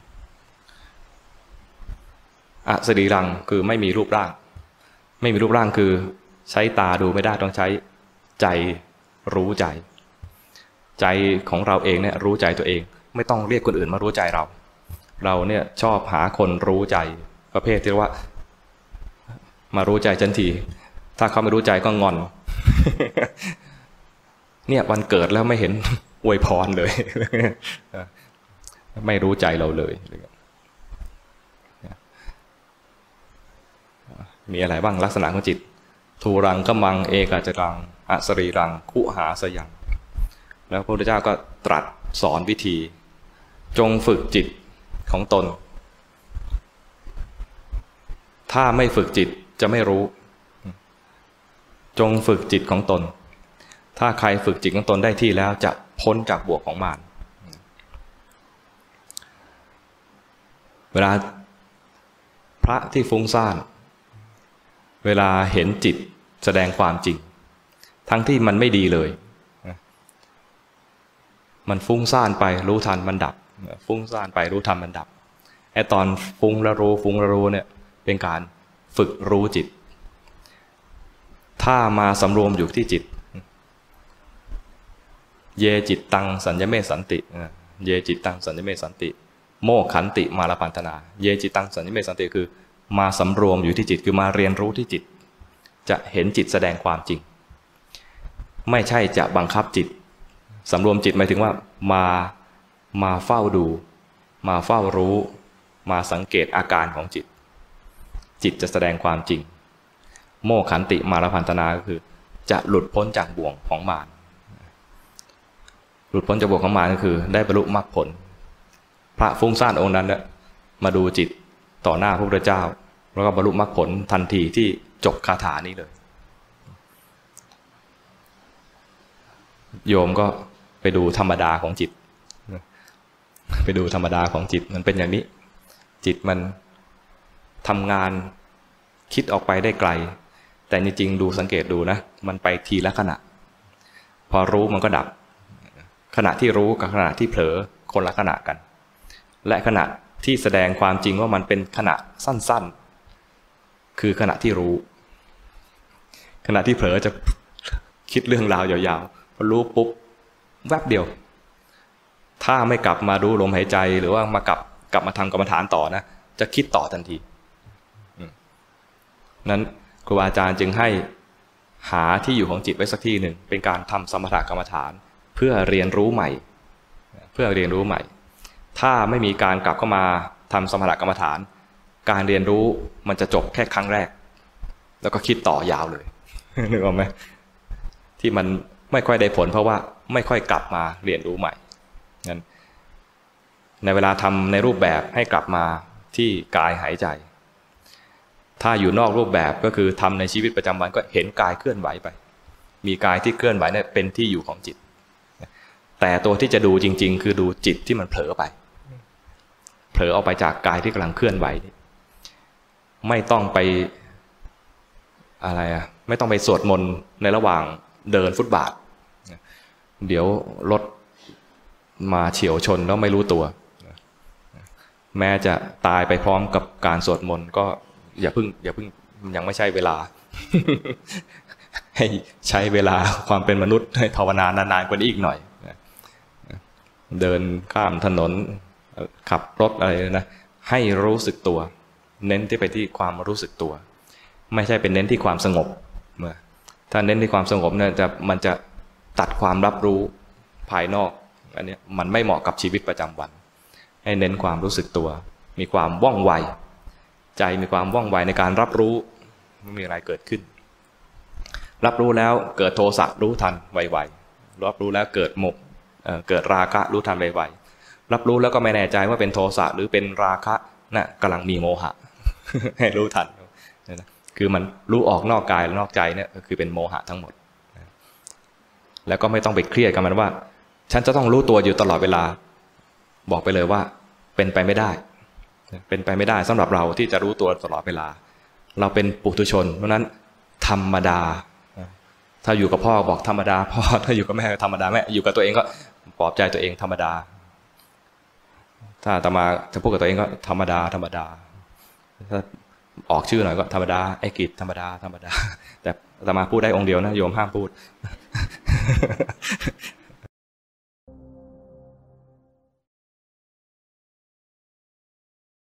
อสรีรังคือไม่มีรูปร่างไม่มีรูปร่างคือใช้ตาดูไม่ได้ต้องใช้ใจรู้ใจใจของเราเองเนี่ยรู้ใจตัวเองไม่ต้องเรียกคนอื่นมารู้ใจเราเนี่ยชอบหาคนรู้ใจประเภทที่ว่ามารู้ใจฉันทีถ้าเขาไม่รู้ใจก็งอน เนี่ยวันเกิดแล้วไม่เห็นอวยพรเลย ไม่รู้ใจเราเลยมีอะไรบ้างลักษณะของจิตทูรังกมังเอกาจรังอสรีรังคุหาสยังแล้วพระพุทธเจ้าก็ตรัสสอนวิธีจงฝึกจิตของตนถ้าไม่ฝึกจิตจะไม่รู้จงฝึกจิตของตนถ้าใครฝึกจิตของตนได้ที่แล้วจะพ้นจากบ่วงของมารเวลาพระที่ฟุ้งซ่านเวลาเห็นจิตแสดงความจริงทั้งที่มันไม่ดีเลยมันฟุ้งซ่านไปรู้ทันมันดับฟุ้งซ่านไปรู้ทันมันดับไอ้ตอนฟุ้งแล้วรู้เนี่ยเป็นการฝึกรู้จิตถ้ามาสำรวมอยู่ที่จิตเยจิตตังสัญญเมสันติเยจิตตังสัญญเมสันติโมขันติมาลปันธนาเยจิตตังสัญญเมสันติคือมาสำรวมอยู่ที่จิตคือมาเรียนรู้ที่จิตจะเห็นจิตแสดงความจริงไม่ใช่จะบังคับจิตสำรวมจิตหมายถึงว่ามาเฝ้าดูมาเฝ้ารู้มาสังเกตอาการของจิตจิตจะแสดงความจริงโมขันติมาลพันธนาก็คือจะหลุดพ้นจากบ่วงของมารหลุดพ้นจากบ่วงของมารก็คือได้บรรลุมรรคผลพระฟุ้งซ่านองค์นั้นเนี่ยมาดูจิตต่อหน้าพระพุทธเจ้าแล้วก็บรรลุมรรคผลทันทีที่จบคาถานี้เลยโยมก็ไปดูธรรมดาของจิตไปดูธรรมดาของจิตมันเป็นอย่างนี้จิตมันทำงานคิดออกไปได้ไกลแต่จริงๆดูสังเกตดูนะมันไปทีละขณะพอรู้มันก็ดับขณะที่รู้กับขณะที่เผลอคนละขณะกันและขณะที่แสดงความจริงว่ามันเป็นขณะสั้นๆคือขณะที่รู้ขณะที่เผลอจะคิดเรื่องราวยาวๆพอรู้ปุ๊บแวบเดียวถ้าไม่กลับมาดูลมหายใจหรือว่ากลับมาทำกรรมฐานต่อนะจะคิดต่อทันทีนั้นครูอาจารย์จึงให้หาที่อยู่ของจิตไว้สักที่หนึ่งเป็นการทำสมถกรรมฐานเพื่อเรียนรู้ใหม่ถ้าไม่มีการกลับเข้ามาทำสมถกรรมฐานการเรียนรู้มันจะจบแค่ครั้งแรกแล้วก็คิดต่อยาวเลยนึกออกไหมที่มันไม่ค่อยได้ผลเพราะว่าไม่ค่อยกลับมาเรียนรู้ใหม่งั้นในเวลาทำในรูปแบบให้กลับมาที่กายหายใจถ้าอยู่นอกรูปแบบก็คือทำในชีวิตประจำวันก็เห็นกายเคลื่อนไหวไปมีกายที่เคลื่อนไหวเนี่ยเป็นที่อยู่ของจิตแต่ตัวที่จะดูจริงๆคือดูจิตที่มันเผลอไปเผลอออกไปจากกายที่กำลังเคลื่อนไหวไม่ต้องไปอะไรไม่ต้องไปสวดมนต์ในระหว่างเดินฟุตบาทเดี๋ยวรถมาเฉี่ยวชนแล้วไม่รู้ตัวแม้จะตายไปพร้อมกับการสวดมนต์ก็อย่าเพิ่งยังไม่ใช่เวลา ให้ใช้เวลาความเป็นมนุษย์ให้ภาวนานานๆกว่านี้อีกหน่อยเดินข้ามถนนขับรถอะไรนะให้รู้สึกตัวเน้นที่ไปที่ความรู้สึกตัวไม่ใช่เป็นเน้นที่ความสงบถ้าเน้นที่ความสงบเนี่ยมันจะตัดความรับรู้ภายนอกอันนี้มันไม่เหมาะกับชีวิตประจำวันให้เน้นความรู้สึกตัวมีความว่องไวใจมีความว่องไวในการรับรู้ไม่มีอะไรเกิดขึ้นรับรู้แล้วเกิดโทสะรู้ทันไวๆรับรู้แล้วเกิดเกิดราคะรู้ทันไวๆรับรู้แล้วก็ไม่แน่ใจว่าเป็นโทสะหรือเป็นราคะน่ะกำลังมีโมหะ ให้รู้ทันคือมันรู้ออกนอกกายและนอกใจเนี่ยก็คือเป็นโมหะทั้งหมดแล้วก็ไม่ต้องไปเครียดกับมันว่าฉันจะต้องรู้ตัวอยู่ตลอดเวลาบอกไปเลยว่าเป็นไปไม่ได้สำหรับเราที่จะรู้ตัวตลอดเวลาเราเป็นปุถุชนเพราะนั้นธรรมดาถ้าอยู่กับพ่อบอกธรรมดาพ่อถ้าอยู่กับแม่ธรรมดาแม่อยู่กับตัวเองก็ปลอบใจตัวเองธรรมดาถ้าอาตมาจะพูดกับตัวเองก็ธรรมดาธรรมดาถ้าออกชื่อหน่อยก็ธรรมดาไอ้กิจธรรมดาธรรมดาแต่อาตมาพูดได้องค์เดียวนะโยมห้ามพูด